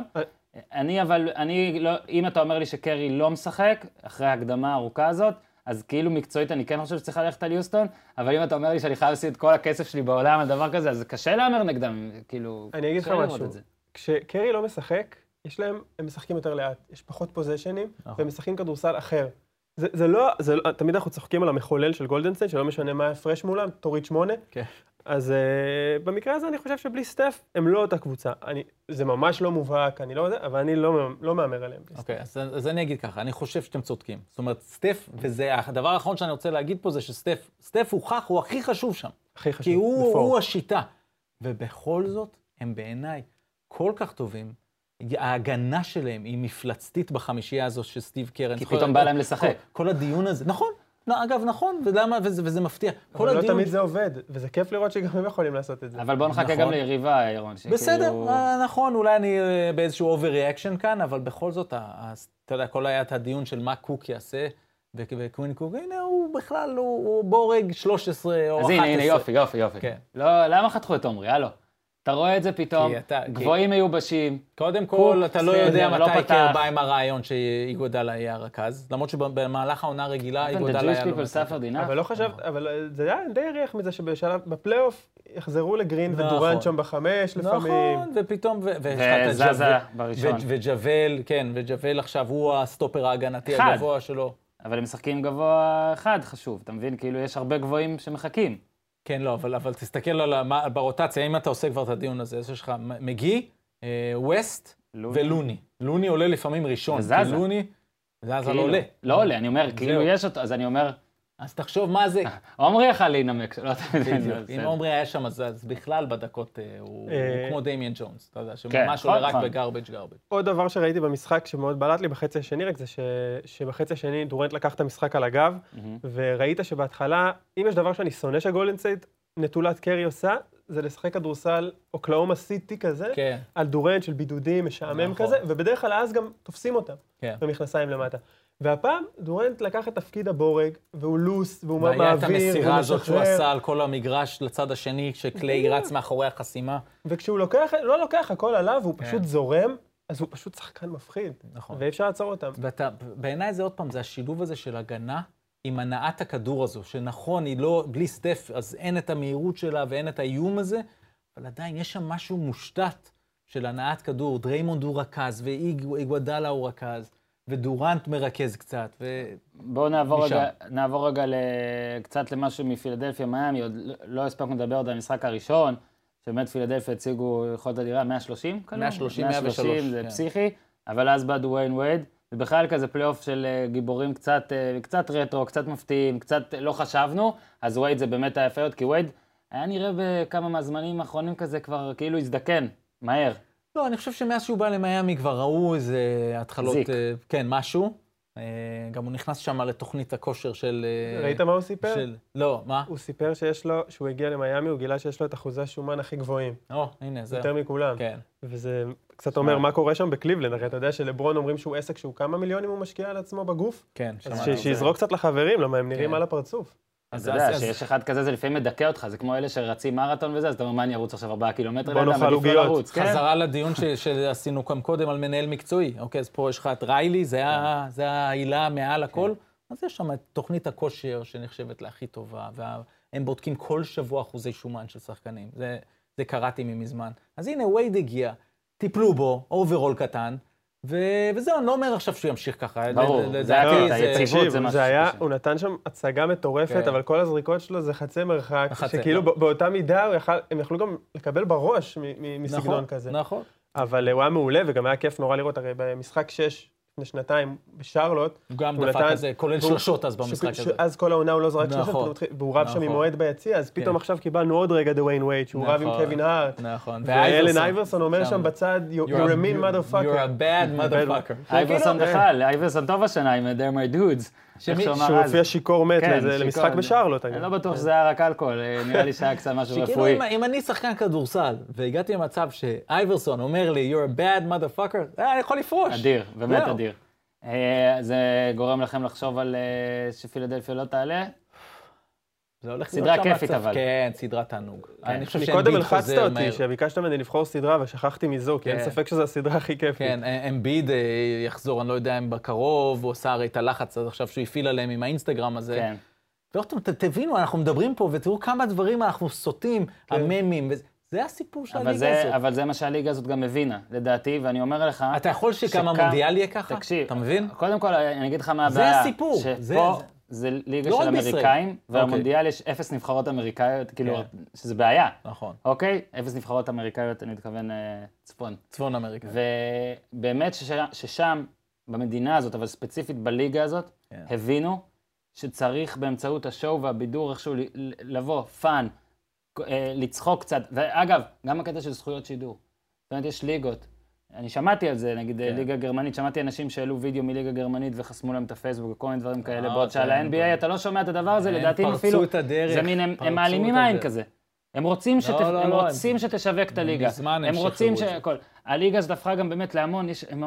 אני אבל, אני לא, אם אתה אומר לי שקרי לא משחק, אחרי ההקדמה הארוכה הזאת, אז כאילו מקצועית אני כן חושב שצריך ללכת על יוסטון, אבל אם אתה אומר לי שאני חייב לשים את כל הכסף שלי בעולם על דבר כזה, אז קשה להמר נגדם, כאילו...
אני אגיד לך משהו, כשקרי לא משחק, יש להם, הם משחקים יותר לאט, יש פחות פוזיישנים, והם משחקים כדורסל אחר. זה, זה לא, זה לא, תמיד אנחנו צוחקים על המחולל של גולדן סטייט, שלא משנה מה ההפרש מולם, תוריד שמונה. כן. אז uh, במקרה הזה אני חושב שבלי סטף הם לא אותה קבוצה. אני, זה ממש לא מובהק, אני לא יודע, אבל אני לא, לא מאמר עליהם.
אוקיי, okay, אז, אז אני אגיד ככה, אני חושב שאתם צודקים. זאת אומרת, סטף, וזה הדבר האחרון שאני רוצה להגיד פה, זה שסטף, סטף הוא כך, הוא הכי חשוב שם.
הכי חשוב.
כי הוא, הוא השיטה. ובכל זאת, הם בעיניי כל כך טובים. ההגנה שלהם היא מפלצתית בחמישייה הזו של סטיב קרן.
כי פתאום בא להם לשחק.
כל, כל הדיון הזה, נכון. לא, אגב, נכון, ולמה, וזה, וזה מפתיע.
אבל לא תמיד זה עובד, וזה כיף לראות שגם הם יכולים לעשות את זה.
אבל בוא נחכה גם ליריבה, אירון.
בסדר, נכון, אולי אני באיזשהו overreaction כאן, אבל בכל זאת, אתה יודע, כל היה את הדיון של מה קוק יעשה, וקווין קוק, הנה, הוא בכלל, הוא בורג שלוש עשרה או אחת עשרה.
אז הנה, הנה, יופי, יופי, יופי. לא, למה חתכו את עומרי, הלו? אתה רואה את זה פתאום, גבוהים מיובשים.
קודם כל, אתה לא יודע מתי קר בא עם הרעיון שאיגודלה יהיה הרכז, למרות שבמהלך העונה רגילה איגודלה היה לו מצב.
אבל לא חשבת, אבל זה היה די ריח מזה שבשלב, בפלייאוף יחזרו לגרין ודורנט שם בחמש לפעמים.
נכון, ופתאום,
וזזה בראשון.
וג'וול, כן, וג'וול עכשיו הוא הסטופר ההגנתי הגבוה שלו.
אבל הם משחקים גבוה אחד חשוב, אתה מבין? כאילו יש הרבה גבוהים שמחכים.
כן, לא, אבל, אבל תסתכל על המה, ברוטציה, אם אתה עושה כבר את הדיון הזה, אז יש לך מגי, אה, ווסט לוני. ולוני. לוני עולה לפעמים ראשון.
וזזה.
כי לוני, זזה
כאילו,
לא עולה.
לא עולה, אני אומר, כאילו יש אותו, אז אני אומר...
אז תחשוב מה זה.
עומרי יכל להינמק, שלא תמיד.
אם עומרי היה שם, אז בכלל בדקות הוא כמו דמיין ג'ונס, אתה יודע, שממש עולה רק בגרבג' גרבג'.
עוד דבר שראיתי במשחק שמאוד בלט לי בחצי השני, רק זה שבחצי השני דורנט לקח את המשחק על הגב, וראית שבהתחלה, אם יש דבר שאני שונא שגולדן סטייט נטולת קרי עושה, זה לשחק כדורסל אוקלאומה סיטי כזה, על דורנט של בידודים, משעמם כזה, ובדרך כלל אז גם תופסים אותם במכנסיים למטה. והפעם דורנט לקח את תפקיד הבורג, והוא לוס, והוא מעביר,
והיה את המסירה הזאת שהוא עשה על כל המגרש לצד השני, כשקליי רץ מאחורי החסימה.
וכשהוא לוקח, לא לוקח הכל עליו, הוא פשוט זורם, אז הוא פשוט שחקן מפחיד. נכון. ואי אפשר לעצור אותם.
בעיניי זה עוד פעם, זה השילוב הזה של הגנה, עם הנעת הכדור הזו, שנכון, היא לא, בלי סטף, אז אין את המהירות שלה ואין את האיום הזה, אבל עדיין יש שם משהו מושתת של הנעת כדור, דריימונד הוא רכז, ואיגוודלה הוא רכז. ודורנט מרכז קצת, ו...
בואו נעבור רגע, נעבור רגע קצת למשהו מפילדלפיה, מיאמי, עוד לא הספקנו לדבר עוד על המשחק הראשון, שבאמת פילדלפיה הציגו יכולת אדירה, מאה שלושים?
מאה שלושים, מאה ושלוש.
זה פסיכי, אבל אז בא דוויין וייד, ובכלל כזה פלייאוף של גיבורים קצת, קצת רטרו, קצת מפתיעים, קצת לא חשבנו, אז וייד זה באמת היה יפה, כי וייד היה נראה בכמה מהזמנים האחרונים כזה כבר כאילו הזדקן, מהר.
לא, אני חושב שמאז שהוא בא למיימי כבר ראו איזה התחלות,
זיק.
כן, משהו. גם הוא נכנס שם לתוכנית הכושר של...
ראית מה הוא סיפר?
של... לא, מה?
הוא סיפר שיש לו, שהוא הגיע למיימי, הוא גילה שיש לו את אחוזי השומן הכי גבוהים.
או, הנה, זה...
יותר מכולם.
כן.
וזה קצת אומר מה קורה שם בקליבלנד, הרי אתה יודע שלברון אומרים שהוא עסק שהוא כמה מיליונים הוא משקיע על עצמו בגוף?
כן.
אז שיזרוק קצת לחברים, למה הם נראים על הפרצוף.
אז אתה יודע, שיש אחד כזה, זה לפעמים מדכא אותך, זה כמו אלה שרצים מרתון וזה, אז אתה אומר, מה אני ארוץ עכשיו ארבעה קילומטר?
בוא נאכל עוגיות.
חזרה לדיון שעשינו כאן קודם על מנהל מקצועי, אוקיי, אז פה יש לך את ריילי, זה העילה מעל הכל, אז יש שם את תוכנית הכושר שנחשבת להכי טובה, והם בודקים כל שבוע אחוזי שומן של שחקנים, זה קראתי ממזמן. אז הנה, וייד הגיע, טיפלו בו, אוברול קטן, וזהו, אני לא אומר עכשיו שהוא ימשיך ככה.
ברור, זה היה יציבות, זה משהו.
הוא נתן שם הצגה מטורפת, אבל כל הזריקות שלו זה חצי מרחק, שכאילו באותה מידה הם יכלו גם לקבל בראש מסגנון כזה.
נכון.
אבל הוא היה מעולה, וגם היה כיף נורא לראות, הרי במשחק שש, לפני שנתיים בשרלוט.
הוא גם דפק כזה, כולל שלושות אז במשחק הזה.
אז כל העונה הוא לא זרק שלושות, והוא רב שם עם מועד ביציע, אז פתאום עכשיו קיבלנו עוד רגע דוויין וייד, שהוא רב עם קווין הארט.
נכון.
ואלן אייברסון אומר שם בצד, you're a mean motherfucker.
You're a bad motherfucker.
אייברסון בכלל, אייברסון טוב השנה עם They're my dudes.
שהוא הופיע שיקור מת למשחק בשרלוט.
אני לא בטוח שזה היה רק אלכוהול, נראה לי שהיה קצת משהו רפואי.
אם אני שחקן כדורסל, והגעתי למצב שאייברסון אומר לי, you're a bad motherfucker, אני יכול לפרוש.
אדיר, באמת אדיר. זה גורם לכם לחשוב על שפילדלפיה לא תעלה? סדרה כיפית אבל.
כן, סדרה תענוג.
אני חושב שאמביד הלחצת אותי, שביקשת ממני לבחור סדרה ושכחתי מזו, כי אין ספק שזו הסדרה הכי כיפית.
כן, אמביד יחזור, אני לא יודע אם בקרוב, הוא עושה הרי את הלחץ עכשיו שהוא הפעיל עליהם עם האינסטגרם הזה.
כן.
ואתם תבינו, אנחנו מדברים פה, ותראו כמה דברים אנחנו סוטים, הממים, זה הסיפור של הליגה הזאת.
אבל זה מה שהליגה הזאת גם מבינה, לדעתי, ואני אומר לך...
אתה יכול שכמה מונדיאל יהיה ככה?
תקשיב,
אתה מבין?
קודם כל, אני אגיד לך מה הבעיה.
זה הסיפור.
שפה זה ליגה של אמריקאים, והמונדיאל יש אפס נבחרות אמריקאיות, כאילו, שזה בעיה.
נכון.
אוקיי? אפס נבחרות אמריקאיות, אני מתכוון צפון.
צפון אמריקה.
ובאמת ששם, במדינה הזאת, אבל ספציפית בליגה הזאת, הבינו שצריך באמצעות השואו והבידור איכשהו לבוא, פאן, לצחוק קצת, ואגב, גם הקטע של זכויות שידור. זאת אומרת, יש ליגות. אני שמעתי על זה, נגיד ליגה גרמנית, שמעתי אנשים שהעלו וידאו מליגה גרמנית וחסמו להם את הפייסבוק וכל מיני דברים כאלה, בעוד שעל ה-אן בי איי אתה לא שומע את הדבר הזה, לדעתי אפילו, זה מין, הם מעלימים עין כזה. הם רוצים שתשווק את הליגה. הם רוצים שהכל. הליגה הזאת הפכה גם באמת להמון,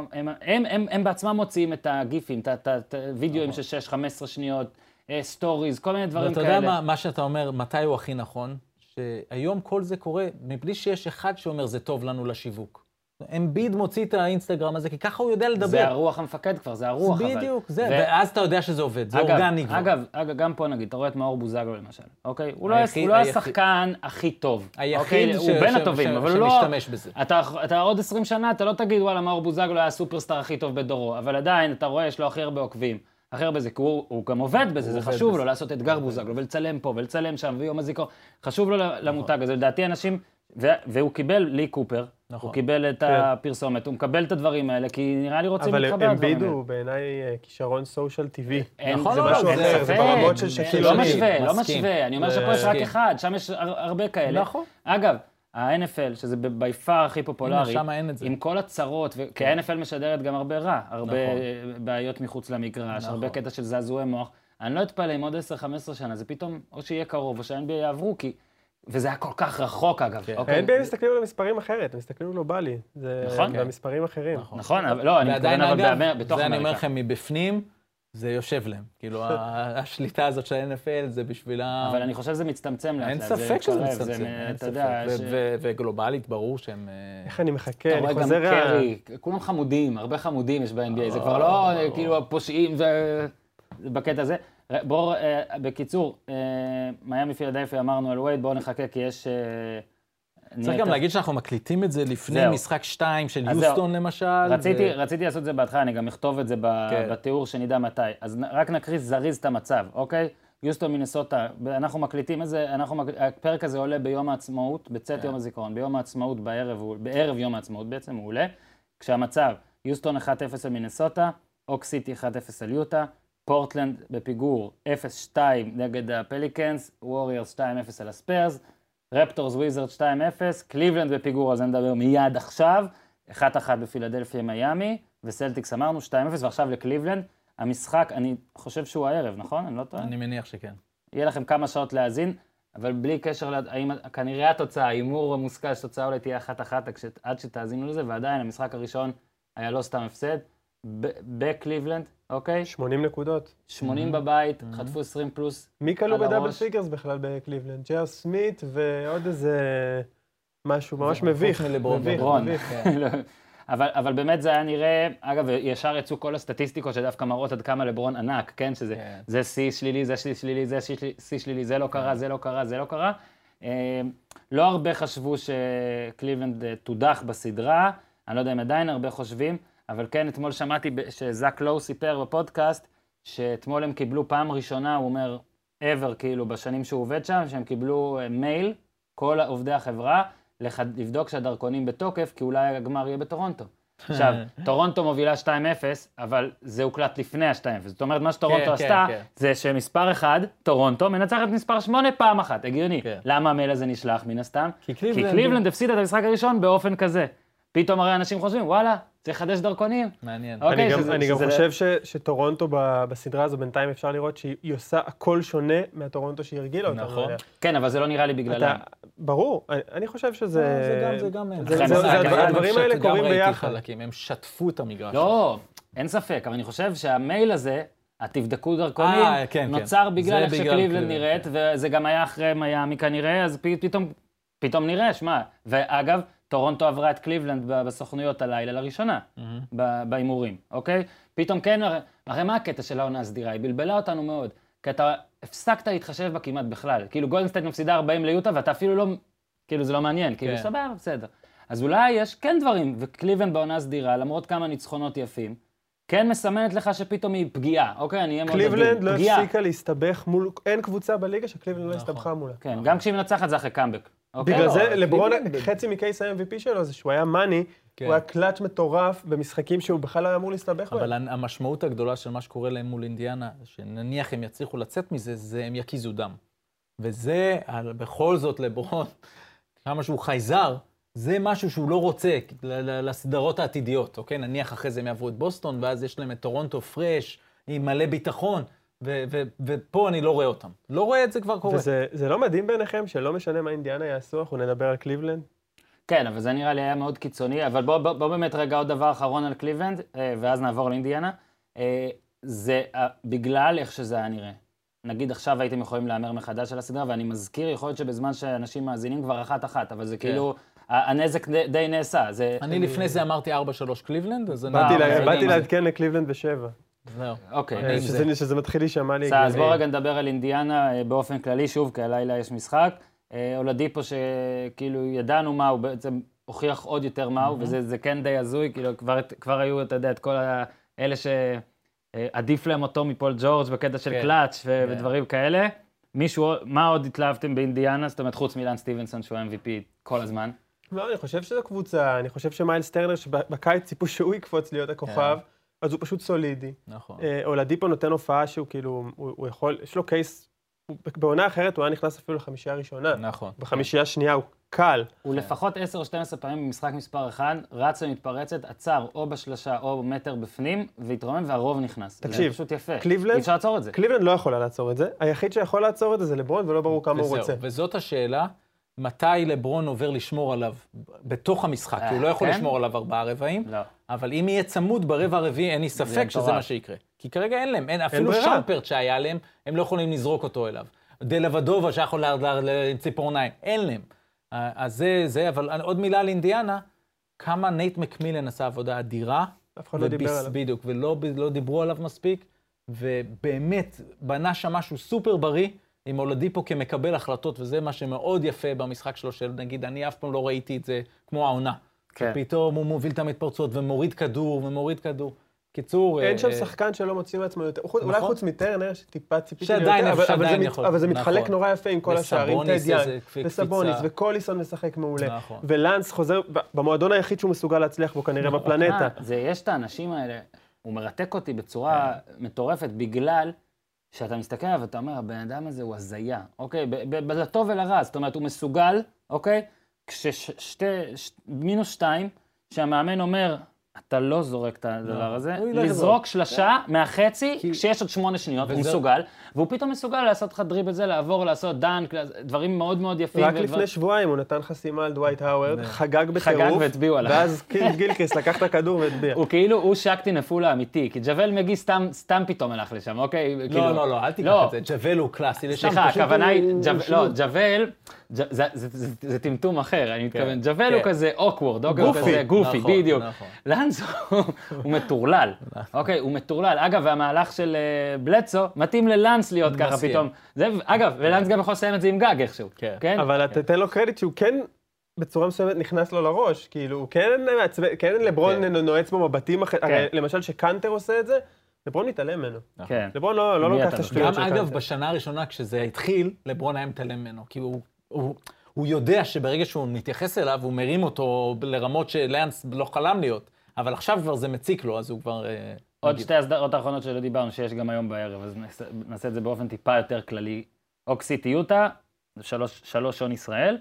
הם בעצמם מוציאים את הגיפים, את הוידאוים של שש חמש עשרה שניות, סטוריז, כל מיני דברים כאלה.
ואתה יודע מה שאתה אומר, מתי הוא הכי נכון? שהיום כל זה קורה, מבלי שיש אחד שאומר זה טוב לנו לשיווק. אמביד מוציא את האינסטגרם הזה, כי ככה הוא יודע לדבר.
זה הרוח המפקד כבר, זה הרוח אבל.
בדיוק, זה, ואז אתה יודע שזה עובד, זה אורגני כבר.
אגב, אגב, גם פה נגיד, אתה רואה את מאור בוזגלו למשל, אוקיי? הוא לא השחקן הכי טוב.
היחיד
הוא בין הטובים, אבל הוא לא...
שמשתמש בזה.
אתה עוד עשרים שנה, אתה לא תגיד, וואלה, מאור בוזגלו היה הסופרסטאר הכי טוב בדורו, אבל עדיין, אתה רואה, יש לו הכי הרבה עוקבים. הכי הרבה זה, כי הוא גם עובד בזה, זה חשוב לו לעשות אתגר בוזגלו, ולצלם פה, ולצלם שם, ויום הזיכרון. חשוב לו למותג הזה, לדעתי אנשים, והוא קיבל לי קופר, הוא קיבל את הפרסומת, הוא מקבל את הדברים האלה, כי נראה לי רוצים להתחבר
אבל
הדברים
אמביד הוא בעיניי כישרון סושיאל טבעי.
נכון,
זה משהו אחר, זה ברמות של שקיל.
לא משווה, לא משווה, אני אומר שפה יש רק אחד, שם יש הרבה כאלה.
נכון.
אגב, ה-אן אף אל, שזה ביפר הכי פופולרי,
שם אין את זה.
עם כל הצרות, כי ה-אן אף אל משדרת גם הרבה רע, הרבה בעיות מחוץ למגרש, הרבה קטע של זעזועי מוח. אני לא אתפלא אם עוד עשר חמש עשרה שנה, זה פתאום או שיהיה קרוב, או שה-אן בי איי יעברו, כי... וזה היה כל כך רחוק אגב.
ה-אן בי איי מסתכלים על המספרים אחרת, הם מסתכלים גלובלי.
נכון.
והמספרים אחרים.
נכון, לא, אני מתכוון אבל בתוך אמריקה.
זה אני אומר לכם מבפנים, זה יושב להם. כאילו, השליטה הזאת של ה-אן אף אל זה בשבילה...
אבל אני חושב שזה מצטמצם לאט.
אין ספק שזה מצטמצם, אין ספק. וגלובלית, ברור שהם...
איך אני מחכה, אני
חוזר... אתה רואה גם קרי, כולם חמודים, הרבה חמודים יש ב-אן בי איי, זה כבר לא כאילו הפושעים בקטע הזה. בואו, בקיצור, מיאמי פילדלפיה אמרנו על וייד, בואו נחכה כי יש...
צריך גם להגיד שאנחנו מקליטים את זה לפני משחק שתיים של יוסטון למשל.
רציתי לעשות את זה בהתחלה, אני גם אכתוב את זה בתיאור שנדע מתי. אז רק נקריא זריז את המצב, אוקיי? יוסטון מינסוטה, אנחנו מקליטים את זה, הפרק הזה עולה ביום העצמאות, בצאת יום הזיכרון, ביום העצמאות בערב יום העצמאות בעצם הוא עולה, כשהמצב, יוסטון אחת אפס על מינסוטה, אוק סיטי אחת אפס על יוטה, פורטלנד בפיגור אפס שתיים נגד הפליקנס, ווריורס שתיים אפס על הספיירס, רפטורס וויזרד שתיים אפס, קליבלנד בפיגור, אז אני מדבר מיד עכשיו, אחת אחת בפילדלפיה מיאמי, וסלטיקס אמרנו שתיים אפס, ועכשיו לקליבלנד. המשחק, אני חושב שהוא הערב, נכון? אני לא טועה?
אני מניח שכן.
יהיה לכם כמה שעות להאזין, אבל בלי קשר, האם, כנראה התוצאה, הימור המושכל שתוצאה אולי תהיה אחת אחת, עד שתאזינו לזה, ועדיין המשחק הראשון היה לא סתם הפסד, בקליבלנד, אוקיי?
שמונים נקודות.
שמונים בבית, חטפו עשרים פלוס.
מי קלו בדאבל פיגרס בכלל בקליבלנד? ג'ר סמית ועוד איזה משהו ממש מביך.
מביך, מביך. אבל, אבל באמת זה היה נראה, אגב, ישר יצאו כל הסטטיסטיקות שדווקא מראות עד כמה לברון ענק, כן? שזה, זה C שלילי, זה C שלילי, זה C שלילי, זה לא קרה, זה לא קרה, זה לא קרה. לא הרבה חשבו שקליבלנד תודח בסדרה, אני לא יודע אם עדיין הרבה חושבים, אבל כן, אתמול שמעתי שזק לואו סיפר בפודקאסט, שאתמול הם קיבלו פעם ראשונה, הוא אומר, ever כאילו, בשנים שהוא עובד שם, שהם קיבלו מייל, כל עובדי החברה, לבדוק שהדרכונים בתוקף, כי אולי הגמר יהיה בטורונטו. עכשיו, טורונטו מובילה שתיים אפס, אבל זה הוקלט לפני ה-שתיים אפס. זאת אומרת, מה שטורונטו עשתה, זה שמספר אחד, טורונטו, מנצחת מספר שמונה פעם אחת, הגיוני. למה המייל הזה נשלח מן הסתם? כי קליבלנד הפסידה את המשחק הראשון באופן כזה. פתאום הרי אנשים חושבים, וואלה, צריך לחדש דרכונים.
מעניין.
אני גם חושב שטורונטו בסדרה הזו בינתיים אפשר לראות שהיא עושה הכל שונה מהטורונטו שהיא הרגילה אותה.
נכון. כן, אבל זה לא נראה לי בגללם.
ברור, אני חושב שזה...
זה גם...
הדברים האלה קורים ביחד.
הם שטפו את המגרש.
לא, אין ספק, אבל אני חושב שהמייל הזה, התבדקו דרכונים, נוצר בגלל איך שקליבלנד נראית, וזה גם היה אחרי מיאמי כנראה, אז פתאום נראה, שמה. ואגב, טורונטו עברה את קליבלנד בסוכנויות הלילה לראשונה, באימורים, אוקיי? פתאום כן, הרי מה הקטע של העונה הסדירה? היא בלבלה אותנו מאוד, כי אתה הפסקת להתחשב בה כמעט בכלל. כאילו גולדן סטייט מפסידה ארבעים ליוטה, ואתה אפילו לא, כאילו זה לא מעניין, כאילו סבבה, בסדר. אז אולי יש כן דברים, וקליבלנד בעונה הסדירה, למרות כמה ניצחונות יפים, כן מסמנת לך שפתאום היא פגיעה, אוקיי? אני אהיה מאוד עדין.
קליבלנד לא הפסיקה להסתבך מול, אין קבוצה בליגה שקליבלנד לא הסתבכה מולה.
כן, גם כשהיא מנצחת זה אחרי קאמבק.
בגלל זה לברון, חצי מקייס ה-אם וי פי שלו זה שהוא היה מאני, הוא היה קלאץ' מטורף במשחקים שהוא בכלל לא היה אמור להסתבך בהם.
אבל המשמעות הגדולה של מה שקורה להם מול אינדיאנה, שנניח הם יצליחו לצאת מזה, זה הם יקיזו דם. וזה, בכל זאת לברון, כמה שהוא חייזר, זה משהו שהוא לא רוצה לסדרות העתידיות, אוקיי? נניח אחרי זה הם יעברו את בוסטון, ואז יש להם את טורונטו פרש, עם מלא ביטחון, ו- ו- ופה אני לא רואה אותם. לא רואה את זה כבר קורה.
וזה, זה לא מדהים בעיניכם שלא משנה מה אינדיאנה יעשו, אנחנו נדבר על קליבלנד?
כן, אבל זה נראה לי היה מאוד קיצוני, אבל בוא, בוא, בוא באמת רגע עוד דבר אחרון על קליבלנד, ואז נעבור לאינדיאנה. זה בגלל איך שזה היה נראה. נגיד עכשיו הייתם יכולים לאמר מחדש על הסדרה, ואני מזכיר, יכול להיות שבזמן שאנשים מאזינים כבר אחת-אחת, אבל זה כאילו, הנזק די נעשה.
אני לפני זה אמרתי ארבע שלוש קליבלנד, אז אני...
באתי לעדכן לקליבלנד בשבע.
זהו.
אוקיי.
שזה מתחיל להישמע לי...
אז בוא רגע נדבר על אינדיאנה באופן כללי, שוב, כי הלילה יש משחק. אולדיפו שכאילו ידענו מה הוא, בעצם הוכיח עוד יותר מה הוא, וזה כן די הזוי, כאילו כבר היו, אתה יודע, את כל האלה שעדיף להם אותו מפול ג'ורג' בקטע של קלאץ' ודברים כאלה. מישהו, מה עוד התלהבתם באינדיאנה? זאת אומרת, חוץ מילן סטיבנסון שהוא אם וי פי כל הזמן.
לא, אני חושב שזו קבוצה, אני חושב שמיילס טרנר שבקיץ ציפו שהוא יקפוץ להיות הכוכב, אז הוא פשוט סולידי.
נכון.
אולדיפו נותן הופעה שהוא כאילו, הוא יכול, יש לו קייס, בעונה אחרת הוא היה נכנס אפילו לחמישייה הראשונה.
נכון.
בחמישייה השנייה הוא קל.
הוא לפחות עשר או שתים עשרה פעמים במשחק מספר אחד, רץ ומתפרצת, עצר או בשלושה או מטר בפנים, והתרומם והרוב נכנס.
תקשיב,
זה פשוט יפה.
קליבלנד,
אי אפשר לעצור את זה.
קליבלנד לא יכולה לעצור את זה. היחיד שיכול לעצור את זה זה לברון, ולא ברור כמה הוא רוצה.
וזאת השאלה, מתי לברון עובר לשמור עליו בתוך המשחק, כי הוא לא יכול לשמור עליו ארבעה רבעים, אבל אם יהיה צמוד ברבע הרביעי, אין לי ספק שזה מה שיקרה. כי כרגע אין להם, אפילו שמפרט שהיה להם, הם לא יכולים לזרוק אותו אליו. דלוודובה שיכול לציפורניים, אין להם. אז זה, זה, אבל עוד מילה על אינדיאנה, כמה נייט מקמילן עשה עבודה אדירה,
אף אחד לא דיבר עליו.
בדיוק, ולא לא דיברו עליו מספיק, ובאמת בנה שם משהו סופר בריא, עם אולדיפו כמקבל החלטות, וזה מה שמאוד יפה במשחק שלו, של נגיד, אני אף פעם לא ראיתי את זה כמו העונה. כן. פתאום הוא מוביל את המתפרצות, ומוריד כדור, ומוריד כדור. קיצור...
אין שם שחקן שלא מוצאים לעצמו יותר, אולי חוץ מטרנר, שטיפה ציפיתי
יותר,
אבל זה מתחלק נורא יפה עם כל השערים, טדיאן, וסבוניס, וקוליסון משחק מעולה. ולנס חוזר, במועדון היחיד שהוא מסוגל להצליח בו כנראה בפלנטה.
יש את האנשים האלה, הוא מרתק אותי בצורה מטורפת, בגלל שאתה מסתכל עליו ואתה אומר, הבן אדם הזה הוא הזיה, אוקיי? בלטוב ולרע, זאת אומרת, הוא מסוגל, אוקיי? כששתי, מינוס שתיים, שהמאמן אומר, אתה לא זורק את הדבר הזה, לזרוק שלשה מהחצי, כשיש עוד שמונה שניות, הוא מסוגל, והוא פתאום מסוגל לעשות לך דריבל זה, לעבור, לעשות דנק, דברים מאוד מאוד יפים.
רק לפני שבועיים הוא נתן חסימה על דווייט האוורד, חגג בטירוף,
חגג והצביעו עליו.
ואז קיל גילקריס לקח את הכדור והצביע.
הוא כאילו, הוא שקטי נפול האמיתי, כי ג'וול מגי סתם פתאום הלך לשם, אוקיי?
לא, לא, לא, אל תיקח את זה, ג'וול הוא קלאסי.
סליחה, הכוונה היא, לא, ג'וול, זה טמטום אחר, אני מתכוון, ג'וול הוא כזה אוקוורד, גופי, בדיוק. לנס הוא מטורלל, אוקיי, הוא מטורלל. אגב, והמהלך של בלצו מתאים ללנס להיות ככה פתאום. אגב, ולנס גם יכול לסיים את זה עם גג איכשהו.
אבל תתן לו קרדיט שהוא כן בצורה מסוימת נכנס לו לראש, כאילו, הוא כן לברון נועץ בו מבטים אחרים, למשל שקנטר עושה את זה, לברון מתעלם ממנו. לברון לא לוקח את השטויות של קנטר.
גם אגב, בשנה הראשונה כשזה התחיל, לברון היה מתעלם ממנו, כי הוא יודע שברגע שהוא מתייחס אליו, הוא מרים אותו לרמות שלאנס לא חלם להיות. אבל עכשיו כבר זה מציק לו, אז הוא כבר...
עוד שתי הסדרות האחרונות שלא דיברנו, שיש גם היום בערב, אז נעשה את זה באופן טיפה יותר כללי. אוק סיטי יוטה, שלוש, שלוש שון ישראל.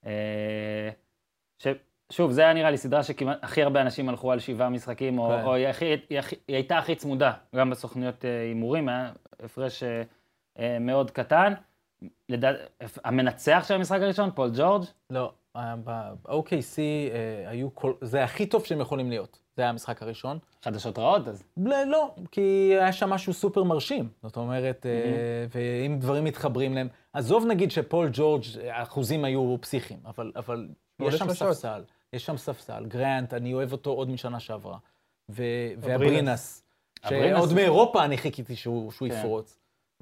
ששוב, זה היה נראה לי סדרה שכמעט הכי הרבה אנשים הלכו על שבעה משחקים, או, או היא, הכי, היא, הכי, היא הייתה הכי צמודה, גם בסוכניות הימורים, היה הפרש מאוד קטן. לדע... המנצח של המשחק הראשון, פול ג'ורג'?
לא, ב-או קיי סי היו כל... זה הכי טוב שהם יכולים להיות. זה היה המשחק הראשון.
חדשות רעות אז?
לא, כי היה שם משהו סופר מרשים. זאת אומרת, ואם דברים מתחברים להם, עזוב נגיד שפול ג'ורג' האחוזים היו פסיכיים, אבל, אבל יש שם ספסל, יש שם ספסל. גרנט, אני אוהב אותו עוד משנה שעברה. והברינס, שעוד מאירופה אני חיכיתי שהוא יפרוץ.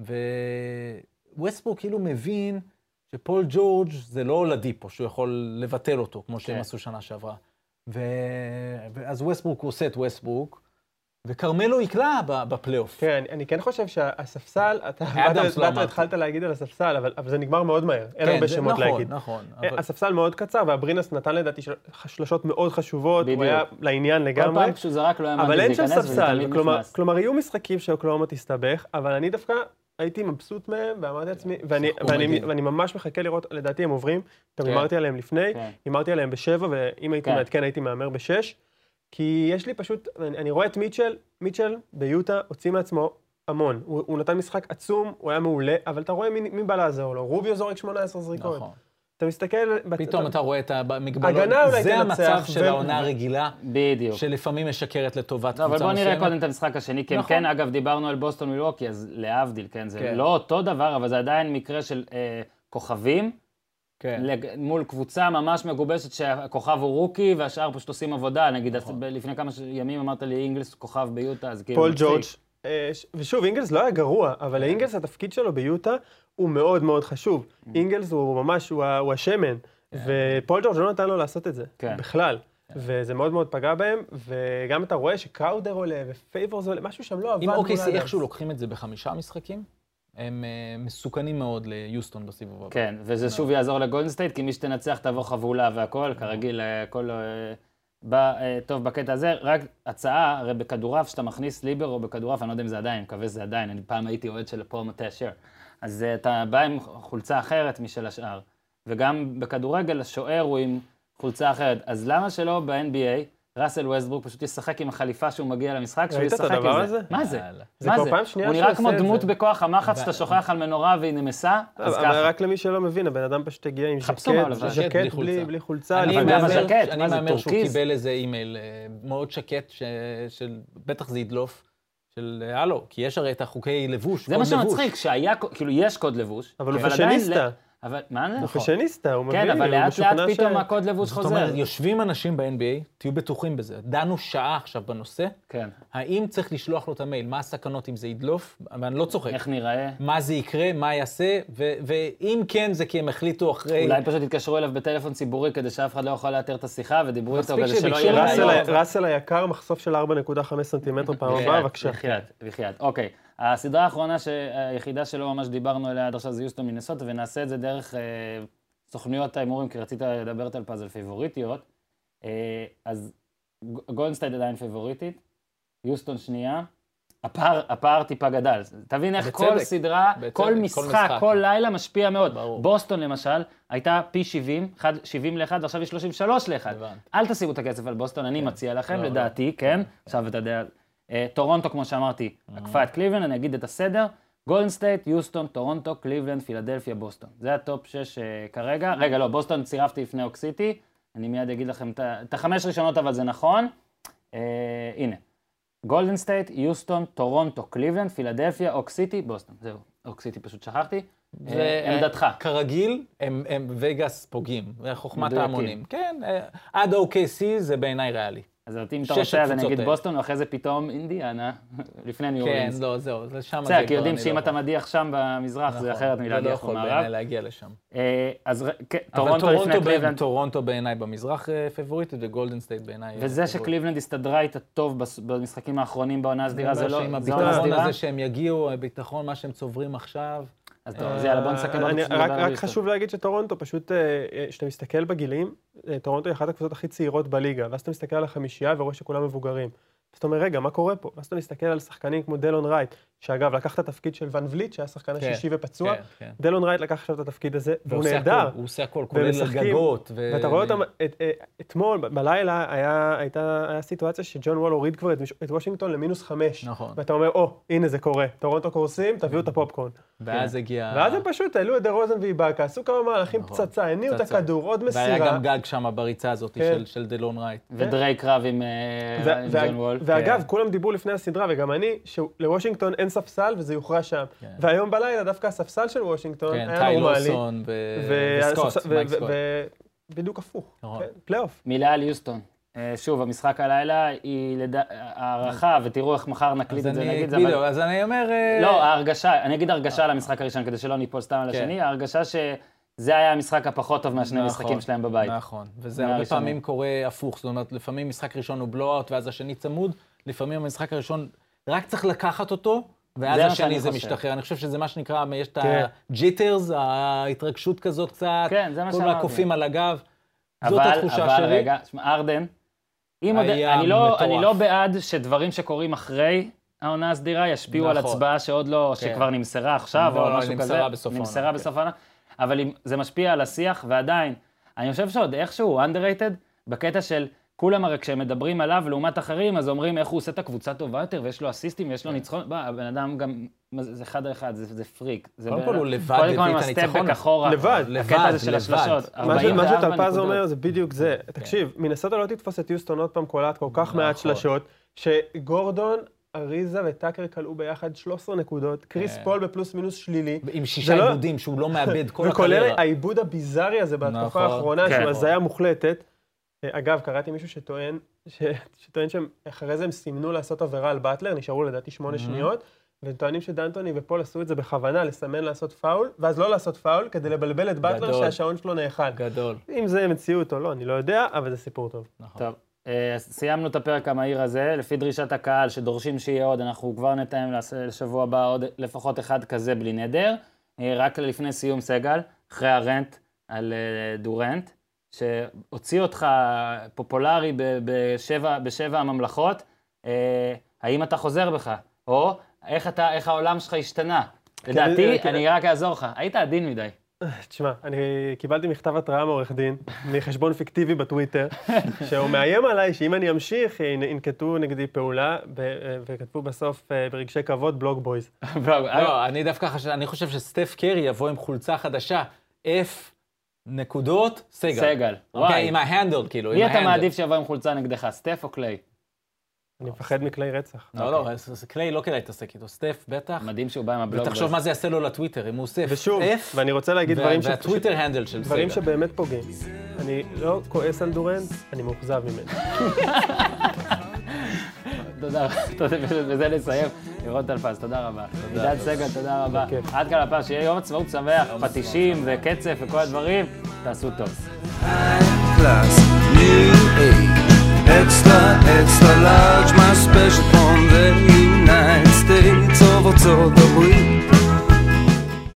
וווסטברוק כאילו מבין שפול ג'ורג' זה לא לדיפו, שהוא יכול לבטל אותו, כמו שהם עשו שנה שעברה. ואז ווסטברוק הוא עושה את ווסטברוק, וקרמלו יקלע בפלייאוף.
כן, אני כן חושב שהספסל, אתה התחלת להגיד על הספסל, אבל זה נגמר מאוד מהר, אין הרבה שמות להגיד.
נכון,
נכון. הספסל מאוד קצר, והברינס נתן לדעתי שלושות מאוד חשובות, הוא היה לעניין לגמרי.
כל פעם פשוט זרק לא היה
אבל אין שם ספסל, כלומר, יהיו משחקים שאוקלהומה תסתבך, אבל אני דווקא הייתי מבסוט מהם, ואמרתי לעצמי, ואני ממש מחכה לראות, לדעתי הם עוברים, גם אמרתי עליהם לפני, אמרתי עליהם בשבע, ואם הייתי מעדכן הייתי מאמר בשש, כי יש לי פשוט, אני רואה את מיטשל, מיטשל ביוטה הוציא מעצמו המון, הוא נתן משחק עצום, הוא היה מעולה, אבל אתה רואה מי בא לעזור לו, רוביו זורק שמונה עשרה זריקות.
נכון.
אתה מסתכל...
פתאום אתה רואה את המגבלות, זה המצב של העונה הרגילה, שלפעמים משקרת לטובת קבוצה מסוימת.
אבל בוא נראה קודם את המשחק השני, כי כן, אגב, דיברנו על בוסטון מילווקי, אז להבדיל, כן, זה לא אותו דבר, אבל זה עדיין מקרה של כוכבים, מול קבוצה ממש מגובשת שהכוכב הוא רוקי, והשאר פשוט עושים עבודה, נגיד, לפני כמה ימים אמרת לי אינגלס כוכב ביוטה, אז כאילו...
פול ג'ורג' ושוב, אינגלס לא היה גרוע, אבל לאינגלס התפקיד שלו ביוטה הוא מאוד מאוד חשוב. אינגלס הוא ממש, הוא השמן, ופול ג'ורג' לא נתן לו לעשות את זה, בכלל. וזה מאוד מאוד פגע בהם, וגם אתה רואה שקראודר עולה ופייבורס עולה, משהו שם לא עבד.
אם אוקיי סי איכשהו לוקחים את זה בחמישה משחקים, הם מסוכנים מאוד ליוסטון בסיבוב הבא.
כן, וזה שוב יעזור לגולדן סטייט, כי מי שתנצח תבוא חבולה והכל, כרגיל, הכל בא טוב בקטע הזה. רק הצעה, הרי בכדורף, שאתה מכניס ליבר או בכדורף, אני לא יודע אם זה עדיין, מקווה שזה עדיין, אני פעם הייתי אוהד של פול מטה אשר. אז אתה בא עם חולצה אחרת משל השאר, וגם בכדורגל השוער הוא עם חולצה אחרת. אז למה שלא ב-אן בי איי, ראסל ווסטברוק פשוט ישחק עם החליפה שהוא מגיע למשחק, שהוא ישחק עם זה? מה זה?
זה כבר פעם שנייה
הוא נראה כמו דמות בכוח המחץ, שאתה שוכח על מנורה והיא נמסה, אז ככה.
רק למי שלא מבין, הבן אדם פשוט הגיע עם ז'קט בלי חולצה.
אני מאמר שהוא קיבל איזה אימייל מאוד שקט, שבטח זה ידלוף, של הלו, כי יש הרי את החוקי לבוש,
זה מה שמצחיק, שהיה, כאילו יש קוד לבוש,
אבל הוא פשניסטה.
אבל מה זה?
הוא פשניסטה, הוא מבין.
כן, אבל לאט לאט פתאום הקוד לבוש חוזר.
זאת אומרת, יושבים אנשים ב-אן בי איי, תהיו בטוחים בזה. דנו שעה עכשיו בנושא.
כן.
האם צריך לשלוח לו את המייל? מה הסכנות אם זה ידלוף? ואני לא צוחק.
איך נראה?
מה זה יקרה? מה יעשה? ואם כן, זה כי הם החליטו אחרי...
אולי פשוט התקשרו אליו בטלפון ציבורי, כדי שאף אחד לא יוכל לאתר את השיחה, ודיברו איתו, כדי שלא יהיה...
ראסל היקר, מחשוף של ארבע נקודה חמש סנטימטר פעם הבאה, בבקשה.
בחייאת, אוקיי. הסדרה האחרונה היחידה שלא ממש דיברנו עליה עד עכשיו זה יוסטון מינסוטה, ונעשה את זה דרך אה, סוכנויות ההימורים, כי רצית לדבר על פאזל פיבוריטיות. אה, אז גולדן סטייט עדיין פיבוריטית, יוסטון שנייה, הפער, הפער טיפה גדל. תבין איך בצדק, כל סדרה, בצדק, כל משחק, כל, משחק. כל לילה משפיע מאוד. ברור. בוסטון למשל, הייתה פי שבעים, שבעים לאחד, ועכשיו היא שלושים ושלוש לאחד. אל תשימו את הכסף על בוסטון, אני כן. מציע לכם, לא, לדעתי, לא. כן? עכשיו אתה יודע... טורונטו, כמו שאמרתי, עקפה את קליבלנד, אני אגיד את הסדר, גולדן סטייט, יוסטון, טורונטו, קליבלנד, פילדלפיה, בוסטון. זה הטופ שש כרגע. רגע, לא, בוסטון צירפתי לפני אוק סיטי, אני מיד אגיד לכם את החמש ראשונות, אבל זה נכון. הנה, גולדן סטייט, יוסטון, טורונטו, קליבלנד, פילדלפיה, אוק סיטי, בוסטון. זהו, אוק סיטי פשוט שכחתי. עמדתך.
כרגיל, הם וגאס פוגעים, חוכמת ההמונים. כן, עד או קיי סי זה בעיניי ריאלי.
אז אם אתה רוצה, אז אני אגיד בוסטון, ואחרי זה פתאום אינדיאנה, לפני ניו אורלינס.
כן, לא, זהו, זה שם...
בסדר, כי יודעים שאם אתה מדיח שם במזרח, זה אחרת מלהדיח במערב.
לא יכול בעיניי להגיע לשם.
אז טורונטו לפני קליבלנד.
טורונטו בעיניי במזרח פייבוריטית, וגולדן סטייט בעיניי...
וזה שקליבלנד הסתדרה איתה טוב במשחקים האחרונים בעונה הסדירה, זה לא...
עם הביטחון הזה שהם יגיעו, הביטחון, מה שהם צוברים עכשיו...
אז טוב, אז יאללה, בוא נסכם.
רק חשוב להגיד שטורונטו פשוט, כשאתה מסתכל בגילים, טורונטו היא אחת הקבוצות הכי צעירות בליגה, ואז אתה מסתכל על החמישייה ורואה שכולם מבוגרים. אז אתה אומר, רגע, מה קורה פה? ואז אתה מסתכל על שחקנים כמו דלון רייט, שאגב, לקח את התפקיד של ון וליט, שהיה שחקן השישי ופצוע, דלון רייט לקח עכשיו את התפקיד הזה, והוא נהדר.
הוא עושה הכל, כולל לגגות.
ואתה רואה אותם, אתמול, בלילה, הייתה סיטואציה שג'ון וול הוריד כבר את וושינגטון למינוס חמש. נכון. ואתה אומר, או, הנה זה קורה. טורונטו קורסים, תביאו את הפופקורן.
ואז הגיע...
ואז הם פשוט העלו את דה רוזן ואיבאקה, עשו כמה מהלכים פצצה, הניעו את הכדור, עוד מסירה.
והיה גם גג שם בריצה הזאת של דלון רייט.
ודרייק רב עם ג'ון וול.
ואגב, כולם דיברו לפני הסדרה, וגם אני, שלוושינגטון אין ספסל וזה יוכרע שם. והיום בלילה דווקא הספסל של וושינגטון היה נורמלי.
וסקוט, מייק סקוט.
ובדיוק הפוך, פלייאוף.
מילה על יוסטון. שוב, המשחק הלילה היא הערכה, ותראו איך מחר נקליט את זה, נגיד זה.
בדיוק, אז אני אומר...
לא, ההרגשה, אני אגיד הרגשה על המשחק הראשון, כדי שלא ניפול סתם על השני, ההרגשה שזה היה המשחק הפחות טוב מהשני משחקים שלהם בבית.
נכון, וזה הרבה פעמים קורה הפוך, זאת אומרת, לפעמים משחק ראשון הוא בלואוט, ואז השני צמוד, לפעמים המשחק הראשון רק צריך לקחת אותו, ואז השני זה משתחרר. אני חושב שזה מה שנקרא, יש את הג'יטרס, ההתרגשות כזאת קצת, כל הקופים על הגב. זאת התחושה שלי.
אבל רגע, ארדן, אני לא, אני לא בעד שדברים שקורים אחרי העונה הסדירה ישפיעו על הצבעה שעוד לא, שכבר נמסרה עכשיו או משהו כזה. נמסרה בסוף העונה. אבל זה משפיע על השיח, ועדיין, אני חושב שעוד איכשהו underrated, בקטע של כולם הרי כשהם מדברים עליו לעומת אחרים, אז אומרים איך הוא עושה את הקבוצה טובה יותר, ויש לו אסיסטים, ויש לו ניצחון, הבן אדם גם, זה אחד על אחד, זה פריק.
קודם כל הוא לבד,
קודם כל מסטפק אחורה,
לבד,
הקטע הזה של השלשות.
מה שטלפז אומר זה בדיוק זה. תקשיב, מינסוטה לא תתפוס את יוסטון עוד פעם קולט כל כך מעט שלשות, שגורדון, אריזה וטאקר קלעו ביחד שלוש עשרה נקודות, קריס פול בפלוס מינוס שלילי.
עם שישה עיבודים שהוא לא מאבד כל הקריירה.
וכולל העיבוד הביזארי הזה בהתקפה האחרונה, שהוא הזיה מוחלטת. אגב, קראתי מישהו שטוען, שטוען שאחרי זה הם סימנו לעשות עבירה על באטלר, נשארו לדעתי שמונה שניות, וטוענים שדנטוני ופול עשו את זה בכוונה, לסמן לעשות פאול, ואז לא לעשות פאול, כדי לבלבל את באטלר שהשעון שלו נאכל.
גדול.
אם זה מציאות או לא, אני לא יודע, אבל זה סיפור טוב.
טוב, סיימנו את הפרק המהיר הזה, לפי דרישת הקהל שדורשים שיהיה עוד, אנחנו כבר נתאם לשבוע הבא עוד לפחות אחד כזה בלי נדר, רק לפני סיום סגל, אחרי הרנט על דורנט. שהוציא אותך פופולרי בשבע, בשבע הממלכות, אה, האם אתה חוזר בך? או איך, אתה, איך העולם שלך השתנה? לדעתי, אני רק אעזור לך. היית עדין מדי.
תשמע, אני קיבלתי מכתב התראה מעורך דין, מחשבון פיקטיבי בטוויטר, שהוא מאיים עליי שאם אני אמשיך, ינקטו נגדי פעולה, וכתבו בסוף ברגשי כבוד בלוג בויז.
לא, אני דווקא חושב, אני חושב שסטף קרי יבוא עם חולצה חדשה, F נקודות, סגל.
סגל.
אוקיי, עם ההנדל, כאילו.
מי אתה מעדיף שיבוא עם חולצה נגדך, סטף או קליי?
אני מפחד מקליי רצח.
לא, לא, קליי לא כדאי להתעסק איתו, סטף, בטח.
מדהים שהוא בא עם הבלוג.
ותחשוב מה זה יעשה לו לטוויטר, אם הוא עושה
ושוב, ואני רוצה להגיד דברים ש...
והטוויטר הנדל של סגל.
דברים שבאמת פוגעים. אני לא כועס על דורנט, אני מאוכזב ממנו.
תודה, בזה נסיים. לראות טלפז, תודה רבה. עידן סגל, תודה רבה. עד כאן הפעם, שיהיה יום עצמאות שמח, פטישים וקצף וכל הדברים, תעשו טוב.
Extra, extra large, my special from the United States of ארצות הברית.